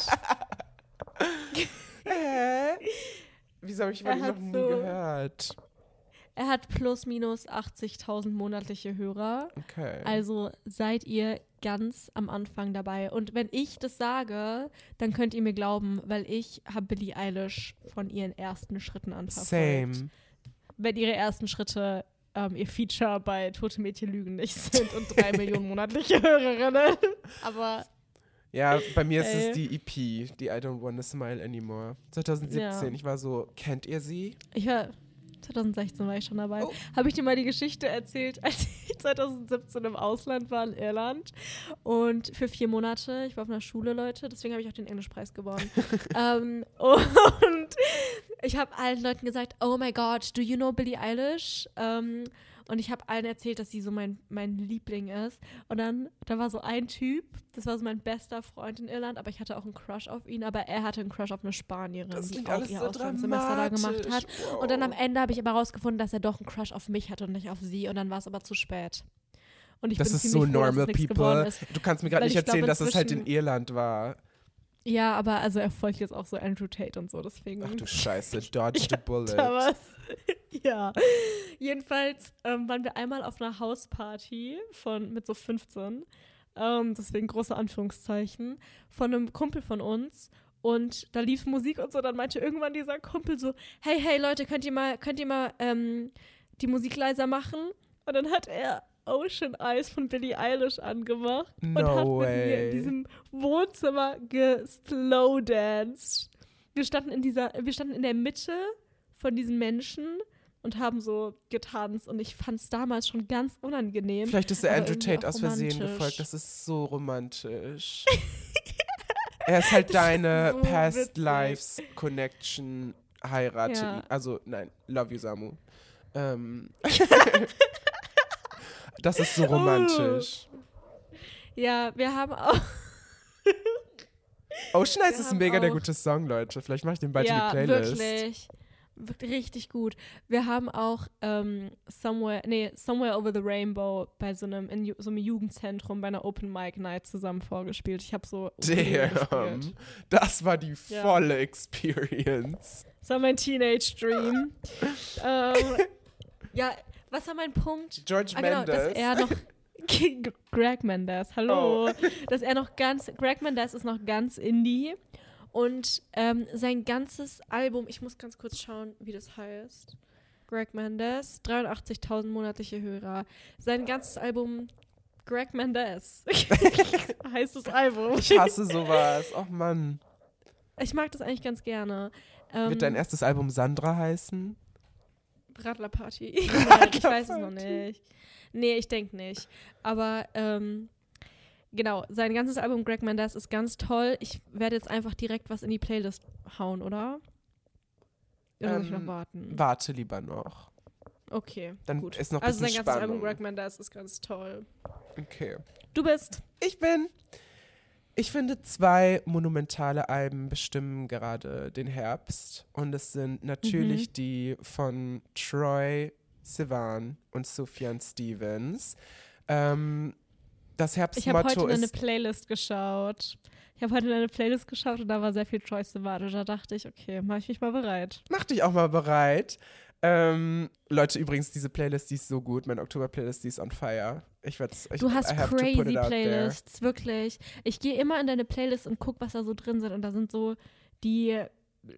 [SPEAKER 1] Hä? Wieso habe ich von ihm noch nie
[SPEAKER 2] so,
[SPEAKER 1] gehört?
[SPEAKER 2] Er hat plus minus achtzigtausend monatliche Hörer.
[SPEAKER 1] Okay.
[SPEAKER 2] Also seid ihr ganz am Anfang dabei. Und wenn ich das sage, dann könnt ihr mir glauben, weil ich habe Billie Eilish von ihren ersten Schritten an verfolgt.
[SPEAKER 1] Same.
[SPEAKER 2] Wenn ihre ersten Schritte ähm, ihr Feature bei Tote Mädchen lügen nicht sind und drei Millionen monatliche Hörerinnen. Aber
[SPEAKER 1] ja, bei mir ist
[SPEAKER 2] ey.
[SPEAKER 1] es die E P, die I Don't Wanna Smile Anymore. zwanzig siebzehn, ja. Ich war so, kennt ihr sie?
[SPEAKER 2] Ich war, zwanzig sechzehn war ich schon dabei. Oh. Habe ich dir mal die Geschichte erzählt, als ich zwanzig siebzehn im Ausland war in Irland und für vier Monate, ich war auf einer Schule, Leute, deswegen habe ich auch den Englischpreis gewonnen. um, und ich habe allen Leuten gesagt, oh my God, do you know Billie Eilish? Um, Und ich habe allen erzählt, dass sie so mein, mein Liebling ist. Und dann, da war so ein Typ, das war so mein bester Freund in Irland, aber ich hatte auch einen Crush auf ihn, aber er hatte einen Crush auf eine Spanierin,
[SPEAKER 1] das
[SPEAKER 2] die
[SPEAKER 1] auch
[SPEAKER 2] ihr
[SPEAKER 1] so
[SPEAKER 2] Auslandssemester da gemacht hat.
[SPEAKER 1] Wow.
[SPEAKER 2] Und dann am Ende habe ich aber rausgefunden, dass er doch einen Crush auf mich hatte und nicht auf sie. Und dann war es aber zu spät. Und ich
[SPEAKER 1] das
[SPEAKER 2] bin
[SPEAKER 1] ist so
[SPEAKER 2] froh,
[SPEAKER 1] normal
[SPEAKER 2] dass es
[SPEAKER 1] people.
[SPEAKER 2] ist.
[SPEAKER 1] Du kannst mir gerade nicht erzählen, glaub, dass es halt in Irland war.
[SPEAKER 2] Ja, aber also er folgt jetzt auch so Andrew Tate und so, deswegen.
[SPEAKER 1] Ach du Scheiße, dodge the bullet.
[SPEAKER 2] Da was. Ja. Jedenfalls ähm, waren wir einmal auf einer Hausparty von mit so fünfzehn, ähm, deswegen große Anführungszeichen, von einem Kumpel von uns. Und da lief Musik und so, dann meinte irgendwann dieser Kumpel so, hey, hey Leute, könnt ihr mal, könnt ihr mal ähm, die Musik leiser machen? Und dann hat er Ocean Eyes von Billie Eilish angemacht
[SPEAKER 1] no
[SPEAKER 2] und hat
[SPEAKER 1] way.
[SPEAKER 2] mit mir in diesem Wohnzimmer geslowdanced. Wir standen in dieser, wir standen in der Mitte von diesen Menschen und haben so getanzt und ich fand es damals schon ganz unangenehm.
[SPEAKER 1] Vielleicht ist der Andrew Tate aus Versehen gefolgt, das ist so romantisch. Er ist halt deine
[SPEAKER 2] so
[SPEAKER 1] Past
[SPEAKER 2] witzig.
[SPEAKER 1] Lives Connection, heirate
[SPEAKER 2] Ja.
[SPEAKER 1] ihn. Also, nein, love you, Samu. Ähm. Das ist so romantisch.
[SPEAKER 2] Ja, wir haben auch
[SPEAKER 1] Ocean Eyes
[SPEAKER 2] wir
[SPEAKER 1] ist ein mega der
[SPEAKER 2] auch,
[SPEAKER 1] gute Song, Leute. Vielleicht mache ich den bald
[SPEAKER 2] ja,
[SPEAKER 1] in die Playlist.
[SPEAKER 2] Wirklich. Wirklich richtig gut. Wir haben auch ähm, Somewhere, nee, Somewhere Over the Rainbow bei so einem, in Ju- so einem Jugendzentrum bei einer Open Mic Night zusammen vorgespielt. Ich habe so
[SPEAKER 1] Damn, das war die
[SPEAKER 2] Ja.
[SPEAKER 1] volle Experience.
[SPEAKER 2] Das war mein Teenage Dream. ähm, ja, was war mein Punkt?
[SPEAKER 1] George
[SPEAKER 2] ah, genau,
[SPEAKER 1] Mendes.
[SPEAKER 2] dass er noch Greg Mendes, hallo.
[SPEAKER 1] Oh.
[SPEAKER 2] Dass er noch ganz, Greg Mendes ist noch ganz Indie und ähm, sein ganzes Album, ich muss ganz kurz schauen, wie das heißt. Greg Mendes, dreiundachtzigtausend monatliche Hörer. Sein ganzes Album Greg Mendes heißt das Album.
[SPEAKER 1] Ich hasse sowas. Oh Mann.
[SPEAKER 2] Ich mag das eigentlich ganz gerne. Ähm,
[SPEAKER 1] Wird dein erstes Album Sandra heißen?
[SPEAKER 2] Radlerparty. Nein, ich weiß es noch nicht. Nee, ich denke nicht. Aber ähm, genau, sein ganzes Album Greg Mendes ist ganz toll. Ich werde jetzt einfach direkt was in die Playlist hauen, oder? Oder muss ich
[SPEAKER 1] Ähm,
[SPEAKER 2] noch warten?
[SPEAKER 1] Warte lieber noch.
[SPEAKER 2] Okay,
[SPEAKER 1] Dann
[SPEAKER 2] gut.
[SPEAKER 1] ist noch ein
[SPEAKER 2] Also sein
[SPEAKER 1] bisschen
[SPEAKER 2] ganzes
[SPEAKER 1] Spannung.
[SPEAKER 2] Album Greg Mendes ist ganz toll.
[SPEAKER 1] Okay.
[SPEAKER 2] Du bist.
[SPEAKER 1] Ich bin. Ich finde, zwei monumentale Alben bestimmen gerade den Herbst. Und es sind natürlich
[SPEAKER 2] Mhm.
[SPEAKER 1] die von Troye Sivan und Sufjan Stevens. Ähm, das
[SPEAKER 2] Ich habe
[SPEAKER 1] Herbstmotto
[SPEAKER 2] heute in eine
[SPEAKER 1] ist.
[SPEAKER 2] Playlist geschaut. Ich habe heute in eine Playlist geschaut und da war sehr viel Choice Sivan. Da dachte ich, okay, mache ich mich mal bereit.
[SPEAKER 1] Mach dich auch mal bereit. Ähm, Leute, übrigens, diese Playlist, die ist so gut. Meine Oktober-Playlist, die ist on fire. Ich werd's, ich,
[SPEAKER 2] Du hast
[SPEAKER 1] I have to put
[SPEAKER 2] crazy
[SPEAKER 1] it out there.
[SPEAKER 2] Playlists, wirklich. Ich gehe immer in deine Playlist und gucke, was da so drin sind. Und da sind so, die äh,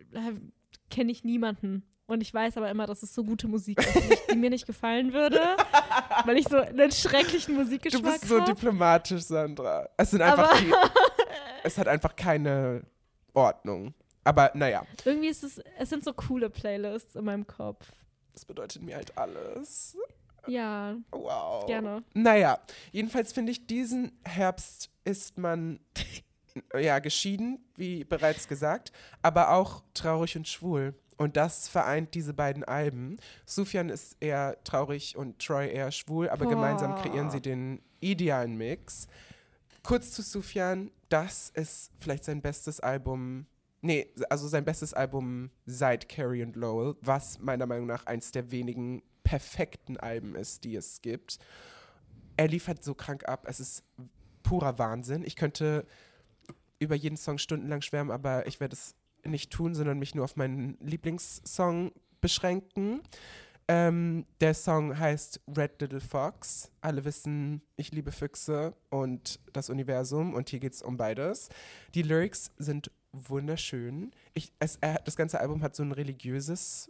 [SPEAKER 2] kenne ich niemanden. Und ich weiß aber immer, dass es so gute Musik ist, die, die mir nicht gefallen würde, weil ich so einen schrecklichen Musikgeschmack
[SPEAKER 1] Du
[SPEAKER 2] habe.
[SPEAKER 1] bist so diplomatisch, Sandra. Es sind einfach
[SPEAKER 2] Aber
[SPEAKER 1] die, es hat einfach keine Ordnung. Aber naja,
[SPEAKER 2] irgendwie ist es, es sind so coole Playlists in meinem Kopf.
[SPEAKER 1] das bedeutet mir halt alles.
[SPEAKER 2] Ja,
[SPEAKER 1] Wow.
[SPEAKER 2] gerne.
[SPEAKER 1] Naja, jedenfalls finde ich, diesen Herbst ist man ja geschieden, wie bereits gesagt, aber auch traurig und schwul. Und das vereint diese beiden Alben. Sufjan ist eher traurig und Troy eher schwul, aber
[SPEAKER 2] Boah.
[SPEAKER 1] gemeinsam kreieren sie den idealen Mix. Kurz zu Sufjan, das ist vielleicht sein bestes Album, nee, also sein bestes Album seit Carrie and Lowell, was meiner Meinung nach eins der wenigen perfekten Alben ist, die es gibt. Er liefert so krank ab, es ist purer Wahnsinn. Ich könnte über jeden Song stundenlang schwärmen, aber ich werde es nicht tun, sondern mich nur auf meinen Lieblingssong beschränken. Ähm, der Song heißt Red Little Fox. Alle wissen, ich liebe Füchse und das Universum und hier geht es um beides. Die Lyrics sind wunderschön. Ich, es, er, das ganze Album hat so ein religiöses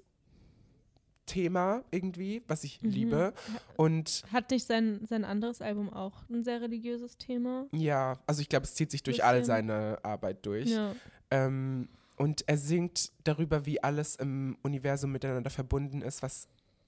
[SPEAKER 1] Thema irgendwie, was ich
[SPEAKER 2] Mhm.
[SPEAKER 1] liebe. Und
[SPEAKER 2] Hat nicht sein, sein anderes Album auch ein sehr religiöses Thema?
[SPEAKER 1] ja, also ich glaube, es zieht sich durch
[SPEAKER 2] Bisschen.
[SPEAKER 1] all seine Arbeit durch.
[SPEAKER 2] Ja.
[SPEAKER 1] Ähm, und er singt darüber, wie alles im Universum miteinander verbunden ist, was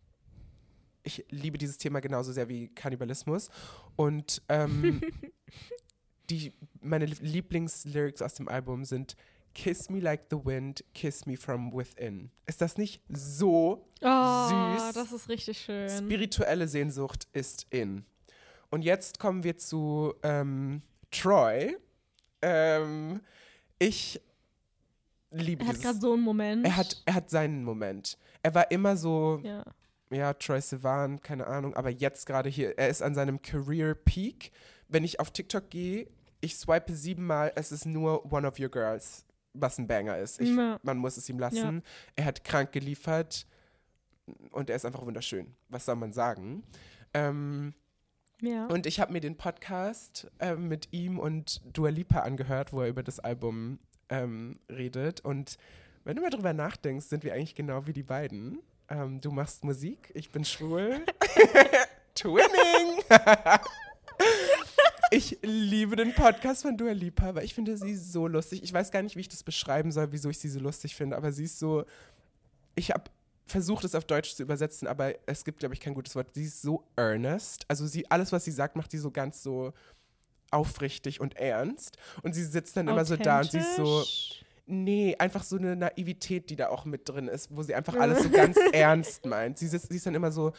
[SPEAKER 1] ich liebe dieses Thema genauso sehr wie Kannibalismus. Und ähm, die, meine Lieblingslyrics aus dem Album sind Kiss me like the wind, kiss me from within. Ist das nicht so
[SPEAKER 2] Oh,
[SPEAKER 1] süß?
[SPEAKER 2] das ist richtig schön.
[SPEAKER 1] Spirituelle Sehnsucht ist in. Und jetzt kommen wir zu ähm, Troy. Ähm, ich liebe
[SPEAKER 2] Er hat
[SPEAKER 1] dieses...
[SPEAKER 2] gerade so einen Moment.
[SPEAKER 1] Er hat, er hat seinen Moment. Er war immer so,
[SPEAKER 2] Ja.
[SPEAKER 1] ja, Troye Sivan, keine Ahnung, aber jetzt gerade hier, er ist an seinem Career Peak. Wenn ich auf TikTok gehe, ich swipe siebenmal, es ist nur One of Your Girls, was ein Banger ist. Ich,
[SPEAKER 2] Ja.
[SPEAKER 1] Man muss es ihm lassen.
[SPEAKER 2] Ja.
[SPEAKER 1] Er hat krank geliefert und er ist einfach wunderschön. Was soll man sagen? Ähm,
[SPEAKER 2] Ja.
[SPEAKER 1] und ich habe mir den Podcast äh, mit ihm und Dua Lipa angehört, wo er über das Album ähm, redet. Und wenn du mal drüber nachdenkst, sind wir eigentlich genau wie die beiden. Ähm, du machst Musik, ich bin schwul. Twinning! Ich liebe den Podcast von Dua Lipa, weil ich finde sie so lustig. Ich weiß gar nicht, wie ich das beschreiben soll, wieso ich sie so lustig finde, aber sie ist so, ich habe versucht, es auf Deutsch zu übersetzen, aber es gibt, glaube ich, kein gutes Wort. Sie ist so earnest. Also sie, alles, was sie sagt, macht sie so ganz so aufrichtig und ernst. Und sie sitzt dann immer so da und sie ist so, nee, einfach so eine Naivität, die da auch mit drin ist, wo sie einfach alles so ganz ernst meint. Sie, sitzt, sie ist dann immer so,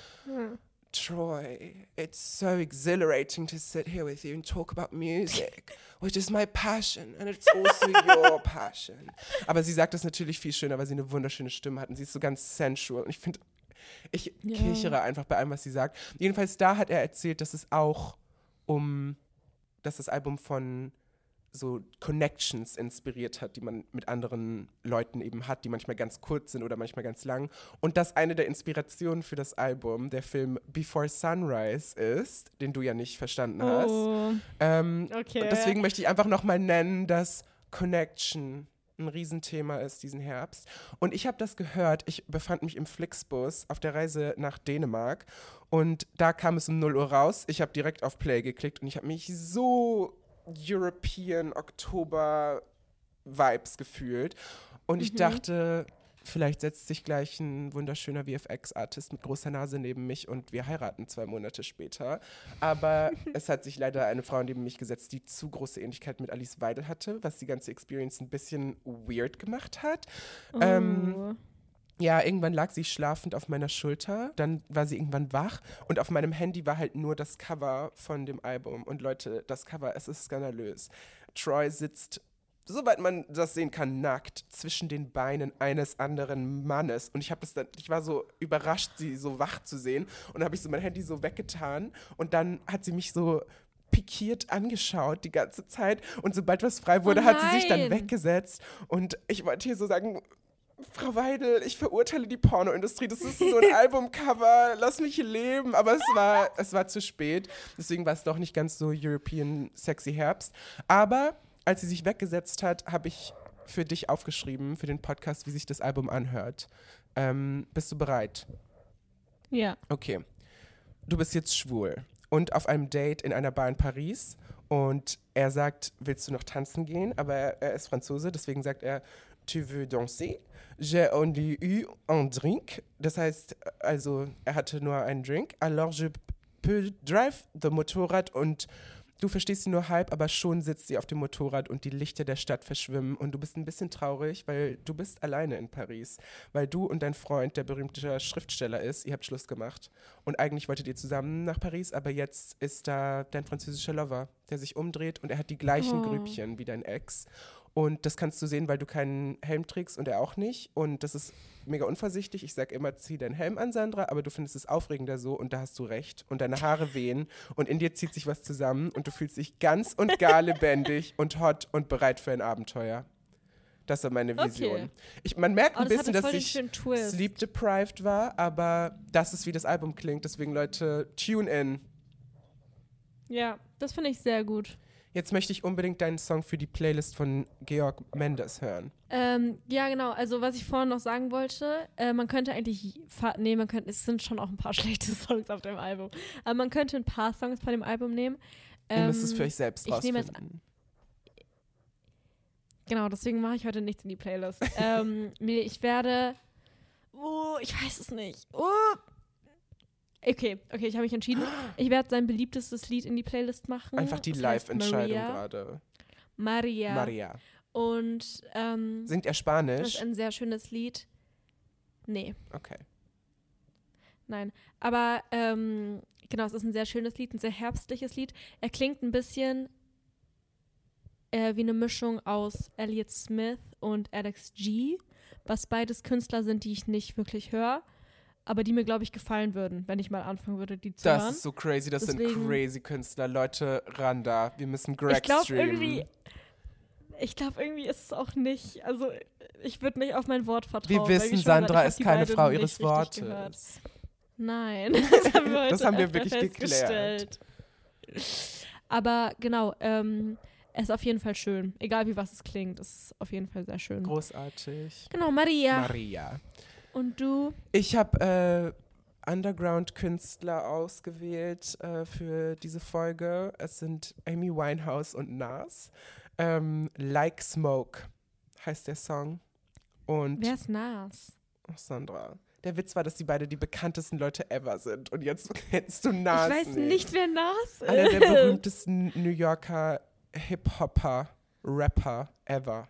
[SPEAKER 1] Troy, it's so exhilarating to sit here with you and talk about music, which is my passion and it's also your passion. Aber sie sagt das natürlich viel schöner, weil sie eine wunderschöne Stimme hat und sie ist so ganz sensual. Und ich finde, ich
[SPEAKER 2] Ja.
[SPEAKER 1] kichere einfach bei allem, was sie sagt. Jedenfalls da hat er erzählt, dass es auch um, dass das Album von so Connections inspiriert hat, die man mit anderen Leuten eben hat, die manchmal ganz kurz sind oder manchmal ganz lang. Und dass eine der Inspirationen für das Album der Film Before Sunrise ist, den du ja nicht verstanden hast.
[SPEAKER 2] Oh.
[SPEAKER 1] Ähm,
[SPEAKER 2] Okay.
[SPEAKER 1] Und deswegen möchte ich einfach nochmal nennen, dass Connection ein Riesenthema ist diesen Herbst. Und ich habe das gehört, ich befand mich im Flixbus auf der Reise nach Dänemark und da kam es um null Uhr raus. Ich habe direkt auf Play geklickt und ich habe mich so European Oktober Vibes gefühlt. Und ich
[SPEAKER 2] Mhm.
[SPEAKER 1] dachte, vielleicht setzt sich gleich ein wunderschöner V F X-Artist mit großer Nase neben mich und wir heiraten zwei Monate später. Aber es hat sich leider eine Frau neben mich gesetzt, die zu große Ähnlichkeit mit Alice Weidel hatte, was die ganze Experience ein bisschen weird gemacht hat.
[SPEAKER 2] Oh.
[SPEAKER 1] Ähm, Ja, irgendwann lag sie schlafend auf meiner Schulter, dann war sie irgendwann wach und auf meinem Handy war halt nur das Cover von dem Album. Und Leute, das Cover, es ist skandalös. Troy sitzt, soweit man das sehen kann, nackt zwischen den Beinen eines anderen Mannes. Und ich habe das dann, ich war so überrascht, sie so wach zu sehen. Und dann habe ich so mein Handy so weggetan und dann hat sie mich so pikiert angeschaut die ganze Zeit. Und sobald was frei wurde,
[SPEAKER 2] Oh
[SPEAKER 1] hat sie sich dann
[SPEAKER 2] nein.
[SPEAKER 1] weggesetzt. Und ich wollte hier so sagen, Frau Weidel, ich verurteile die Pornoindustrie. Das ist nur ein Albumcover. Lass mich leben. Aber es war, es war zu spät. Deswegen war es doch nicht ganz so European Sexy Herbst. Aber als sie sich weggesetzt hat, habe ich für dich aufgeschrieben, für den Podcast, wie sich das Album anhört. Ähm, bist du bereit?
[SPEAKER 2] Ja.
[SPEAKER 1] Okay. Du bist jetzt schwul und auf einem Date in einer Bar in Paris. Und er sagt, willst du noch tanzen gehen? Aber er, er ist Franzose, deswegen sagt er, tu veux danser? J'ai only eu un drink. Das heißt, also er hatte nur einen Drink. Alors je peux drive the Motorrad und Du verstehst sie nur halb, aber schon sitzt sie auf dem Motorrad und die Lichter der Stadt verschwimmen und du bist ein bisschen traurig, weil du bist alleine in Paris. Weil du und dein Freund, der berühmte Schriftsteller ist, ihr habt Schluss gemacht. Und eigentlich wolltet ihr zusammen nach Paris, aber jetzt ist da dein französischer Lover, der sich umdreht und er hat die gleichen
[SPEAKER 2] Oh.
[SPEAKER 1] Grübchen wie dein Ex. Und das kannst du sehen, weil du keinen Helm trägst und er auch nicht. Und das ist mega unvorsichtig. Ich sag immer, zieh deinen Helm an, Sandra, aber du findest es aufregender so und da hast du recht. Und deine Haare wehen und in dir zieht sich was zusammen und du fühlst dich ganz und gar lebendig und hot und bereit für ein Abenteuer. Das war meine Vision.
[SPEAKER 2] Okay.
[SPEAKER 1] Ich, man merkt
[SPEAKER 2] Oh,
[SPEAKER 1] ein
[SPEAKER 2] das
[SPEAKER 1] bisschen,
[SPEAKER 2] hatte
[SPEAKER 1] dass
[SPEAKER 2] voll den
[SPEAKER 1] ich
[SPEAKER 2] schönen Twist.
[SPEAKER 1] sleep-deprived war, aber das ist, wie das Album klingt. Deswegen, Leute, tune in.
[SPEAKER 2] Ja, das finde ich sehr gut.
[SPEAKER 1] Jetzt möchte ich unbedingt deinen Song für die Playlist von Georg Mendes hören.
[SPEAKER 2] Ähm, ja, genau. Also, was ich vorhin noch sagen wollte, äh, man könnte eigentlich, fa- nee, man könnte, es sind schon auch ein paar schlechte Songs auf dem Album, aber man könnte ein paar Songs von dem Album nehmen.
[SPEAKER 1] Ihr
[SPEAKER 2] Ähm,
[SPEAKER 1] müsst es für euch selbst
[SPEAKER 2] ich nehme jetzt-
[SPEAKER 1] rausfinden.
[SPEAKER 2] Genau, deswegen mache ich heute nichts in die Playlist. ähm, nee, ich werde, oh, ich weiß es nicht. Oh. Okay, okay, ich habe mich entschieden. Ich werde sein beliebtestes Lied in die Playlist machen.
[SPEAKER 1] Einfach die
[SPEAKER 2] Das heißt
[SPEAKER 1] Live-Entscheidung
[SPEAKER 2] Maria.
[SPEAKER 1] gerade.
[SPEAKER 2] Maria.
[SPEAKER 1] Maria.
[SPEAKER 2] Und ähm,
[SPEAKER 1] Singt er
[SPEAKER 2] das
[SPEAKER 1] Spanisch?
[SPEAKER 2] ist ein sehr schönes Lied. Nee,
[SPEAKER 1] Okay.
[SPEAKER 2] nein. Aber ähm, genau, es ist ein sehr schönes Lied, ein sehr herbstliches Lied. Er klingt ein bisschen äh, wie eine Mischung aus Elliott Smith und Alex G, was beides Künstler sind, die ich nicht wirklich höre, aber die mir, glaube ich, gefallen würden, wenn ich mal anfangen würde, die zu
[SPEAKER 1] Das
[SPEAKER 2] hören.
[SPEAKER 1] ist so crazy. Das
[SPEAKER 2] Deswegen-
[SPEAKER 1] sind crazy Künstler. Leute, ran da. Wir müssen Greg
[SPEAKER 2] ich glaube
[SPEAKER 1] streamen.
[SPEAKER 2] irgendwie, ich glaube irgendwie ist es auch nicht, also ich würde nicht auf mein Wort vertrauen.
[SPEAKER 1] Wir
[SPEAKER 2] weil
[SPEAKER 1] wissen,
[SPEAKER 2] ich schwöre,
[SPEAKER 1] Sandra
[SPEAKER 2] ich hab
[SPEAKER 1] ist
[SPEAKER 2] die
[SPEAKER 1] keine
[SPEAKER 2] beiden
[SPEAKER 1] Frau
[SPEAKER 2] nicht
[SPEAKER 1] ihres
[SPEAKER 2] richtig gehört.
[SPEAKER 1] Wortes.
[SPEAKER 2] Nein, das haben wir heute
[SPEAKER 1] Das haben wir
[SPEAKER 2] öfter
[SPEAKER 1] wirklich geklärt.
[SPEAKER 2] festgestellt. Aber genau, ähm, es ist auf jeden Fall schön. Egal wie was es klingt, es ist auf jeden Fall sehr schön.
[SPEAKER 1] Großartig.
[SPEAKER 2] Genau, Maria.
[SPEAKER 1] Maria.
[SPEAKER 2] Und du?
[SPEAKER 1] Ich habe äh, Underground-Künstler ausgewählt äh, für diese Folge. Es sind Amy Winehouse und Nas. Ähm, Like Smoke heißt der Song. Und
[SPEAKER 2] Wer ist Nas?
[SPEAKER 1] oh, Sandra. Der Witz war, dass die beide die bekanntesten Leute ever sind. Und jetzt kennst du Nas
[SPEAKER 2] ich weiß nicht, wer Nas ist.
[SPEAKER 1] Einer der berühmtesten New Yorker Hip-Hopper, Rapper ever.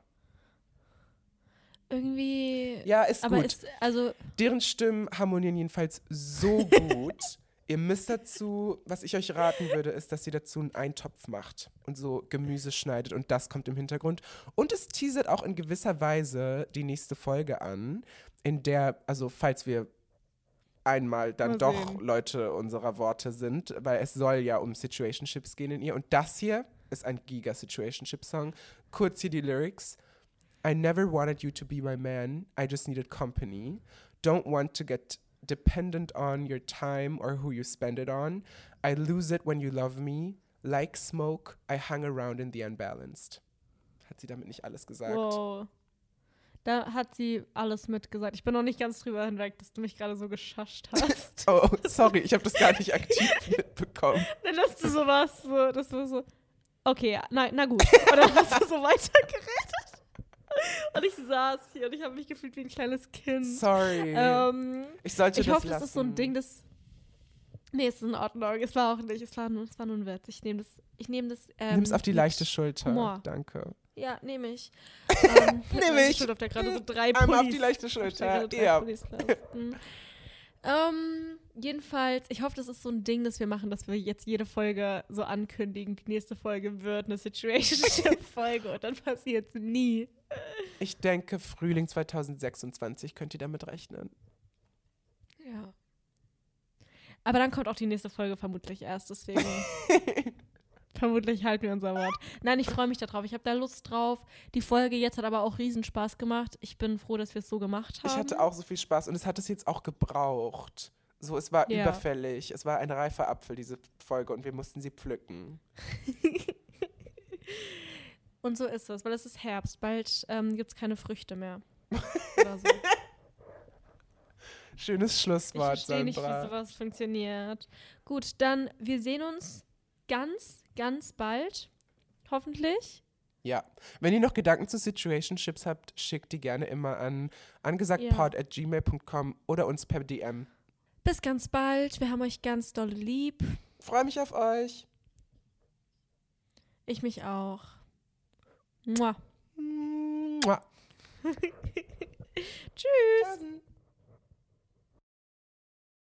[SPEAKER 2] Irgendwie.
[SPEAKER 1] Ja, ist
[SPEAKER 2] aber
[SPEAKER 1] gut.
[SPEAKER 2] ist, also,
[SPEAKER 1] Deren Stimmen harmonieren jedenfalls so gut. Ihr müsst dazu, was ich euch raten würde, ist, dass ihr dazu einen Eintopf macht und so Gemüse schneidet und das kommt im Hintergrund. Und es teasert auch in gewisser Weise die nächste Folge an, in der, also falls wir einmal dann
[SPEAKER 2] Mal
[SPEAKER 1] doch
[SPEAKER 2] sehen.
[SPEAKER 1] Leute unserer Worte sind, weil es soll ja um Situationships gehen in ihr. Und das hier ist ein Giga-Situationship-Song. Kurz hier die Lyrics. I never wanted you to be my man. I just needed company. Don't want to get dependent on your time or who you spend it on. I lose it when you love me. Like smoke, I hang around in the unbalanced. Hat sie damit nicht alles gesagt?
[SPEAKER 2] wow. Da hat sie alles mitgesagt. Ich bin noch nicht ganz drüber hinweg, dass du mich gerade so geschascht hast.
[SPEAKER 1] Oh, sorry, ich habe das gar nicht aktiv mitbekommen.
[SPEAKER 2] Dann hast du sowas, so, das war so, okay, ja, na, na gut. Und dann hast du so weitergeredet. Und ich saß hier und ich habe mich gefühlt wie ein kleines Kind.
[SPEAKER 1] Sorry.
[SPEAKER 2] Ähm,
[SPEAKER 1] ich sollte
[SPEAKER 2] ich
[SPEAKER 1] das
[SPEAKER 2] hoffe,
[SPEAKER 1] lassen.
[SPEAKER 2] das ist so ein Ding, das. Nee, es ist in Ordnung. Es war auch nicht. Es war nur, es war nur ein Witz. Ich nehme das. Ich nehme das. Ähm,
[SPEAKER 1] Nimm's auf die
[SPEAKER 2] mit
[SPEAKER 1] leichte Schulter.
[SPEAKER 2] Humor.
[SPEAKER 1] Danke.
[SPEAKER 2] Ja, nehme ich. ähm,
[SPEAKER 1] Nehm
[SPEAKER 2] meine
[SPEAKER 1] ich.
[SPEAKER 2] Schulter auf der gerade so drei Pullis.
[SPEAKER 1] Einmal auf die leichte
[SPEAKER 2] auf der
[SPEAKER 1] Schulter.
[SPEAKER 2] gerade drei
[SPEAKER 1] Ja.
[SPEAKER 2] Pullis lasten. ähm, jedenfalls, ich hoffe, das ist so ein Ding, das wir machen, dass wir jetzt jede Folge so ankündigen, die nächste Folge wird eine Situationship-Folge und dann passiert es nie.
[SPEAKER 1] Ich denke, Frühling zwanzig sechsundzwanzig könnt ihr damit rechnen.
[SPEAKER 2] Ja. Aber dann kommt auch die nächste Folge vermutlich erst, deswegen vermutlich halten wir unser Wort. Nein, ich freue mich darauf. Ich habe da Lust drauf. Die Folge jetzt hat aber auch riesen Spaß gemacht. Ich bin froh, dass wir es so gemacht haben.
[SPEAKER 1] Ich hatte auch so viel Spaß und es hat es jetzt auch gebraucht. So, es war
[SPEAKER 2] Ja.
[SPEAKER 1] überfällig. Es war ein reifer Apfel, diese Folge, und wir mussten sie pflücken.
[SPEAKER 2] Und so ist es, weil es ist Herbst. Bald ähm, gibt es keine Früchte mehr. Oder so.
[SPEAKER 1] Schönes
[SPEAKER 2] Ich
[SPEAKER 1] Schlusswort,
[SPEAKER 2] verstehe nicht, wie
[SPEAKER 1] Sandra.
[SPEAKER 2] sowas funktioniert. Gut, dann wir sehen uns ganz, ganz bald. Hoffentlich.
[SPEAKER 1] Ja. Wenn ihr noch Gedanken zu Situationships habt, schickt die gerne immer an angesagtpod at gmail punkt com oder uns per D M.
[SPEAKER 2] Bis ganz bald. Wir haben euch ganz doll lieb.
[SPEAKER 1] Freue mich auf euch.
[SPEAKER 2] Ich mich auch. Mua.
[SPEAKER 1] Mua.
[SPEAKER 2] Tschüss.